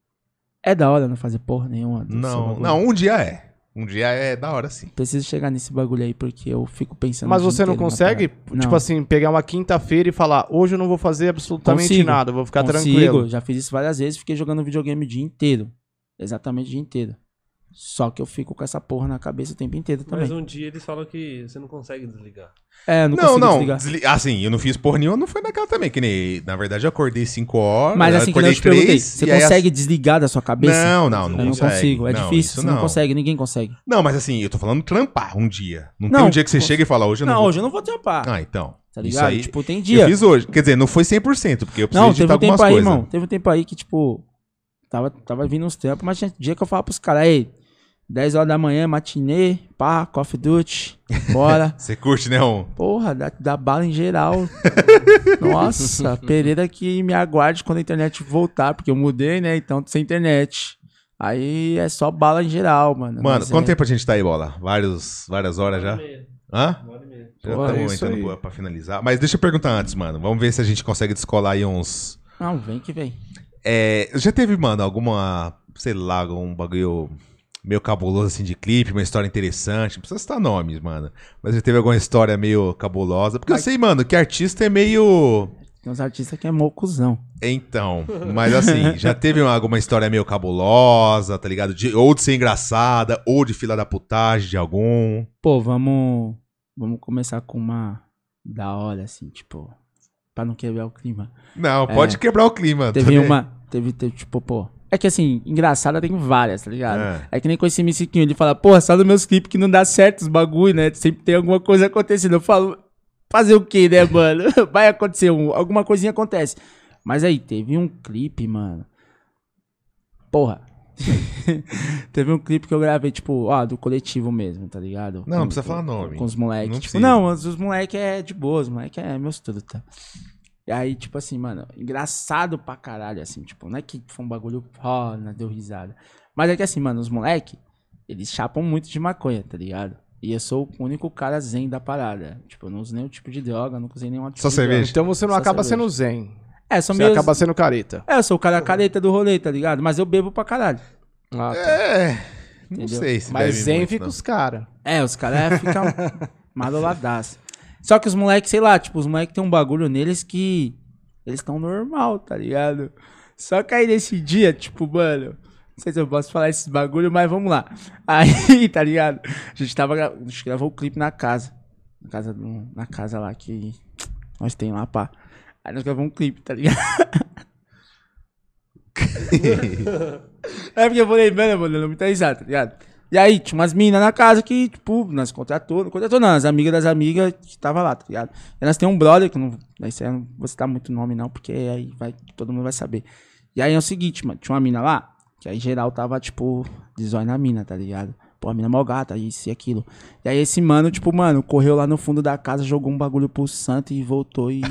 É da hora não fazer porra nenhuma. do seu Não, bagulho. não, um dia é. Um dia é da hora, sim. Preciso chegar nesse bagulho aí, porque eu fico pensando... Mas o dia você não inteiro na consegue, parada. tipo Não. assim, pegar uma quinta-feira e falar, hoje eu não vou fazer absolutamente Consigo. nada, vou ficar Consigo, tranquilo. já fiz isso várias vezes, fiquei jogando videogame o dia inteiro. Exatamente o dia inteiro. Só que eu fico com essa porra na cabeça o tempo inteiro também. Mas um dia eles falam que você não consegue desligar. Eu não consigo desligar. Assim, eu não fiz porra nenhuma, não foi naquela também, que nem, na verdade eu acordei 5 horas, Mas assim, que eu acordei te perguntei, 3. você consegue desligar da sua cabeça? Não Eu não consegue. consigo, é Não, difícil, isso você não consegue, ninguém consegue. Não, mas assim, eu tô falando trampar um dia. Não, Não, tem um dia que você chega e fala, hoje eu não Não, vou. hoje eu não vou trampar, Ah, então. tá Isso ligado? aí, Tipo, tem dia. eu fiz hoje. Quer dizer, não foi 100%, porque eu precisei Não, editar teve um tempo algumas aí, coisas. irmão. Teve um tempo aí que, tipo, tava vindo uns trampos, mas tinha dia que eu falava pros caras, ei, 10 horas da manhã, matinê, pá, coffee duty, bora. Você curte, né, um? Porra, dá bala em geral. Nossa, Pereira que me aguarde quando a internet voltar, porque eu mudei, né? Então, sem internet. Aí é só bala em geral, mano. Mano, Mas quanto tempo a gente tá aí, Bola? Várias horas já? Hã? 1h30. Já Pô, é estamos isso entrando aí. pra finalizar. Mas deixa eu perguntar antes, mano. Vamos ver se a gente consegue descolar aí uns... Não, vem que vem. Já teve, mano, alguma, sei lá, algum bagulho meio cabuloso assim de clipe, uma história interessante? Não precisa citar nomes, mano. Mas já teve alguma história meio cabulosa? Porque eu sei, mano, que artista é meio... Tem uns artistas que é mocuzão. Então, mas assim, já teve alguma história meio cabulosa, tá ligado? Ou de ser engraçada, ou de fila da putagem de algum. Pô, vamos começar com uma da hora, assim, tipo, pra não quebrar o clima. Não, pode quebrar o clima. Teve também. uma, tipo, pô. É que assim, engraçada tem várias, tá ligado? É que nem com esse Missiquinho, ele fala, porra, só nos meus clipes que não dá certo os bagulho, né? Sempre tem alguma coisa acontecendo. Eu falo, fazer o quê, né, mano? Vai acontecer, alguma coisinha acontece. Mas aí, teve um clipe, mano. Porra. Teve um clipe que eu gravei, tipo, do coletivo mesmo, tá ligado? Não precisa falar nome. Com os moleques. Não Tipo, precisa. não, os moleques é de boa, os moleques é meus tudo, tá? E aí, tipo assim, mano, engraçado pra caralho, assim, tipo, não é que foi um bagulho, não deu risada. Mas é que assim, mano, os moleques, eles chapam muito de maconha, tá ligado? E eu sou o único cara zen da parada. Tipo, eu não uso nenhum tipo de droga, não usei nenhum tipo Só de cerveja? droga. Então você não Só acaba cerveja. sendo zen. Sou Você meio... acaba sendo careta. eu sou o cara careta do rolê, tá ligado? Mas eu bebo pra caralho. Ah, tá. Não Entendeu? sei se Mas bebe zen muito, fica não. os caras. Os caras ficam maloladaço. Só que os moleques, sei lá, tipo, os moleques tem um bagulho neles que eles estão normal, tá ligado? Só que aí nesse dia, tipo, mano, não sei se eu posso falar esses bagulho, mas vamos lá. Aí, tá ligado? A gente gravou o clipe na casa. Na casa lá que nós tem lá, pá. Aí nós gravamos um clipe, tá ligado? É porque eu vou lembrando, mano, não me tá risada, tá ligado? E aí, tinha umas meninas na casa que, tipo, nós não contratou não, as amigas das amigas que tava lá, tá ligado? E nós tem um brother, que não, isso aí eu não vou citar muito nome não, porque aí todo mundo vai saber. E aí é o seguinte, mano, tinha uma mina lá, que aí geral tava, tipo, de zóio na mina, tá ligado? Pô, a mina é mó gata, isso e aquilo. E aí esse mano, tipo, mano, correu lá no fundo da casa, jogou um bagulho pro santo e voltou e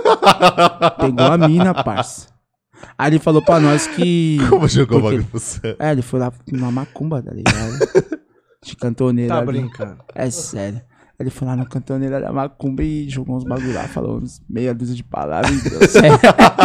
pegou a mina, parça. Aí ele falou pra nós que... Como jogou o porque- bagulho pro céu? ele foi lá numa macumba, tá ligado? De cantoneira. Tá ali. brincando. É sério. Ele foi lá na cantoneira da macumba e jogou uns bagulho lá, falou uns meia dúzia de palavras e deu certo.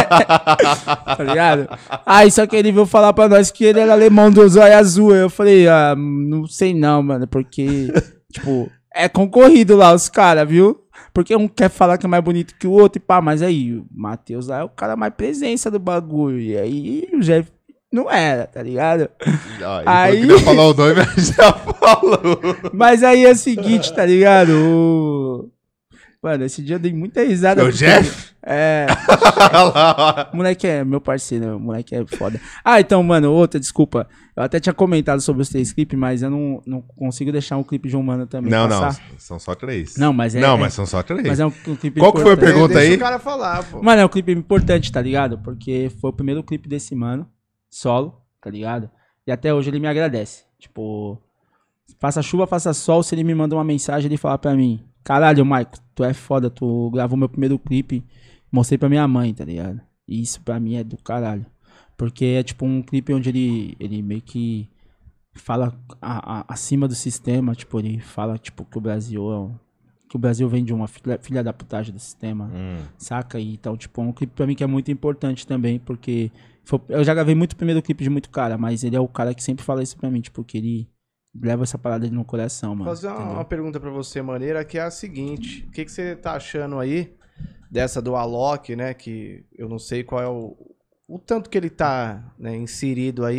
Tá ligado? Aí só que ele veio falar pra nós que ele era alemão do zóio azul. Eu falei, não sei não, mano, porque, tipo, é concorrido lá os caras, viu? Porque um quer falar que é mais bonito que o outro e pá, mas aí o Matheus lá é o cara mais presença do bagulho. E aí o Jeff não era, tá ligado? Ele Aí- falou que não falou o nome, mas já falou. Mas aí é o seguinte, tá ligado? Mano, esse dia eu dei muita risada. É o porque- Jeff? É, Olha lá. o moleque é meu parceiro, o moleque é foda. Então, mano, outra, desculpa. Eu até tinha comentado sobre os 3 clipes, mas eu não consigo deixar um clipe de um mano também Não, passar. são só 3. Não, mas é- Não, é- mas são só 3. Mas é um clipe Qual que foi a importante. pergunta Deixa aí? o cara falar, pô. Mano, é um clipe importante, tá ligado? Porque foi o primeiro clipe desse mano, solo, tá ligado? E até hoje ele me agradece. Tipo, faça chuva, faça sol, se ele me manda uma mensagem, ele fala pra mim, caralho, Maico, tu é foda, tu gravou meu primeiro clipe, mostrei pra minha mãe, tá ligado? E isso pra mim é do caralho. Porque é tipo um clipe onde ele meio que fala acima do sistema, tipo, ele fala tipo que o Brasil vem de uma filha da putagem do sistema. Saca? E então, tipo, é um clipe pra mim que é muito importante também, porque eu já gravei muito primeiro clipe de muito cara, mas ele é o cara que sempre fala isso pra mim, tipo, que ele leva essa parada no coração, mano. Vou fazer uma pergunta pra você, maneira, que é a seguinte. O que você tá achando aí dessa do Alok, né? Que eu não sei qual é o tanto que ele tá, né, inserido aí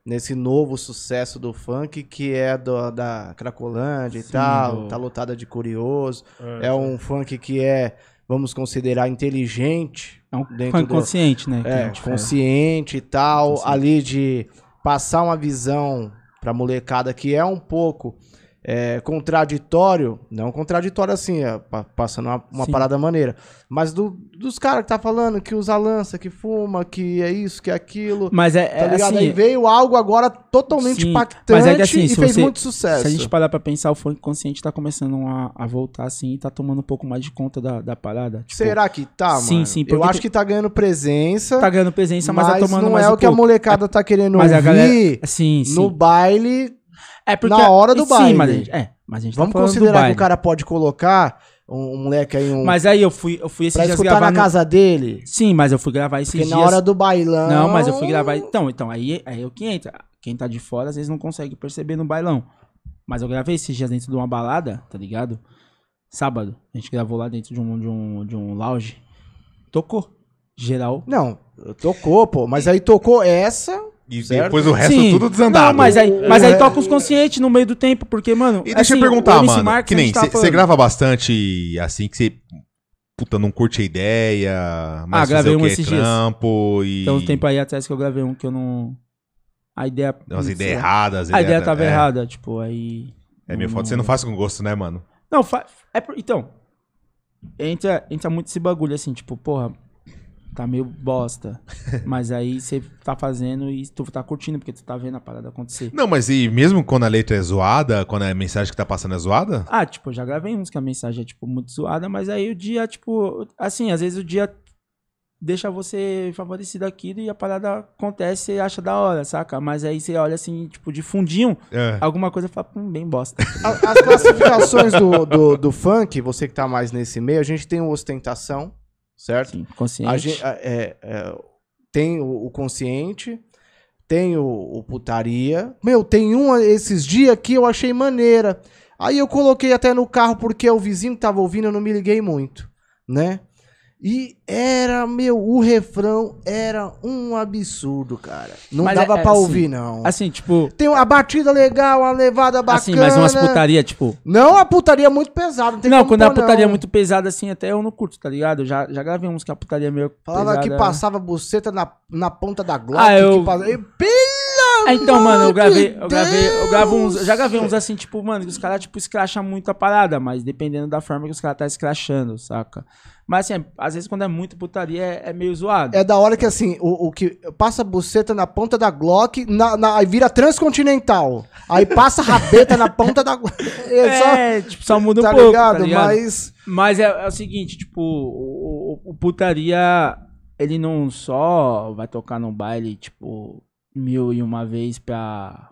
nesse novo sucesso do funk, que é da Cracolândia e tal, tá lotada de curioso. É um funk que é, vamos considerar, inteligente. É um dentro funk consciente, né? que a É, gente fala. consciente e tal, Consciente. ali de passar uma visão pra molecada que é um pouco contraditório, não contraditório assim, passando uma Sim. parada maneira, mas dos caras que tá falando que usa lança, que fuma, que é isso, que é aquilo, Mas tá é ligado? assim, Aí veio algo agora totalmente sim, impactante mas é que assim, e se fez você- muito sucesso. se a gente parar pra pensar, o funk consciente tá começando a voltar assim e tá tomando um pouco mais de conta da parada. Tipo, Será que tá, sim, mano? sim, Eu porque acho que tá ganhando presença, tá ganhando presença, mas tá tomando não mais é um o que a pouco. molecada tá querendo Mas a ouvir galera, sim, sim. no baile. É porque na hora do sim, baile. mas a gente Vamos tá falando do considerar que baile. o cara pode colocar um moleque aí, Mas aí eu fui esses pra dias escutar gravar na casa dele. Sim, mas eu fui gravar esses Porque dias. na hora do bailão. Não, mas eu fui gravar. Então aí é o que entra. Quem tá de fora às vezes não consegue perceber no bailão. Mas eu gravei esses dias dentro de uma balada, tá ligado? Sábado. A gente gravou lá dentro de um lounge. Tocou. Geral. Não, tocou, pô. Mas aí tocou essa. E Certo. depois o resto Sim. tudo desandado. Não, mas aí toca os conscientes no meio do tempo, porque, mano. E deixa assim, eu perguntar, o MC mano, Marques, que a nem, gente tava você falando. grava bastante, assim, que você, puta, não curte a ideia, mas gravei fazer o um que esses dias. trampo e... Tem um tempo aí atrás que eu gravei um que eu não. A ideia. Umas ideias erradas. A ideia tava errada, tipo, aí. É meio foda, você não faz com gosto, né, mano? Não, então. Entra muito esse bagulho assim, tipo, porra, tá meio bosta. Mas aí você tá fazendo e tu tá curtindo, porque tu tá vendo a parada acontecer. Não, mas e mesmo quando a letra é zoada, quando a mensagem que tá passando é zoada? Ah, tipo, eu já gravei uns que a mensagem é, tipo, muito zoada, mas aí o dia, tipo, assim, às vezes o dia deixa você favorecido aquilo e a parada acontece, você acha da hora, saca? Mas aí você olha assim, tipo, de fundinho, alguma coisa e fala, bem bosta. As classificações do funk, você que tá mais nesse meio, a gente tem o ostentação, certo? Sim, A consciente. gente, tem o consciente, tem o putaria. Meu, tem esses dias que eu achei maneira. Aí eu coloquei até no carro porque o vizinho que tava ouvindo, eu não me liguei muito, né? E o refrão era um absurdo, cara. Não Mas dava pra assim, ouvir, não. Assim, tipo, Tem uma batida legal, uma levada bacana. assim, mas umas putaria, tipo... Não, a putaria muito pesada. Não, tem Não, como quando a pôr, putaria é não. muito pesada assim, até eu não curto, tá ligado? Já gravei uns que a putaria é meio Falava pesada. que passava buceta na ponta da Glock. eu- Pelo Então, mano, eu Deus! gravo uns, eu já gravei uns assim, tipo, mano, que os caras, tipo, escracham muito a parada, mas dependendo da forma que os caras tá escrachando, saca? Mas, assim, às vezes quando é muito putaria, é meio zoado. É da hora que, assim, o que passa buceta na ponta da Glock, aí vira transcontinental. Aí passa rabeta na ponta da Glock. Tipo, só muda um tá pouco, ligado? tá ligado? Mas É o seguinte, tipo, o putaria, ele não só vai tocar num baile, tipo, 1001 vez pra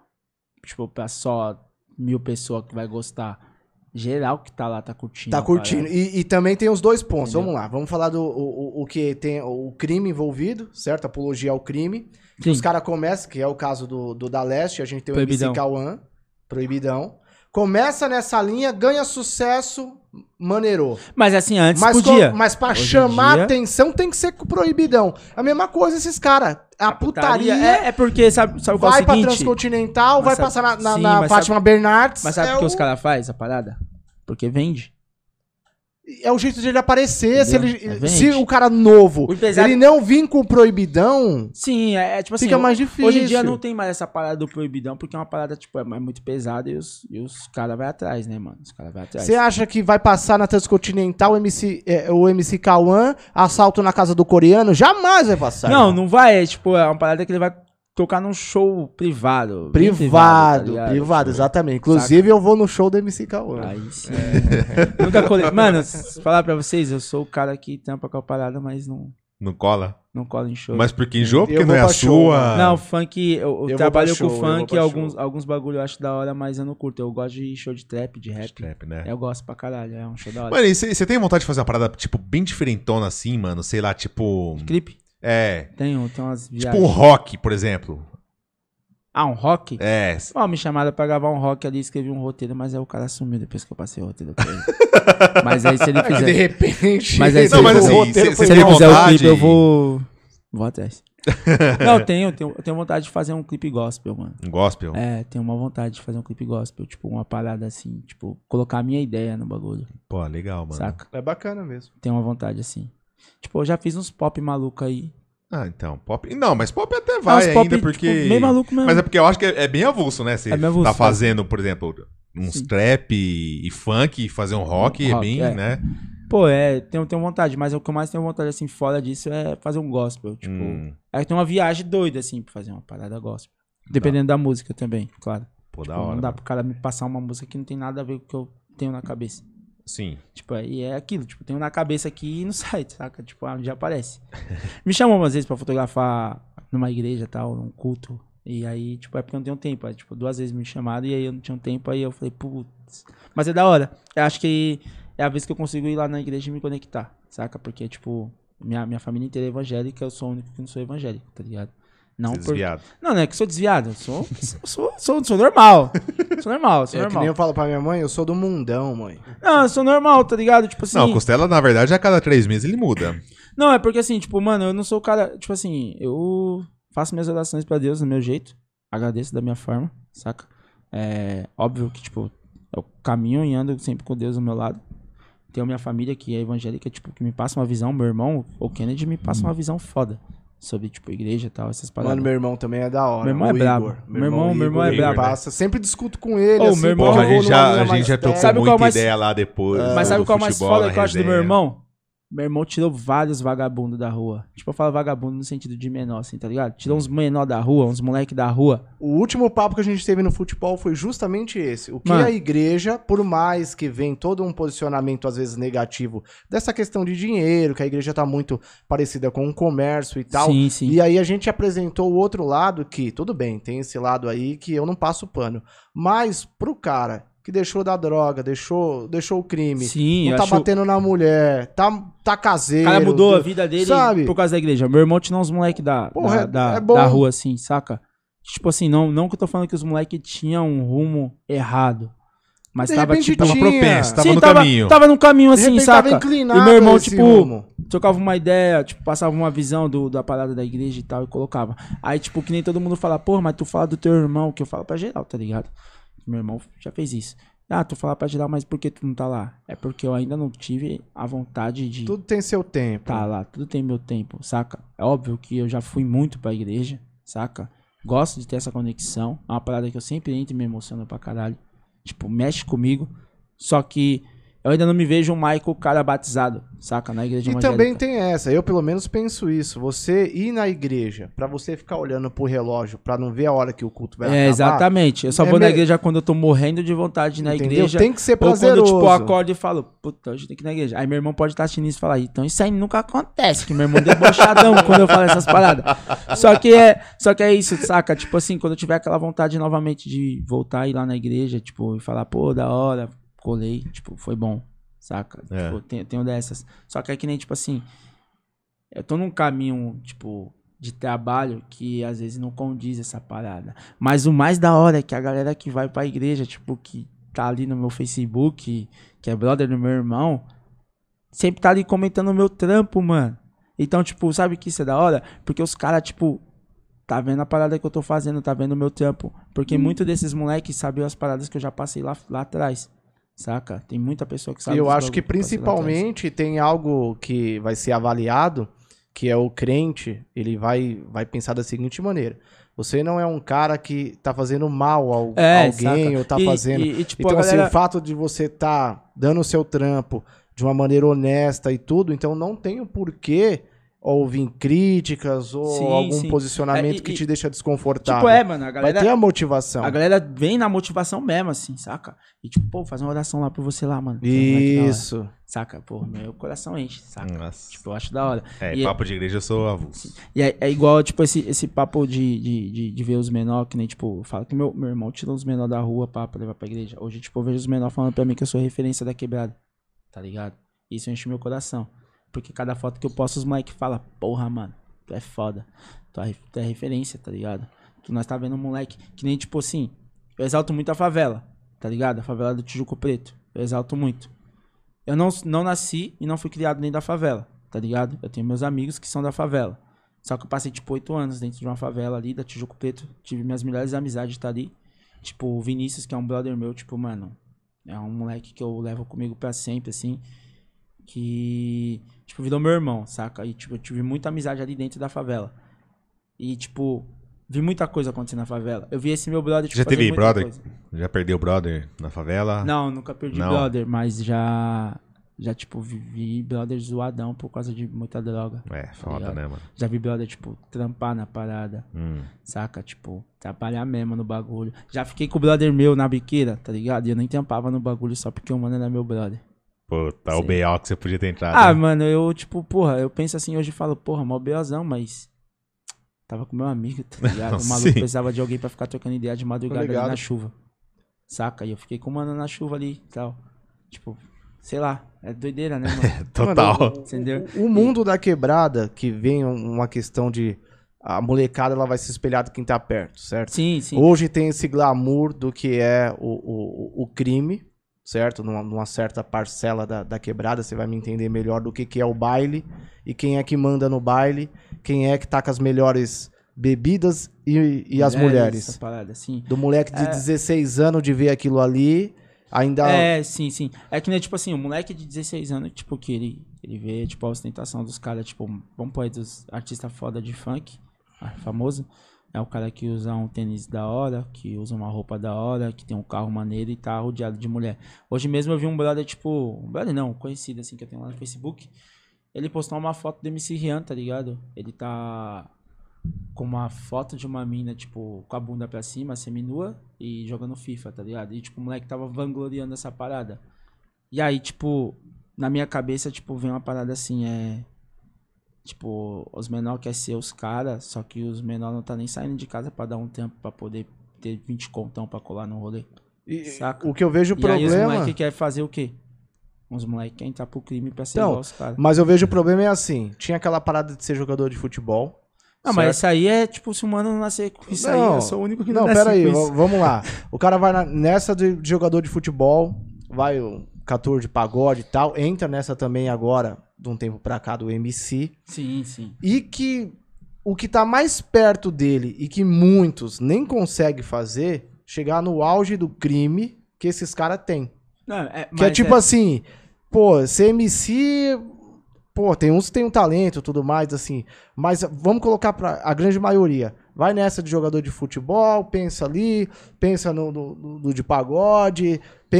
só 1000 pessoas que vai gostar. Geral que tá lá tá curtindo. tá a curtindo. parada. E também tem os dois pontos. Entendeu? Vamos lá. Vamos falar do o que tem o crime envolvido, certo? Apologia ao crime. Sim. Os caras começam, que é o caso do Da Leste, a gente tem o Proibidão. MC Cauã, Proibidão. Começa nessa linha, ganha sucesso, maneirou. Mas assim, antes Mas, podia. mas pra Hoje em chamar dia- atenção tem que ser com Proibidão. A mesma coisa esses caras. A putaria é porque, sabe qual é o vai pra seguinte? Transcontinental, vai Mas passar na sim, na mas Fátima Bernardes. Mas sabe por que é os caras fazem a parada? Porque vende. É o jeito de ele aparecer. Se, Entendeu? se o cara novo, O empresário- ele não vir com Proibidão, Sim, é tipo assim. fica mais difícil. Hoje em dia não tem mais essa parada do proibidão, porque é uma parada, tipo, é muito pesada e os caras vão atrás, né, mano? Os caras vão atrás. Você acha que vai passar na Transcontinental o MC Cauã, assalto na casa do coreano? Jamais vai passar. Não, irmão. não vai, é tipo, é uma parada que ele vai tocar num show privado. bem Privado, tá ligado? privado, exatamente. Inclusive, eu vou no show do MC Cauã. Aí sim. Nunca colei. Mano, se falar pra vocês, eu sou o cara que tampa com a parada, mas Não cola? não cola em show. Mas porque enjoa, porque Eu não vou é a pra show, sua... Não, funk, eu Eu vou trabalho pra show, com eu vou funk, pra alguns bagulho eu acho da hora, mas eu não curto. Eu gosto de show de trap, de rap. Trap, né? Eu gosto pra caralho, é um show da hora. Mano, e você tem vontade de fazer uma parada, tipo, bem diferentona assim, mano? Sei lá, tipo... Clipe? É... Tem umas Tipo viagens. um rock, por exemplo. Ah, um rock? É... Ó, me chamaram pra gravar um rock ali, escrevi um roteiro, mas aí o cara sumiu depois que eu passei o roteiro pra ele. Mas aí se ele Que de fizer... repente. Mas aí, Não, mas o assim, roteiro cê- foi se ele tem fizer o vontade? clipe, eu vou atrás. Não, eu tenho vontade de fazer um clipe gospel, mano. Um gospel? É, tenho uma vontade de fazer um clipe gospel, tipo, uma parada assim, tipo, colocar a minha ideia no bagulho, Pô, legal, mano. saca? É bacana mesmo. Tenho uma vontade assim. Tipo, eu já fiz uns pop maluco aí. Ah, então, pop... Não, mas pop até vai uns pop, ainda, porque... tipo, meio maluco mesmo. Mas é porque eu acho que é bem avulso, né? Você É bem avulso, tá fazendo, por exemplo, uns Sim. trap e funk, e fazer um rock, é bem, né? Pô, tenho vontade, mas o que eu mais tenho vontade, assim, fora disso é fazer um gospel, tipo... É que tem uma viagem doida, assim, pra fazer uma parada gospel. Dependendo da música também, claro. Pô, Tipo, da hora. não dá Mano. pro cara me passar uma música que não tem nada a ver com o que eu tenho na cabeça. Sim. Tipo, aí é aquilo, tipo, tenho na cabeça aqui e no site, saca? Tipo, onde aparece. Me chamam às vezes pra fotografar numa igreja e tal, num culto. E aí, tipo, é porque eu não tenho tempo. Aí, tipo, 2 vezes me chamaram e aí eu não tinha tempo. Aí eu falei, putz. Mas é da hora. Eu acho que é a vez que eu consigo ir lá na igreja e me conectar, saca? Porque, tipo, minha família inteira é evangélica, eu sou o único que não sou evangélico, tá ligado? Não Você é desviado. Não é que sou desviado. Eu sou normal. Sou normal. É que nem eu falo pra minha mãe, eu sou do mundão, mãe. Não, eu sou normal, tá ligado? Tipo assim. Não, Costela, na verdade, a cada 3 meses ele muda. Não, é porque assim, tipo, mano, eu não sou o cara. Tipo assim, eu faço minhas orações pra Deus do meu jeito. Agradeço da minha forma, saca? É óbvio que, tipo, eu caminho e ando sempre com Deus do meu lado. Tenho minha família que é evangélica, tipo, que me passa uma visão. Meu irmão, o Kennedy, me passa uma visão foda. Sobre, tipo, igreja e tal, essas paradas. Mano, meu irmão também é da hora. Meu irmão é o brabo. Igor. Meu irmão é ele brabo. Passa. Sempre discuto com ele. Ô, assim, meu irmão, porque Porra, eu a vou gente numa já, linha a gente mais já trocou técnica. Sabe qual muita é o mais- ideia lá depois. Mas sabe do qual é o mais futebol, foda na que eu acho do meu resenha. irmão? Meu irmão tirou vários vagabundos da rua. Tipo, eu falo vagabundo no sentido de menor, assim, tá ligado? Tirou uns menor da rua, uns moleque da rua. O último papo que a gente teve no futebol foi justamente esse. O que Mano. a igreja, por mais que vem todo um posicionamento, às vezes, negativo, dessa questão de dinheiro, que a igreja tá muito parecida com o comércio e tal. Sim, sim. E aí a gente apresentou o outro lado que, tudo bem, tem esse lado aí que eu não passo pano. Mas pro cara que deixou da droga, deixou o crime, Sim, não eu tá acho... batendo na mulher, tá O caseiro. cara mudou a vida dele sabe? por causa da igreja. Meu irmão tinha uns moleque Porra, da é bom. rua, assim, saca? Tipo assim, não que eu tô falando que os moleques tinham um rumo errado. Mas De tava, repente tipo... Tava tinha. propenso, tava Sim, no caminho. Tava no caminho, De assim, repente saca? tava inclinado E meu irmão, esse tipo, rumo. trocava uma ideia, tipo, passava uma visão da parada da igreja e tal, e colocava. Aí, tipo, que nem todo mundo fala, porra, mas tu fala do teu irmão, que eu falo pra geral, tá ligado? Meu irmão já fez isso. Ah, tu fala pra geral, mas por que tu não tá lá? É porque eu ainda não tive a vontade de Tudo tem seu tempo. tá lá. Tudo tem meu tempo, saca? É óbvio que eu já fui muito pra igreja, saca? Gosto de ter essa conexão. É uma parada que eu sempre entro e me emociono pra caralho. Tipo, mexe comigo. Só que eu ainda não me vejo um Michael cara batizado, saca? Na igreja E evangélica. também tem essa, eu pelo menos penso isso. Você ir na igreja, pra você ficar olhando pro relógio, pra não ver a hora que o culto vai acabar. Exatamente. Eu só É vou na me- igreja quando eu tô morrendo de vontade de ir na Entendeu? igreja. Tem que ser Ou quando eu, prazeroso. tipo, acordo e falo, puta, hoje tem que ir na igreja. Aí meu irmão pode estar assistindo isso e falar, então isso aí nunca acontece, que meu irmão é debochadão quando eu falo essas paradas. Só que é isso, saca? Tipo assim, quando eu tiver aquela vontade novamente de voltar e ir lá na igreja, tipo, e falar, pô, da hora, colei, tipo, foi bom, saca? É. Tipo, tenho dessas. Só que é que nem, tipo assim, eu tô num caminho, tipo, de trabalho que às vezes não condiz essa parada. Mas o mais da hora é que a galera que vai pra igreja, tipo, que tá ali no meu Facebook, que é brother do meu irmão, sempre tá ali comentando o meu trampo, mano. Então, tipo, sabe que isso é da hora? Porque os caras, tipo, tá vendo a parada que eu tô fazendo, tá vendo o meu trampo. Porque muito desses moleques sabiam as paradas que eu já passei lá atrás. Saca? Tem muita pessoa que sabe. E eu dos acho que bagulho eu passei lá atrás. principalmente tem algo que vai ser avaliado, que é o crente, ele vai pensar da seguinte maneira. Você não é um cara que tá fazendo mal a alguém saca? ou tá fazendo... tipo, Então, a assim, galera... o fato de você tá dando o seu trampo de uma maneira honesta e tudo, então não tem o porquê ouvir críticas ou Sim, algum sim. posicionamento que te deixa desconfortável. Tipo, mano, a Vai galera... ter a motivação. A galera vem na motivação mesmo, assim, saca? E tipo, pô, faz uma oração lá por você lá, mano. Que da hora. Isso. Saca? Pô, meu coração enche, saca? Nossa. Tipo, eu acho da hora. É, E- papo de igreja eu sou avulso. E é igual, tipo, esse papo de ver os menores, que nem, tipo, fala que meu irmão tirou os menores da rua pra levar pra igreja. Hoje, tipo, eu vejo os menores falando pra mim que eu sou referência da quebrada, tá ligado? Isso enche meu coração. Porque cada foto que eu posto, os moleques falam, porra, mano, tu é foda. Tu é referência, tá ligado? Nós tá vendo um moleque que nem, tipo assim, eu exalto muito a favela, tá ligado? A favela do Tijuco Preto. Eu exalto muito. Eu não nasci e não fui criado nem da favela, tá ligado? Eu tenho meus amigos que são da favela. Só que eu passei, tipo, 8 anos dentro de uma favela ali, da Tijuco Preto. Tive minhas melhores amizades, tá ali. Tipo, o Vinícius, que é um brother meu, tipo, mano, é um moleque que eu levo comigo pra sempre, assim. Que, tipo, virou meu irmão, saca? E, tipo, eu tive muita amizade ali dentro da favela. E, tipo, vi muita coisa acontecer na favela. Eu vi esse meu brother, tipo, Já teve fazer muita brother? coisa. Já perdeu brother na favela? Não, nunca perdi Não. brother, mas já, tipo, vi brother zoadão por causa de muita droga. É, foda, ligado? né, mano? Já vi brother, tipo, trampar na parada, saca? Tipo, trabalhar mesmo no bagulho. Já fiquei com o brother meu na biqueira, tá ligado? E eu nem trampava no bagulho só porque o mano era meu brother. Puta, o Sim. B.O. que você podia ter entrado. Ah, né? mano, eu, tipo, porra, eu penso assim hoje e falo, porra, mó BOzão, mas tava com meu amigo, tá ligado? O maluco Sim. precisava de alguém pra ficar trocando ideia de madrugada ali ligado. na chuva. Saca? E eu fiquei com o mano na chuva ali e tal. Tipo, sei lá, é doideira, né, mano? Total. Mano, Entendeu? o mundo da quebrada, que vem uma questão de... A molecada, ela vai se espelhar de quem tá perto, certo? Sim, sim. Hoje tem esse glamour do que é o crime, certo? Numa certa parcela da quebrada, você vai me entender melhor do que é o baile e quem é que manda no baile, quem é que tá com as melhores bebidas e as mulheres. Essa parada, sim. Do moleque de 16 anos de ver aquilo ali, ainda... É, sim, sim. É que, né, tipo assim, o moleque de 16 anos, tipo, que ele vê, tipo, a ostentação dos caras, tipo, vamos pôr aí dos artistas foda de funk, famoso. É o cara que usa um tênis da hora, que usa uma roupa da hora, que tem um carro maneiro e tá rodeado de mulher. Hoje mesmo eu vi um brother, tipo... Um brother não, conhecido, assim, que eu tenho lá no Facebook. Ele postou uma foto do MC Rian, tá ligado? Ele tá com uma foto de uma mina, tipo, com a bunda pra cima, seminua, e jogando FIFA, tá ligado? E, tipo, o moleque tava vangloriando essa parada. E aí, tipo, na minha cabeça, tipo, vem uma parada assim, tipo, os menores querem ser os caras, só que os menores não tá nem saindo de casa pra dar um tempo pra poder ter 20 contão pra colar no rolê. Saca? O que eu vejo E aí os problema... moleques querem fazer o quê? Os moleques querem entrar pro crime pra ser Então, igual os caras. mas eu vejo o problema é assim, tinha aquela parada de ser jogador de futebol. Não, certo? mas isso aí é, tipo, se o mano não nascer com isso aí, eu sou o único que não Não, nasce pera aí, com isso. vamos lá. O cara vai nessa de jogador de futebol, vai o cantor de pagode e tal, entra nessa também agora, de um tempo pra cá, do MC. Sim, sim. E que o que tá mais perto dele e que muitos nem conseguem fazer, chegar no auge do crime que esses caras têm. Não, Que é tipo assim, pô, ser MC, pô, tem uns que tem um talento e tudo mais, assim, mas vamos colocar pra a grande maioria. Vai nessa de jogador de futebol, pensa ali, pensa no de pagode,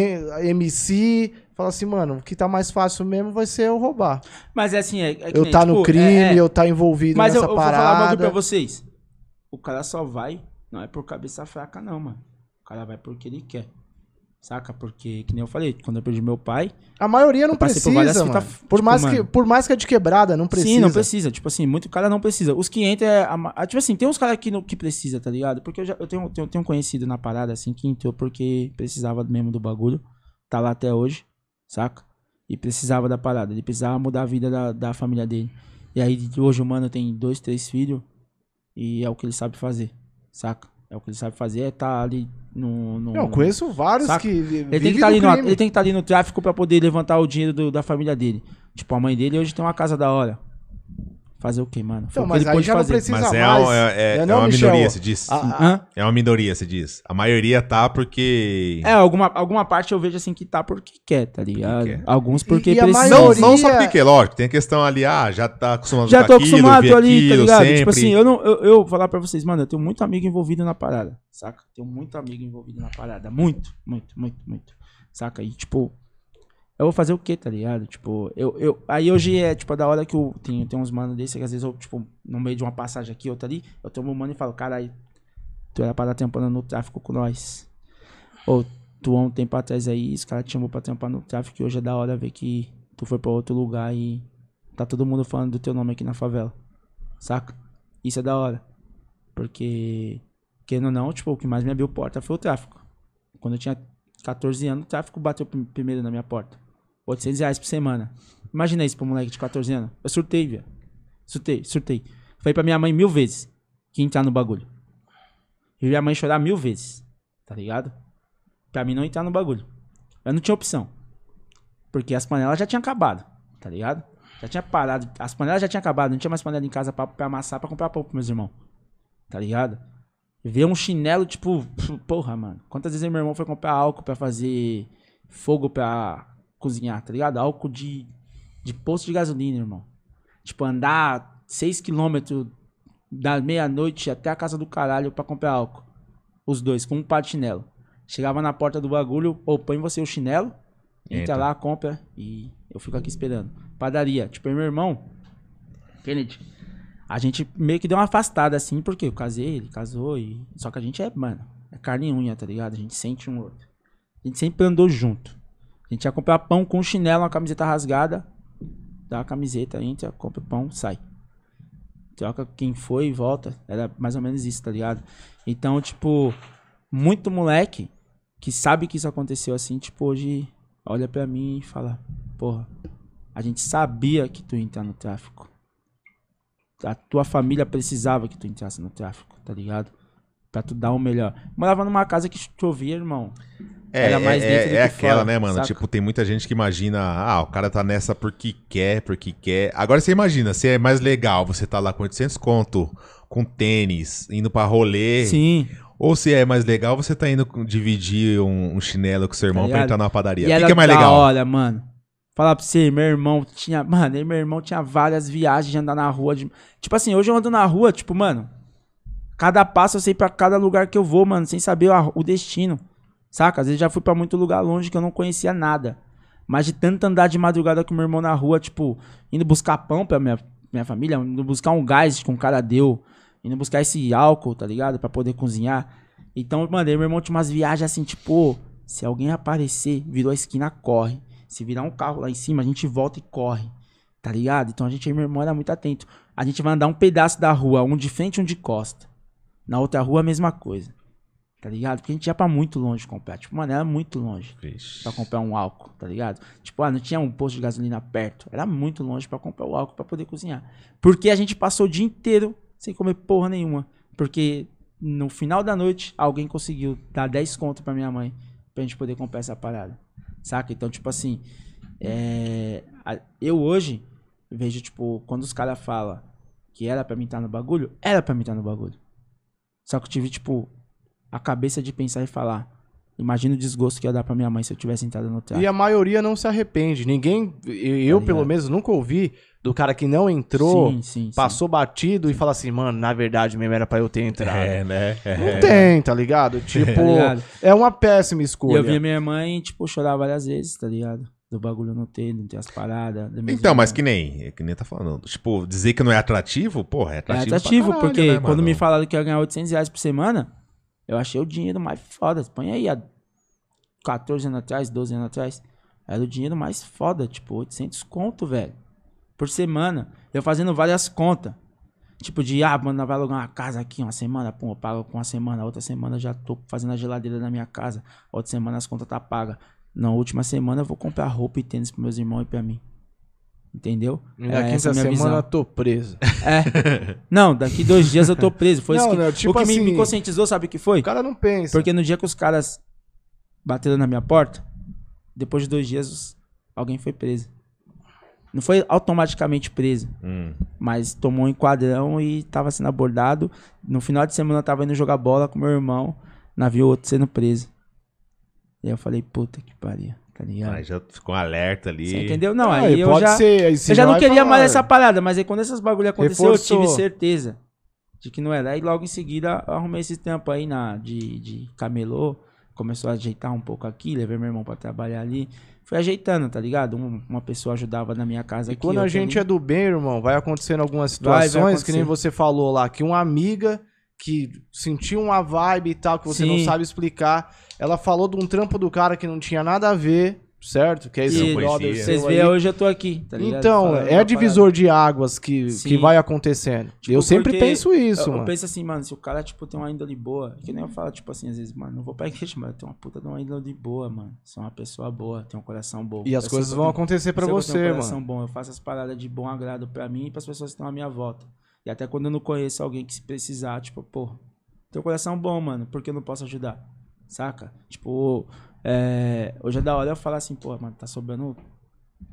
MC, fala assim, mano, o que tá mais fácil mesmo vai ser eu roubar. Mas é assim, que Eu nem, tá tipo, no crime, eu tá envolvido mas nessa eu vou falar um bagulho pra parada. vocês. O cara só vai, não é por cabeça fraca não, mano. O cara vai porque ele quer. Saca? Porque, que nem eu falei, quando eu perdi meu pai... A maioria não eu passei por várias precisa, mano. fitas, Por, tipo, mais mano, por mais que é de quebrada, não precisa. Sim, não precisa. Tipo assim, muito cara não precisa. Os que entram tipo assim, tem uns caras que precisa, tá ligado? Porque eu tenho um conhecido na parada, assim, que entrou porque precisava mesmo do bagulho. Tá lá até hoje, saca? E precisava da parada. Ele precisava mudar a vida da família dele. E aí, hoje o mano tem 2, 3 filhos. E é o que ele sabe fazer, saca? É o que ele sabe fazer, é tá ali no Eu conheço vários saca? que Ele tem que vivem estar do ali crime. ele tem que estar ali no tráfico pra poder levantar o dinheiro da família dele. Tipo, a mãe dele hoje tem uma casa da hora. Fazer o quê, mano? Foi Então, o que mas ele aí pode já não fazer. precisa Mas mais. é Não, uma Michel? minoria, se diz. Hã? É uma minoria, se diz. A maioria tá porque... Alguma parte eu vejo assim que tá porque quer, tá ligado? quer. Alguns porque E a precisam. Não, maioria- não só porque, lógico, tem a questão ali, já tá acostumado Já com tô aquilo, acostumado vê ali, tá aquilo ligado? sempre. Tipo assim, eu vou falar pra vocês, mano, eu tenho muito amigo envolvido na parada, saca? Tenho muito amigo envolvido na parada. Muito, muito, muito, muito. Saca? E, tipo, eu vou fazer o quê, tá ligado? Tipo, aí hoje é, tipo, da hora que eu tenho uns manos desse que às vezes eu, tipo, no meio de uma passagem aqui, outra ali, eu tomo um mano e falo, caralho, tu era pra dar tampando no tráfico com nós. Ou tu há um tempo atrás aí, os caras te chamou pra tampar no tráfico e hoje é da hora ver que tu foi pra outro lugar e tá todo mundo falando do teu nome aqui na favela. Saca? Isso é da hora. Porque, querendo ou não, tipo, o que mais me abriu porta foi o tráfico. Quando eu tinha 14 anos, o tráfico bateu primeiro na minha porta. R$800 por semana. Imagina isso pra um moleque de 14 anos. Eu surtei, velho. Surtei. Falei pra minha mãe 1000 vezes que entrar no bagulho. E minha mãe chorar 1000 vezes. Tá ligado? Pra mim não entrar no bagulho. Eu não tinha opção. Porque as panelas já tinham acabado. Tá ligado? Já tinha parado. As panelas já tinham acabado. Não tinha mais panela em casa pra amassar, pra comprar pão pros meus irmãos. Tá ligado? Ver um chinelo, tipo... Porra, mano. Quantas vezes meu irmão foi comprar álcool pra fazer fogo pra cozinhar, tá ligado? Álcool de posto de gasolina, irmão. Tipo, andar 6 km da meia-noite até a casa do caralho pra comprar álcool. Os dois, com um par de chinelo. Chegava na porta do bagulho, ou põe você o chinelo, entra lá, compra, e eu fico aqui esperando. Padaria. Tipo, meu irmão, Kennedy, a gente meio que deu uma afastada, assim, porque eu casei, ele casou, e... Só que a gente mano, é carne e unha, tá ligado? A gente sente um outro. A gente sempre andou junto. A gente ia comprar pão com um chinelo, uma camiseta rasgada, dá a camiseta, entra, compra pão, sai. Troca quem foi e volta. Era mais ou menos isso, tá ligado? Então, tipo, muito moleque que sabe que isso aconteceu assim, tipo, hoje olha pra mim e fala, porra, a gente sabia que tu ia entrar no tráfico. A tua família precisava que tu entrasse no tráfico, tá ligado? Pra tu dar o melhor. Morava numa casa que chovia, irmão. Era mais dentro do que aquela, fora, né, mano? saca? Tipo, tem muita gente que imagina, o cara tá nessa porque quer. Agora você imagina, se é mais legal você tá lá com 800 conto, com tênis, indo pra rolê. Sim. Ou se é mais legal você tá indo dividir um chinelo com seu irmão pra entrar numa padaria. E O que é mais legal? Olha, mano. Falar pra você, meu irmão tinha... Mano, meu irmão tinha várias viagens de andar na rua. Tipo assim, hoje eu ando na rua, tipo, mano... Cada passo eu sei pra cada lugar que eu vou, mano, sem saber o destino. Saca? Às vezes já fui pra muito lugar longe que eu não conhecia nada. Mas de tanto andar de madrugada com meu irmão na rua, tipo... Indo buscar pão pra minha família, indo buscar um gás que um cara deu... Indo buscar esse álcool, tá ligado? Pra poder cozinhar. Então, mano, meu irmão tinha umas viagens assim, tipo... Se alguém aparecer, virou a esquina, corre. Se virar um carro lá em cima, a gente volta e corre. Tá ligado? Então a gente, meu irmão, era muito atento. A gente vai andar um pedaço da rua, um de frente e um de costa. Na outra rua, a mesma coisa. Tá ligado? Porque a gente ia pra muito longe comprar. Tipo, mano, era muito longe. Vixe. Pra comprar um álcool, tá ligado? Tipo, não tinha um posto de gasolina perto. Era muito longe pra comprar o álcool pra poder cozinhar. Porque a gente passou o dia inteiro sem comer porra nenhuma. Porque no final da noite, alguém conseguiu dar 10 conto pra minha mãe pra gente poder comprar essa parada. Saca? Então, tipo assim, eu hoje vejo, tipo, quando os caras falam que era pra mim estar no bagulho, era pra mim estar no bagulho. Só que eu tive, tipo, a cabeça de pensar e falar, imagina o desgosto que ia dar pra minha mãe se eu tivesse entrado no tráfico. E a maioria não se arrepende. Ninguém, eu pelo menos, nunca ouvi do cara que não entrou, passou batido e fala assim, mano, na verdade mesmo era pra eu ter entrado. Né? Não tem, tá ligado? Tipo, Tá ligado? é uma péssima E escolha. eu vi minha mãe, tipo, chorar várias vezes, tá ligado? Do bagulho não ter as paradas. Então, mas que nem tá falando. Tipo, dizer que não é atrativo, porra, é atrativo. É atrativo, pra caralho, porque né, quando mano? me falaram que eu ia ganhar 800 reais por semana, eu achei o dinheiro mais foda. Põe aí, há 14 anos atrás, 12 anos atrás, era o dinheiro mais foda, tipo, 800 conto, velho. Por semana. Eu fazendo várias contas. Tipo de, mano, vai alugar uma casa aqui uma semana, pô, eu pago com uma semana, outra semana eu já tô fazendo a geladeira da minha casa, outra semana as contas tá pagas. Na última semana eu vou comprar roupa e tênis pros meus irmãos e pra mim. Entendeu? E na quinta semana eu tô preso. Não, daqui 2 dias eu tô preso. Foi isso que, não, tipo o que assim, me conscientizou, sabe o que foi? O cara não pensa. Porque no dia que os caras bateram na minha porta, depois de 2 dias, alguém foi preso. Não foi automaticamente preso, mas tomou um enquadrão e tava sendo abordado. No final de semana eu tava indo jogar bola com meu irmão, navio outro sendo preso. E aí eu falei, puta que pariu, tá ligado? Aí já ficou um alerta ali. Você entendeu? Não, aí eu já... Ser, eu já não queria mais essa parada, mas aí quando essas bagulho aconteceu, Reforçou. eu tive certeza de que não era. Aí logo em seguida eu arrumei esse tempo aí de camelô, começou a ajeitar um pouco aqui, levei meu irmão pra trabalhar ali. Fui ajeitando, tá ligado? Uma pessoa ajudava na minha casa E aqui. quando a gente é do bem, irmão, vai acontecendo algumas situações, acontecer. que nem você falou lá, que uma amiga que sentiu uma vibe e tal, que você não sabe explicar, ela falou de um trampo do cara que não tinha nada a ver, certo? Que é esse brother seu Vocês aí. veem, hoje eu tô aqui, tá ligado? Então, Falando é uma divisor de águas que vai acontecendo. Tipo, eu sempre porque penso isso, eu mano. penso assim, mano, se o cara, tipo, tem uma índole boa, que nem eu falo, tipo assim, às vezes, mano, não vou pra igreja, mas eu tenho uma puta de uma índole boa, mano. Sou uma pessoa boa, tenho um coração bom. E as coisas vão acontecer pra Eu tenho você, um coração mano. bom, eu faço as paradas de bom agrado pra mim e pras pessoas que estão à minha volta. E até quando eu não conheço alguém que se precisar, tipo, pô, tenho um coração bom, mano, porque eu não posso ajudar, saca? Tipo, hoje é da hora eu falar assim, pô, mano, tá sobrando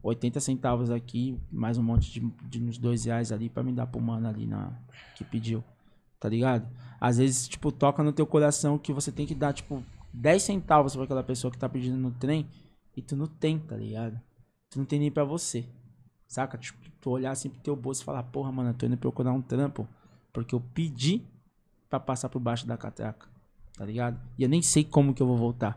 80 centavos aqui, mais um monte de uns R$2 ali pra me dar pro mano ali que pediu, tá ligado? Às vezes, tipo, toca no teu coração que você tem que dar, tipo, 10 centavos pra aquela pessoa que tá pedindo no trem e tu não tem, tá ligado? Tu não tem nem pra você, saca? Tipo, tu olhar assim pro teu bolso e falar, porra, mano, eu tô indo procurar um trampo porque eu pedi pra passar por baixo da catraca, tá ligado? E eu nem sei como que eu vou voltar.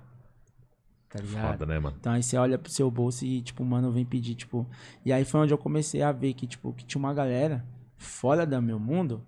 Tá ligado? Foda, né, mano? Então aí você olha pro seu bolso e, tipo, mano, vem pedir, tipo... E aí foi onde eu comecei a ver que, tipo, que tinha uma galera fora do meu mundo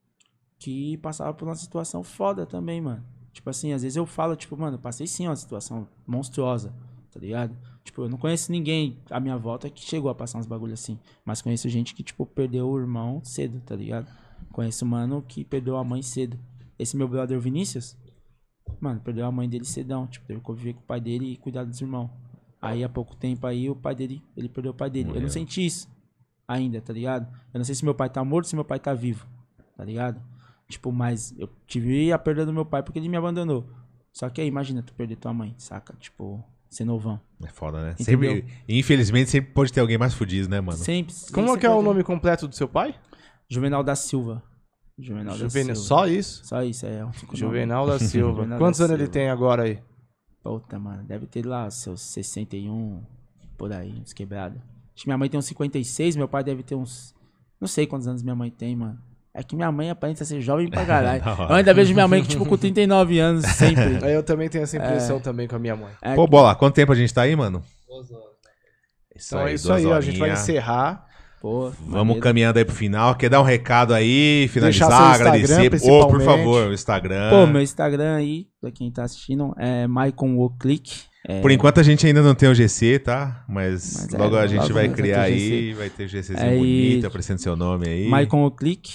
que passava por uma situação foda também, mano. Tipo assim, às vezes eu falo, tipo, mano, eu passei sim uma situação monstruosa, tá ligado? Tipo, eu não conheço ninguém à minha volta que chegou a passar uns bagulho assim. Mas conheço gente que, tipo, perdeu o irmão cedo, tá ligado? Conheço um mano que perdeu a mãe cedo. Esse meu brother Vinícius... Mano, perdeu a mãe dele cedão, tipo, teve que conviver com o pai dele e cuidar dos irmãos. Aí, há pouco tempo aí, o pai dele, ele perdeu o pai dele. Eu não senti isso ainda, tá ligado? Eu não sei se meu pai tá morto ou se meu pai tá vivo, tá ligado? Tipo, mas eu tive a perda do meu pai porque ele me abandonou. Só que aí, imagina tu perder tua mãe, saca? Tipo, ser novão. É foda, né? Entendeu? Sempre, infelizmente, sempre pode ter alguém mais fudido, né, mano? Sempre. Como é que é o nome completo do seu pai? Juvenal da Silva. Juvenal da Silva. Só isso? Só isso, é. Juvenal da Silva. Juvenal Quantos da anos ele Silva. tem agora aí? Puta, mano, deve ter lá seus 61, por aí, uns quebrados. Acho que minha mãe tem uns 56, meu pai deve ter uns... Não sei quantos anos minha mãe tem, mano. É que minha mãe aparenta ser jovem pra caralho. Eu ainda vejo minha mãe, tipo, com 39 anos, sempre. Eu também tenho essa impressão também com a minha mãe. É, Pô, Bola, quanto tempo a gente tá aí, mano? 2 horas. Então é isso aí, ó, a gente vai encerrar. pô, Vamos maneiro. caminhando aí pro final. Quer dar um recado aí, finalizar, Deixar seu Instagram, agradecer? Ô, principalmente. por favor, o Instagram. Pô, meu Instagram aí, pra quem tá assistindo, é MaiconWoclick. Por enquanto a gente ainda não tem o GC, tá? Mas Mas logo a gente logo vai vai criar ter aí, vai ter GCzinho Aí- bonito, aparecendo seu nome aí. MaiconWoclick,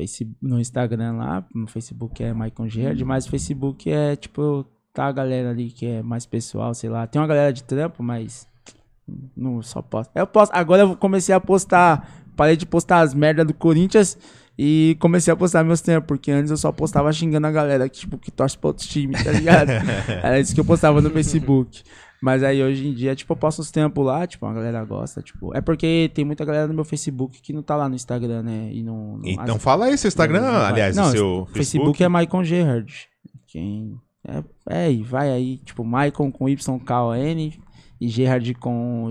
no Instagram lá, no Facebook é Maicon Gerard, mas o Facebook é, tipo, tá a galera ali que é mais pessoal, sei lá. Tem uma galera de trampo, mas não só posto. Eu posto, agora eu comecei a postar, parei de postar as merdas do Corinthians e comecei a postar meus trampos, porque antes eu só postava xingando a galera que, tipo, que torce pra outros times, tá ligado? Era isso que eu postava no Facebook. Mas aí hoje em dia, tipo, eu posto os trampos lá, tipo, a galera gosta, tipo... É porque tem muita galera no meu Facebook que não tá lá no Instagram, né? E não Então fala aí seu Instagram, aliás, não, o seu Facebook é Maicon Gerard. Quem... e vai aí, tipo, Maicon com YKON e Gerard com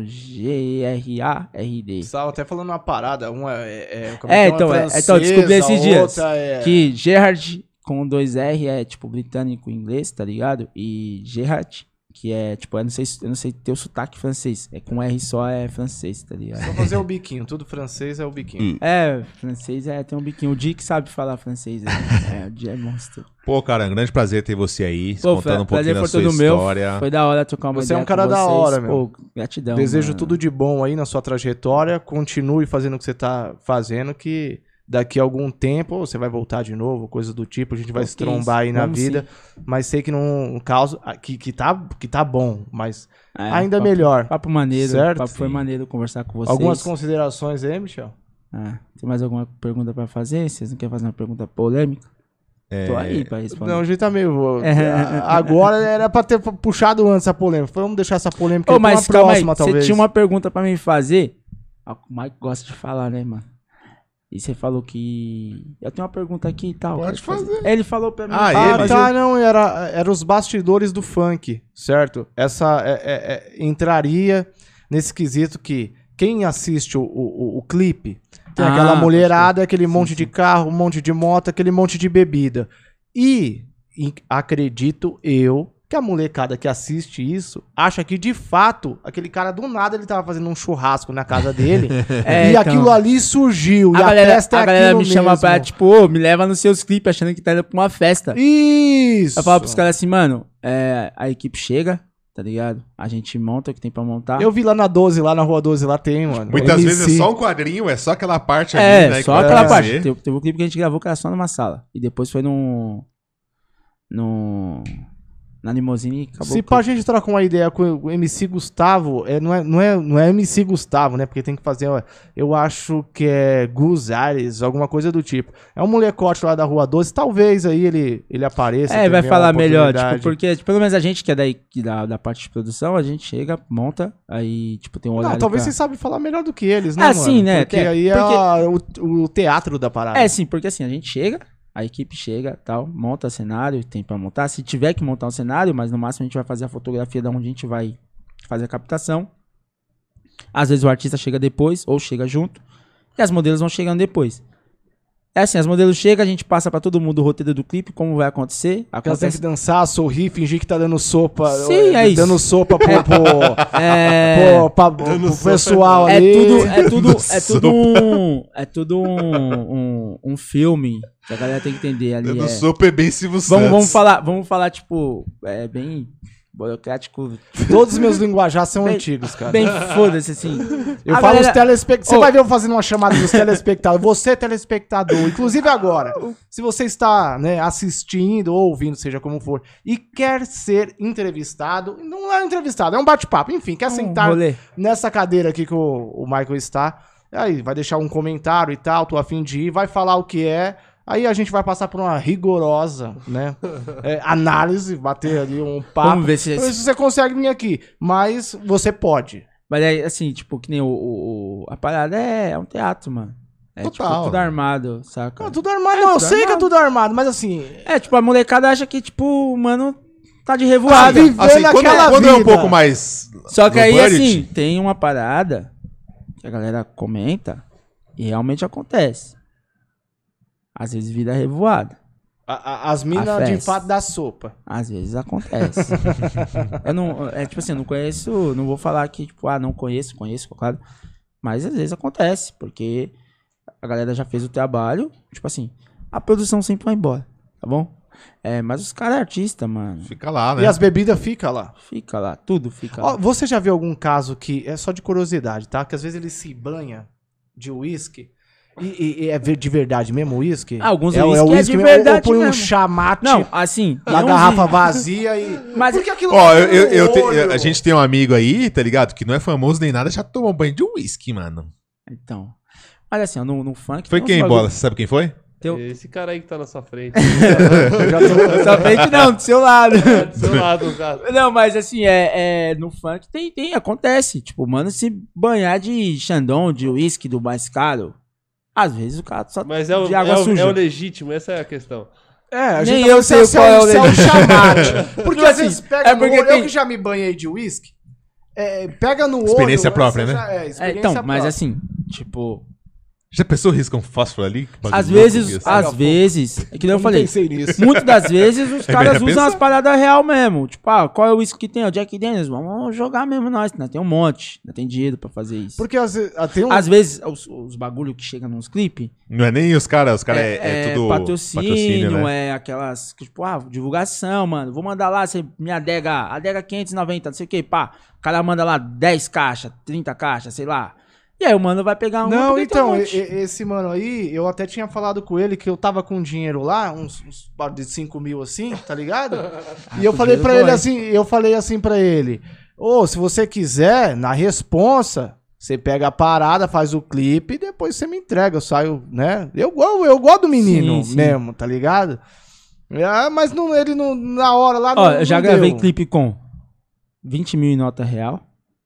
G-R-A-R-D. Você tava até falando uma parada, Então, descobri esses dias outra que Gerard com 2 R é, tipo, britânico em inglês, tá ligado? E Gerard, que é, tipo, eu não sei ter o sotaque francês. É com R só, é francês, tá ligado? Só fazer o biquinho, tudo francês é o biquinho. Francês tem um biquinho. O Dick sabe falar francês, né? O Dick é monstro. Pô, cara, um grande prazer ter você aí, Pô, contando um pouquinho prazer da foi sua todo meu. história. Foi da hora trocar uma Você é ideia um cara com da vocês. hora, meu. Pô, gratidão, Desejo mano. tudo de bom aí na sua trajetória. Continue fazendo o que você tá fazendo, que daqui a algum tempo você vai voltar de novo, coisa do tipo. A gente vai Pô, se que trombar aí isso. na Vamos vida. Mas sei que num caso que tá bom, mas É, ainda papo- melhor. Papo maneiro. Certo? Papo foi Sim. maneiro conversar com vocês. Algumas considerações aí, Michel? Tem mais alguma pergunta pra fazer? Vocês não querem fazer uma pergunta polêmica? Tô aí pra responder. Não, a gente tá meio... Agora era pra ter puxado antes a polêmica. Vamos deixar essa polêmica Ô, aí pra uma mas calma aí, próxima, você talvez. tinha uma pergunta pra me fazer? O Mike gosta de falar, né, mano? E você falou que... Eu tenho uma pergunta aqui e tal. Pode quero fazer. Ele falou pra mim... ele? Tá, não, era os bastidores do funk, certo? Essa entraria nesse quesito que quem assiste o clipe tem aquela mulherada, aquele monte de carro, um monte de moto, aquele monte de bebida. E acredito eu que a molecada que assiste isso acha que de fato aquele cara do nada ele tava fazendo um churrasco na casa dele e então. aquilo ali surgiu. A e galera, festa é a galera aquilo me chama mesmo. pra, tipo, ô, me leva nos seus clipes achando que tá indo pra uma festa. Isso! Eu falo pros caras assim, mano, a equipe chega, tá ligado? A gente monta o que tem pra montar. Eu vi lá na 12, lá na rua 12, lá tem, mano. Muitas MC. vezes é só um quadrinho, é só aquela parte ali, né? Só que vai aquela parte. aparecer. Teve um clipe que a gente gravou que era só numa sala. E depois foi na limousine e acabou. Se pá, a gente troca uma ideia com o MC Gustavo, não é MC Gustavo, né? Porque tem que fazer, eu acho que é Gus Ares, alguma coisa do tipo. É um molecote lá da Rua 12, talvez aí ele apareça. Vai falar melhor, tipo, porque tipo, pelo menos a gente que é da parte de produção, a gente chega, monta, aí tipo tem um horário. Não, talvez pra... vocês sabem falar melhor do que eles, né, sim, né? Porque aí é o teatro da parada. Sim, porque assim, a gente chega, a equipe chega, tal, monta cenário, tem pra montar. Se tiver que montar um cenário, mas no máximo a gente vai fazer a fotografia de onde a gente vai fazer a captação. Às vezes o artista chega depois, ou chega junto, e as modelos vão chegando depois. É assim, as modelos chegam, a gente passa pra todo mundo o roteiro do clipe, como vai acontecer. Elas têm que dançar, sorrir, fingir que tá dando sopa. Sim, é isso. Dando sopa pro pessoal ali. É tudo um filme que a galera tem que entender ali. Dando sopa é bem Silvio Santos. Vamos falar, tipo, bem burocrático. Todos os meus linguajar são antigos, cara. Bem foda-se, assim. Eu falo os telespectadores. Você vai ver eu fazendo uma chamada dos telespectadores. Você, telespectador, inclusive agora, se você está, né, assistindo ou ouvindo, seja como for, e quer ser entrevistado, não é entrevistado, é um bate-papo, enfim, quer sentar nessa cadeira aqui que o Michael está, aí vai deixar um comentário e tal, tô a fim de ir, vai falar o que é. Aí a gente vai passar por uma rigorosa, né, análise, bater ali um papo. Vamos ver se você consegue vir aqui, mas você pode. Mas é assim, tipo, que nem a parada é um teatro, mano. É total. Tipo, tudo armado, saca? Não, tudo armado, não, eu sei armado. Que é tudo armado, mas assim... tipo, a molecada acha que, tipo, mano, tá de revoada. Assim, quando é um pouco mais... Só que aí, budget, assim, tem uma parada que a galera comenta e realmente acontece. Às vezes vira revoada. As minas de fato da sopa. Às vezes acontece. Eu não, tipo assim, eu não conheço, não vou falar que, tipo, não conheço, claro. Mas às vezes acontece, porque a galera já fez o trabalho, tipo assim, a produção sempre vai embora, tá bom? Mas os caras é artista, mano. Fica lá, né? E as bebidas ficam lá. Fica lá, tudo fica lá. Você já viu algum caso que, é só de curiosidade, tá? Que às vezes ele se banha de uísque. E é de verdade mesmo o uísque? Alguns uísque é de verdade mesmo. Ou põe mesmo. um chamate não, assim, na garrafa vazia e... Mas porque aquilo a gente tem um amigo aí, tá ligado? Que não é famoso nem nada, já tomou banho de uísque, mano. Então. Mas assim, no funk... Foi quem, Bola? Você sabe quem foi? Esse cara aí que tá na sua frente. Na sua frente não, do seu lado. Do seu lado, no caso. Não, mas assim, no funk acontece. Tipo, mano, se banhar de Xandão, de uísque do mais caro... Às vezes o cara só mas de água suja. É o legítimo, essa é a questão. A gente nem eu sei qual é o legítimo. Porque assim, às vezes pega no olho, eu que já me banhei de uísque, pega no olho... Experiência própria, né? Experiência então, mas própria. assim, tipo... Já pensou risca um fósforo ali? Às vezes, é que nem eu falei, pensei nisso. muitas das vezes os caras usam as paradas real mesmo. Tipo, qual é o uísque que tem? O Jack Daniels, vamos jogar mesmo nós, né? Tem um monte, né? Tem dinheiro pra fazer isso. Porque às vezes os bagulho que chegam nos clipes... Não é nem os caras é tudo patrocínio, né? Aquelas, tipo, divulgação, mano. Vou mandar lá, minha adega 590, não sei o que, pá. O cara manda lá 10 caixas, 30 caixas, sei lá. E aí o mano vai pegar Não, então, esse mano aí, eu até tinha falado com ele que eu tava com dinheiro lá, uns de 5 mil assim, tá ligado? E eu falei pra ele assim, pra ele, se você quiser, na responsa, você pega a parada, faz o clipe e depois você me entrega, eu saio, né? Eu gosto do menino mesmo, tá ligado? Mas ele não, na hora lá não eu já gravei clipe com 20 mil em nota real.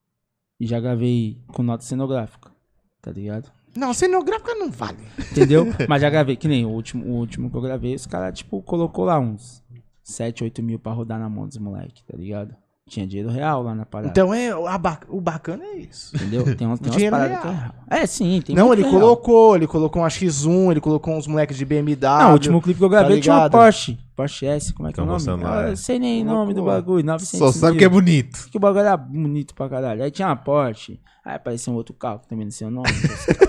E já gravei com nota cenográfica, tá ligado? Não, cenográfica não vale. Entendeu? Mas já gravei, que nem o último que eu gravei, os caras, tipo, colocou lá uns 7, 8 mil pra rodar na mão dos moleques, tá ligado? Tinha dinheiro real lá na parada. Então o bacana é isso. Entendeu? Tem umas dinheiro paradas real. que é real. Sim, tem não, ele colocou uma X1, ele colocou uns moleques de BMW. Não, o último clipe que eu gravei tinha uma Porsche S, como é que é o nome? Lá, sei nem o nome do bagulho, 900 Só sabe que é bonito. Que o bagulho era bonito pra caralho. Aí tinha uma Porsche, aí apareceu um outro carro que também não sei o nome.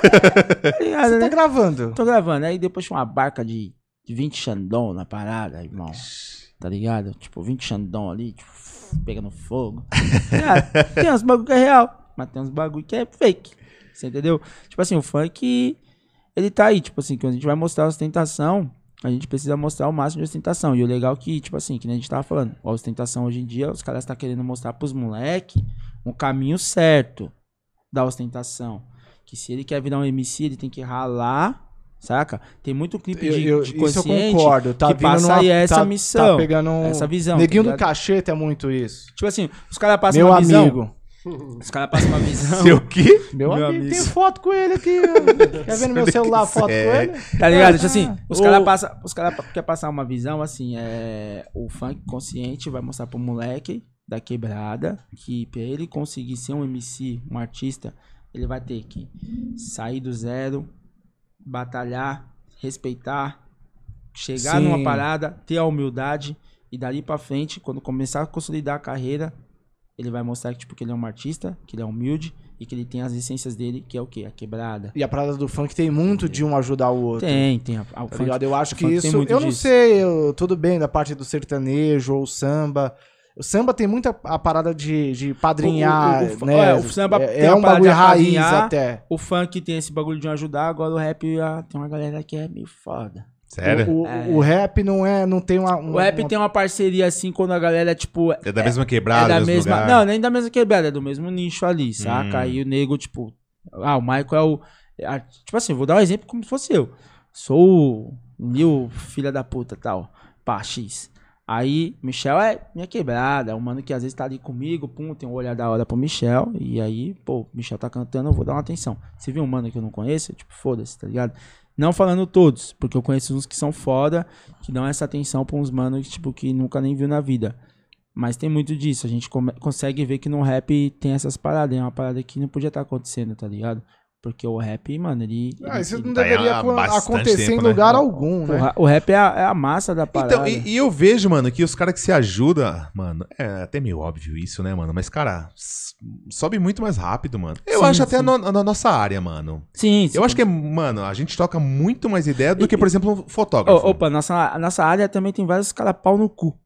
Você tá gravando? Tô gravando, aí depois tinha uma barca de 20 Xandão na parada, irmão. Tá ligado? Tipo, 20 Xandão ali, tipo, pegando fogo. Tem uns bagulho que é real, mas tem uns bagulho que é fake. Você entendeu? Tipo assim, o funk, ele tá aí. Tipo assim, quando a gente vai mostrar a ostentação, a gente precisa mostrar o máximo de ostentação. E o legal que, tipo assim, que nem a gente tava falando, a ostentação hoje em dia, os caras estão querendo mostrar pros moleques um caminho certo da ostentação. Que se ele quer virar um MC, ele tem que ralar, saca? Tem muito clipe de consciente isso eu concordo. Tá que passa aí essa missão, tá pegando essa visão. Neguinho tá do Cacheta é muito isso. tipo assim, os caras passam Meu uma visão. amigo. Os caras passam uma visão. Seu quê? Meu Meu amigo, amigo. tem foto com ele aqui. Ó. Quer ver no meu celular a foto com ele? Tá ligado? Tipo assim, os Ô. caras querem passar uma visão assim, o funk consciente vai mostrar pro moleque da quebrada que pra ele conseguir ser um MC, um artista, ele vai ter que sair do zero, batalhar, respeitar, chegar Sim. numa parada, ter a humildade e dali pra frente, quando começar a consolidar a carreira, ele vai mostrar que, tipo, que ele é um artista, que ele é humilde e que ele tem as essências dele, que é o quê? A quebrada. E a parada do funk tem muito de um ajudar o outro. Tem o Tá funk. ligado? Eu acho o que funk tem isso. muito Eu não disso. sei, tudo bem da parte do sertanejo ou samba. O samba tem muita a parada de padrinhar, né? o samba tem é uma um parada bagulho de raiz apadrinhar. até. O funk tem esse bagulho de um ajudar, agora o rap tem uma galera que é meio foda. Sério? O rap não tem uma. O rap tem uma parceria assim, quando a galera, tipo. É da mesma quebrada, da mesmo mesma. lugar? Não, nem da mesma quebrada, é do mesmo nicho ali, saca? Aí o nego, tipo. O Michael é o. Tipo assim, vou dar um exemplo como se fosse eu. Sou o filha da puta tal. Pá, X. Aí, Michel é minha quebrada, é um mano que às vezes tá ali comigo, pum, tem um olhar da hora pro Michel, e aí, pô, Michel tá cantando, eu vou dar uma atenção. Se vir um mano que eu não conheço, tipo, foda-se, tá ligado? Não falando todos, porque eu conheço uns que são foda, que dão essa atenção pra uns manos, tipo, que nunca nem viu na vida. Mas tem muito disso, a gente consegue ver que no rap tem essas paradas, é uma parada que não podia estar acontecendo, tá ligado? Porque o rap, mano, Isso não tá aí deveria há bastante acontecer tempo, em né? lugar algum, né? O rap é a massa da parada. Então, e eu vejo, mano, que os caras que se ajudam, mano, é até meio óbvio isso, né, mano? Mas, cara, sobe muito mais rápido, mano. Eu Sim, acho até sim. na nossa área, mano. Sim, Eu acho que, mano, a gente toca muito mais ideia do que, por exemplo, um fotógrafo. Opa, a nossa área também tem vários caras pau no cu.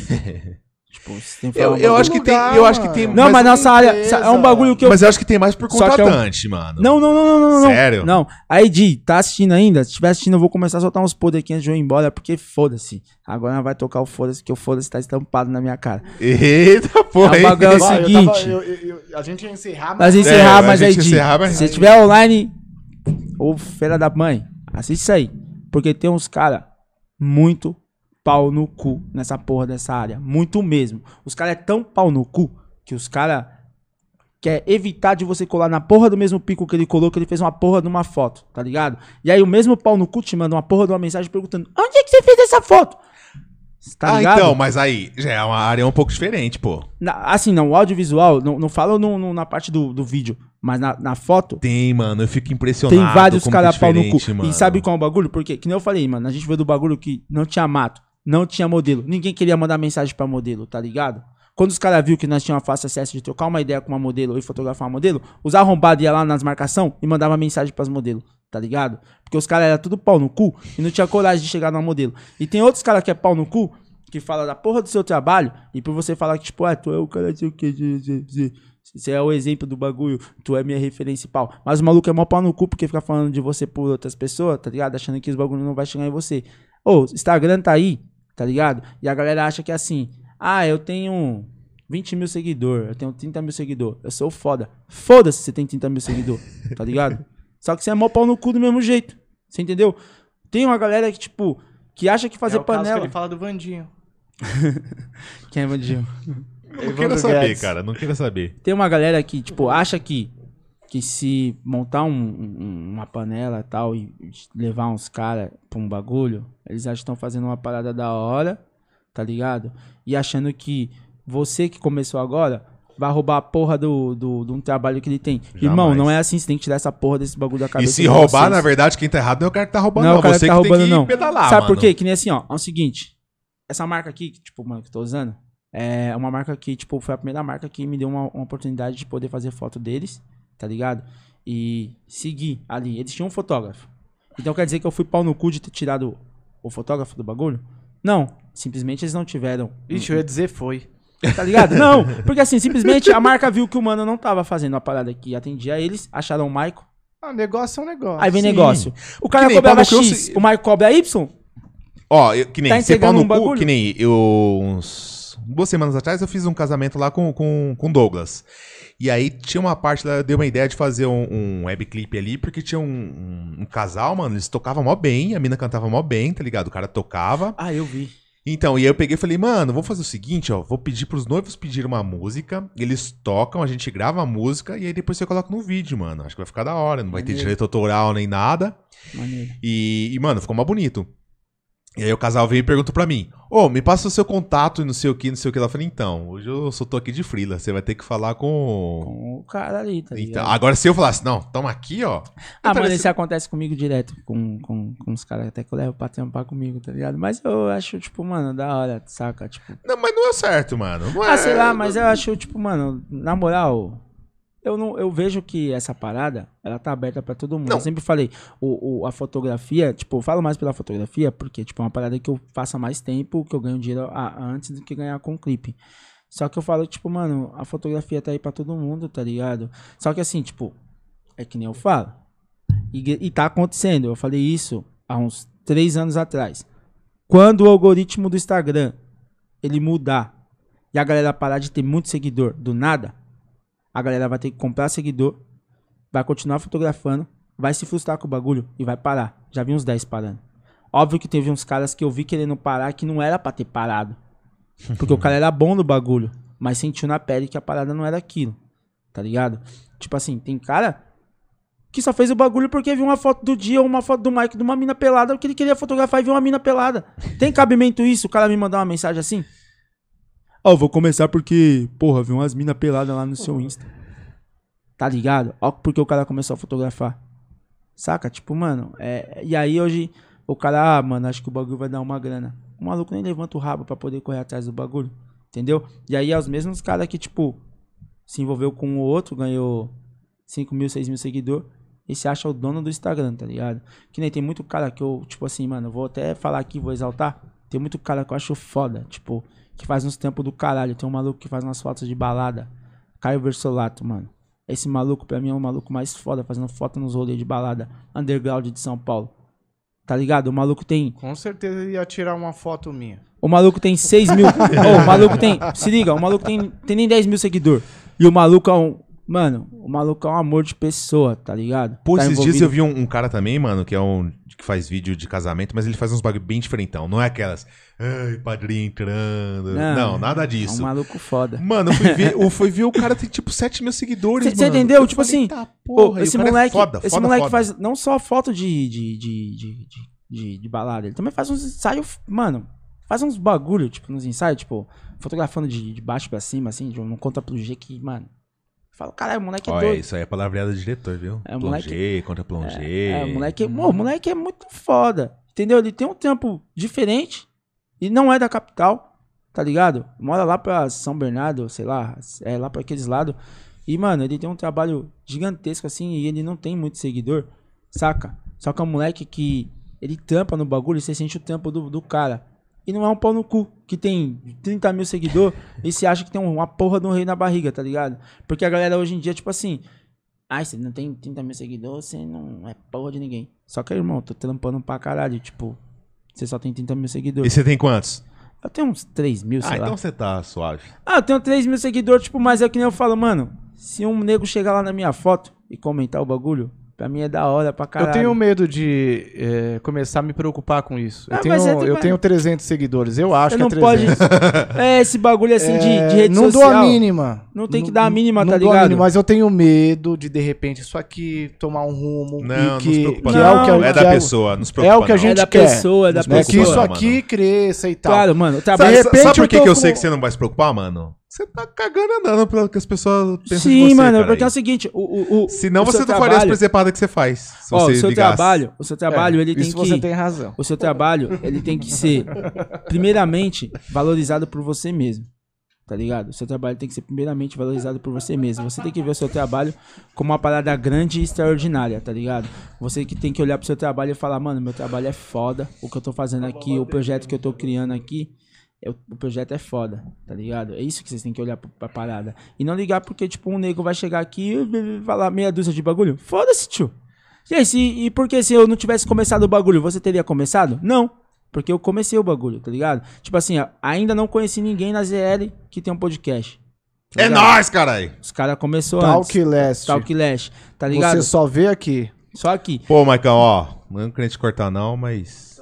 Tipo, você tem que falar Eu uma acho que tem. lugar, Eu acho que tem. mano. Não, mas nossa área empresa. é um bagulho que eu. Mas eu acho que tem mais por Só que é um- contratante, mano. Não. Sério? Não. Aí, Di, tá assistindo ainda? Se estiver assistindo, eu vou começar a soltar uns podres aqui antes de eu ir embora, porque foda-se. Agora nós vai tocar o foda-se, que o foda-se tá estampado na minha cara. Eita, porra. É um bagulho- É o Vai, seguinte. a gente ia encerrar, Mas mas encerrar, a mas aí, gente Di, encerrar, mas- se você estiver online, ô feira da mãe, assiste isso aí. Porque tem uns caras muito pau no cu nessa porra dessa área. Muito mesmo. Os caras é tão pau no cu que os caras quer evitar de você colar na porra do mesmo pico que ele colou, que ele fez uma porra de uma foto, tá ligado? E aí o mesmo pau no cu te manda uma porra de uma mensagem perguntando: onde é que você fez essa foto? Tá ligado? Então, mas aí, já é uma área um pouco diferente, pô. Assim, não, o audiovisual, não falo na parte do vídeo, mas na foto, Tem, mano, eu fico impressionado. tem vários como caras que é pau no cu. diferente, mano. E sabe qual é o bagulho? Porque, que nem eu falei, mano, a gente veio do bagulho que não tinha mato, não tinha modelo. Ninguém queria mandar mensagem pra modelo, tá ligado? Quando os caras viram que nós tínhamos fácil acesso de trocar uma ideia com uma modelo e fotografar uma modelo, os arrombados iam lá nas marcação e mandava mensagem pras modelos, tá ligado? Porque os caras eram tudo pau no cu e não tinha coragem de chegar na modelo. E tem outros caras que é pau no cu, que fala da porra do seu trabalho, e por você falar que, tipo, tu é o cara de o quê? Você é o exemplo do bagulho, tu é minha referência pau. Mas o maluco é mó pau no cu porque fica falando de você por outras pessoas, tá ligado? Achando que os bagulhos não vai chegar em você. Ô, Instagram tá aí, tá ligado? E a galera acha que é assim, eu tenho 20 mil seguidores, eu tenho 30 mil seguidores, eu sou foda. Foda-se se você tem 30 mil seguidores, tá ligado? Só que você é mó pau no cu do mesmo jeito, você entendeu? Tem uma galera que, tipo, que acha que fazer é o caso panela... que ele fala do Vandinho. Quem é Vandinho? Não quero saber, cara, não quero saber. Tem uma galera que, tipo, acha que se montar uma panela e tal e levar uns caras pra um bagulho, eles acham que estão fazendo uma parada da hora, tá ligado? E achando que você que começou agora vai roubar a porra de um trabalho que ele tem. Jamais. Irmão, não é assim, você tem que tirar essa porra desse bagulho da E cabeça. se de roubar, vocês. na verdade, quem tá errado não é o cara que tá roubando, Não é não. o cara Você que tá que tem roubando, que não. pedalar, Sabe mano. por quê? Que nem assim, ó. É o seguinte. Essa marca aqui, tipo, mano, que eu tô usando, é uma marca que, tipo, foi a primeira marca que me deu uma oportunidade de poder fazer foto deles, tá ligado? E seguir ali. Eles tinham um fotógrafo. Então quer dizer que eu fui pau no cu de ter tirado o fotógrafo do bagulho? Não. Simplesmente eles não tiveram. Ixi, eu ia dizer foi. Tá ligado? Não. Porque assim, simplesmente a marca viu que o mano não tava fazendo a parada que atendia eles, acharam o Maico. Negócio é um negócio. Aí vem Sim. negócio. O cara nem cobrava pau no cu, X, o Maico cobra Y. Ó, que nem Tá você pau entregando no um cu, bagulho? que nem eu, uns 2 semanas atrás eu fiz um casamento lá com Douglas. E aí tinha uma parte lá, eu dei uma ideia de fazer um webclip ali, porque tinha um casal, mano, eles tocavam mó bem, a mina cantava mó bem, tá ligado? O cara tocava. Ah, eu vi. Então, e aí eu peguei e falei, mano, vamos fazer o seguinte, ó, vou pedir pros noivos pedir uma música, eles tocam, a gente grava a música, e aí depois você coloca no vídeo, mano. Acho que vai ficar da hora, não vai ter Maneiro. direito autoral nem nada. Maneiro. E, mano, ficou mais bonito. E aí o casal veio e perguntou pra mim, me passa o seu contato e não sei o que. Ela falei, então, hoje eu só tô aqui de freela, você vai ter que falar com... Com o cara ali, tá ligado? Então, agora se eu falasse, não, toma aqui, ó. Mano, isso acontece comigo direto, com os caras até que eu levo pra trampar comigo, tá ligado? Mas eu acho, tipo, mano, da hora, saca? Tipo... Não, mas não é certo, mano. Não é... sei lá, mas eu acho, tipo, mano, na moral... Eu vejo que essa parada, ela tá aberta pra todo mundo. Não. Eu sempre falei, a fotografia, tipo, eu falo mais pela fotografia, porque, tipo, é uma parada que eu faço há mais tempo, que eu ganho dinheiro antes do que ganhar com clipe. Só que eu falo, tipo, mano, a fotografia tá aí pra todo mundo, tá ligado? Só que assim, tipo, é que nem eu falo. E tá acontecendo, eu falei isso há uns 3 anos atrás. Quando o algoritmo do Instagram, ele mudar, e a galera parar de ter muito seguidor do nada, a galera vai ter que comprar seguidor, vai continuar fotografando, vai se frustrar com o bagulho e vai parar. Já vi uns 10 parando. Óbvio que teve uns caras que eu vi querendo parar que não era pra ter parado. Porque o cara era bom no bagulho, mas sentiu na pele que a parada não era aquilo. Tá ligado? Tipo assim, tem cara que só fez o bagulho porque viu uma foto do dia ou uma foto do Mike de uma mina pelada, que ele queria fotografar e viu uma mina pelada. Tem cabimento isso? O cara me mandar uma mensagem assim? Ó, vou começar porque, porra, vi umas minas peladas lá no seu Insta. Tá ligado? Ó, porque o cara começou a fotografar. Saca? Tipo, mano, e aí hoje o cara, mano, acho que o bagulho vai dar uma grana. O maluco nem levanta o rabo pra poder correr atrás do bagulho. Entendeu? E aí é os mesmos caras que, tipo, se envolveu com o outro, ganhou 5 mil, 6 mil seguidores, e se acha o dono do Instagram, tá ligado? Que nem tem muito cara que eu, tipo assim, mano, vou até falar aqui, vou exaltar. Tem muito cara que eu acho foda, tipo, que faz uns tempos do caralho. Tem um maluco que faz umas fotos de balada. Caio Versolato, mano. Esse maluco, pra mim, é o maluco mais foda, fazendo foto nos rolês de balada underground de São Paulo. Tá ligado? O maluco tem... Com certeza ele ia tirar uma foto minha. O maluco tem 6 mil... o maluco tem... Se liga, o maluco tem nem 10 mil seguidores. E o maluco é um... Mano, o maluco é um amor de pessoa, tá ligado? Pô, tá esses envolvido. dias eu vi um cara também, mano, que é que faz vídeo de casamento, mas ele faz uns bagulho bem diferentão. Não é aquelas, ai, padrinho entrando. Não, nada É disso. um maluco foda. Mano, eu fui ver o cara tem tipo 7 mil seguidores, mano. Você entendeu? Eu Tipo falei, assim, tá, porra, esse e o cara moleque, é foda, esse foda, moleque foda. faz não só foto de balada, ele também faz uns ensaios, mano, faz uns bagulho, tipo, nos ensaios, tipo, fotografando de baixo pra cima, assim, de um conta pro G que, mano, fala, caralho, o moleque é Olha, doido. isso aí é palavreada do diretor, viu? É, o Plongé, contra plongé. O moleque é muito foda, entendeu? Ele tem um tempo diferente e não é da capital, tá ligado? Mora lá pra São Bernardo, sei lá, lá pra aqueles lados. E, mano, ele tem um trabalho gigantesco, assim, e ele não tem muito seguidor, saca? Só que é um moleque que ele tampa no bagulho e você sente o tempo do cara. E não é um pau no cu, que tem 30 mil seguidores e se acha que tem uma porra de um rei na barriga, tá ligado? Porque a galera hoje em dia, tipo assim, você não tem 30 mil seguidores, você não é porra de ninguém. Só que, irmão, tô trampando pra caralho, tipo, você só tem 30 mil E seguidores. você tem quantos? Eu tenho uns 3 mil, sei lá. Então você tá suave. Eu tenho 3 mil seguidores, tipo, mas é que nem eu falo, mano, se um nego chegar lá na minha foto e comentar o bagulho, pra mim é da hora pra caralho. Eu tenho medo de começar a me preocupar com isso. mas Eu tenho 300 seguidores. Eu acho que é não 300. pode. Esse bagulho assim de rede não social. dou a mínima. Não tem que dar a mínima, não tá dou a ligado? mínima, mas eu tenho medo de repente, isso aqui tomar um rumo. Não, e não se preocupa. que não. é o que É da pessoa, não se preocupa. É o que a não. gente É da quer. pessoa, é da Não se preocupa, Que pessoa. isso não, aqui cresça e tal. Claro, mano. Sabe, De repente sabe por que eu tô eu sei com- que você não vai se preocupar, mano? Você tá cagando andando pelo que as pessoas pensam Sim, de você, mano, cara, porque é o aí. seguinte, Senão o você seu não faria as trabalho- presepadas que você faz. Se Ó, você o seu ligasse. trabalho, ele tem Isso que... você tem razão. O seu trabalho, ele tem que ser, primeiramente, valorizado por você mesmo. Tá ligado? O seu trabalho tem que ser primeiramente valorizado por você mesmo. Você tem que ver o seu trabalho como uma parada grande e extraordinária, tá ligado? Você que tem que olhar pro seu trabalho e falar, mano, meu trabalho é foda. O que eu tô fazendo aqui, o projeto que eu tô criando aqui, o projeto é foda, tá ligado? É isso que vocês têm que olhar pra parada. E não ligar porque, tipo, um nego vai chegar aqui e falar meia dúzia de bagulho. Foda-se, tio. E aí, e por que se eu não tivesse começado o bagulho, você teria começado? Não. Porque eu comecei o bagulho, tá ligado? Tipo assim, ainda não conheci ninguém na ZL que tem um podcast. Tá É ligado? nóis, caralho. Os caras começou antes. Talklast. Talklast, tá ligado? Você só vê aqui. Só aqui. Pô, Maicon, ó, não queria te cortar não, mas...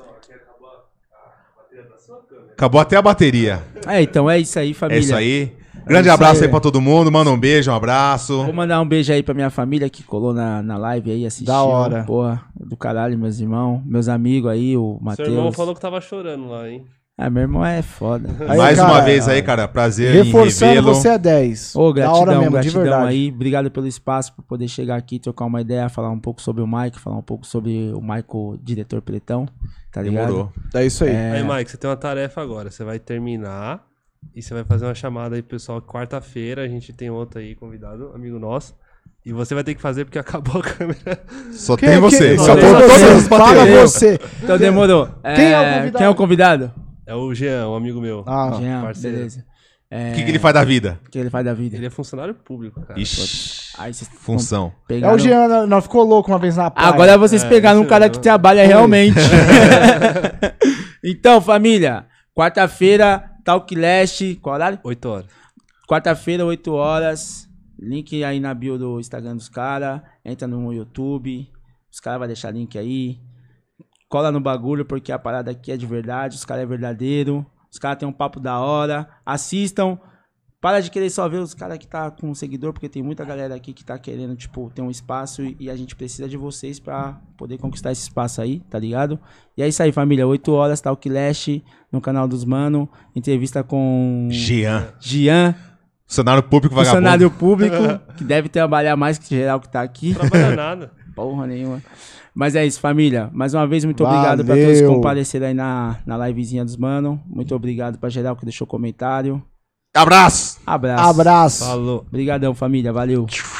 Acabou até a bateria. Então é isso aí, família. É isso aí. Grande isso abraço aí aí. pra todo mundo. Manda um beijo, um abraço. Vou mandar um beijo aí pra minha família que colou na live aí, assistiu. Da hora. Porra, do caralho, meus irmãos, meus amigos aí, o Seu irmão Matheus. falou que tava chorando lá, hein? Meu irmão é foda. Aí, Mais cara, uma vez aí, cara. Prazer em Reforçando, revê-lo. você é 10. Ô, da hora gratidão, mesmo, de gratidão verdade. aí. Obrigado pelo espaço, por poder chegar aqui, trocar uma ideia, falar um pouco sobre o Mike, falar um pouco sobre o Michael, diretor Pretão, tá ligado? Demorou. É isso aí. Aí, Mike, você tem uma tarefa agora. Você vai terminar e você vai fazer uma chamada aí, pessoal. Quarta-feira a gente tem outro aí convidado, amigo nosso. E você vai ter que fazer porque acabou a câmera. Só tem você. Só Só tem tem você. você. Para você. Então demorou. Quem é o convidado? Quem é o convidado? É o Jean, um amigo meu. Ah, Jean, parceiro. beleza. O que ele faz da vida? O que ele faz da vida? Ele é funcionário público, cara. Ixi, Aí vocês função. é pegaram... o Jean, não ficou louco uma vez na praia. Agora vocês pegaram um isso cara é- que trabalha realmente. Então, família, quarta-feira, Talklast, qual horário? 8 horas. Quarta-feira, 8 horas. Link aí na bio do Instagram dos caras. Entra no YouTube. Os caras vão deixar link aí. Cola no bagulho, porque a parada aqui é de verdade. Os caras é verdadeiro. Os caras têm um papo da hora. Assistam. Para de querer só ver os caras que tá com seguidor, porque tem muita galera aqui que tá querendo, tipo, ter um espaço e a gente precisa de vocês pra poder conquistar esse espaço aí, tá ligado? E é isso aí, família. 8 horas, Talklast, no canal dos Mano. Entrevista com Jean. Gian, Funcionário público vagabundo. funcionário público, que deve trabalhar mais que geral que tá aqui. Não trabalha nada. Porra nenhuma. Mas é isso, família. Mais uma vez, muito Valeu. obrigado pra todos que compareceram aí na livezinha dos Mano. Muito obrigado pra geral que deixou comentário. Abraço. Abraço. Abraço. Falou. Obrigadão, família. Valeu.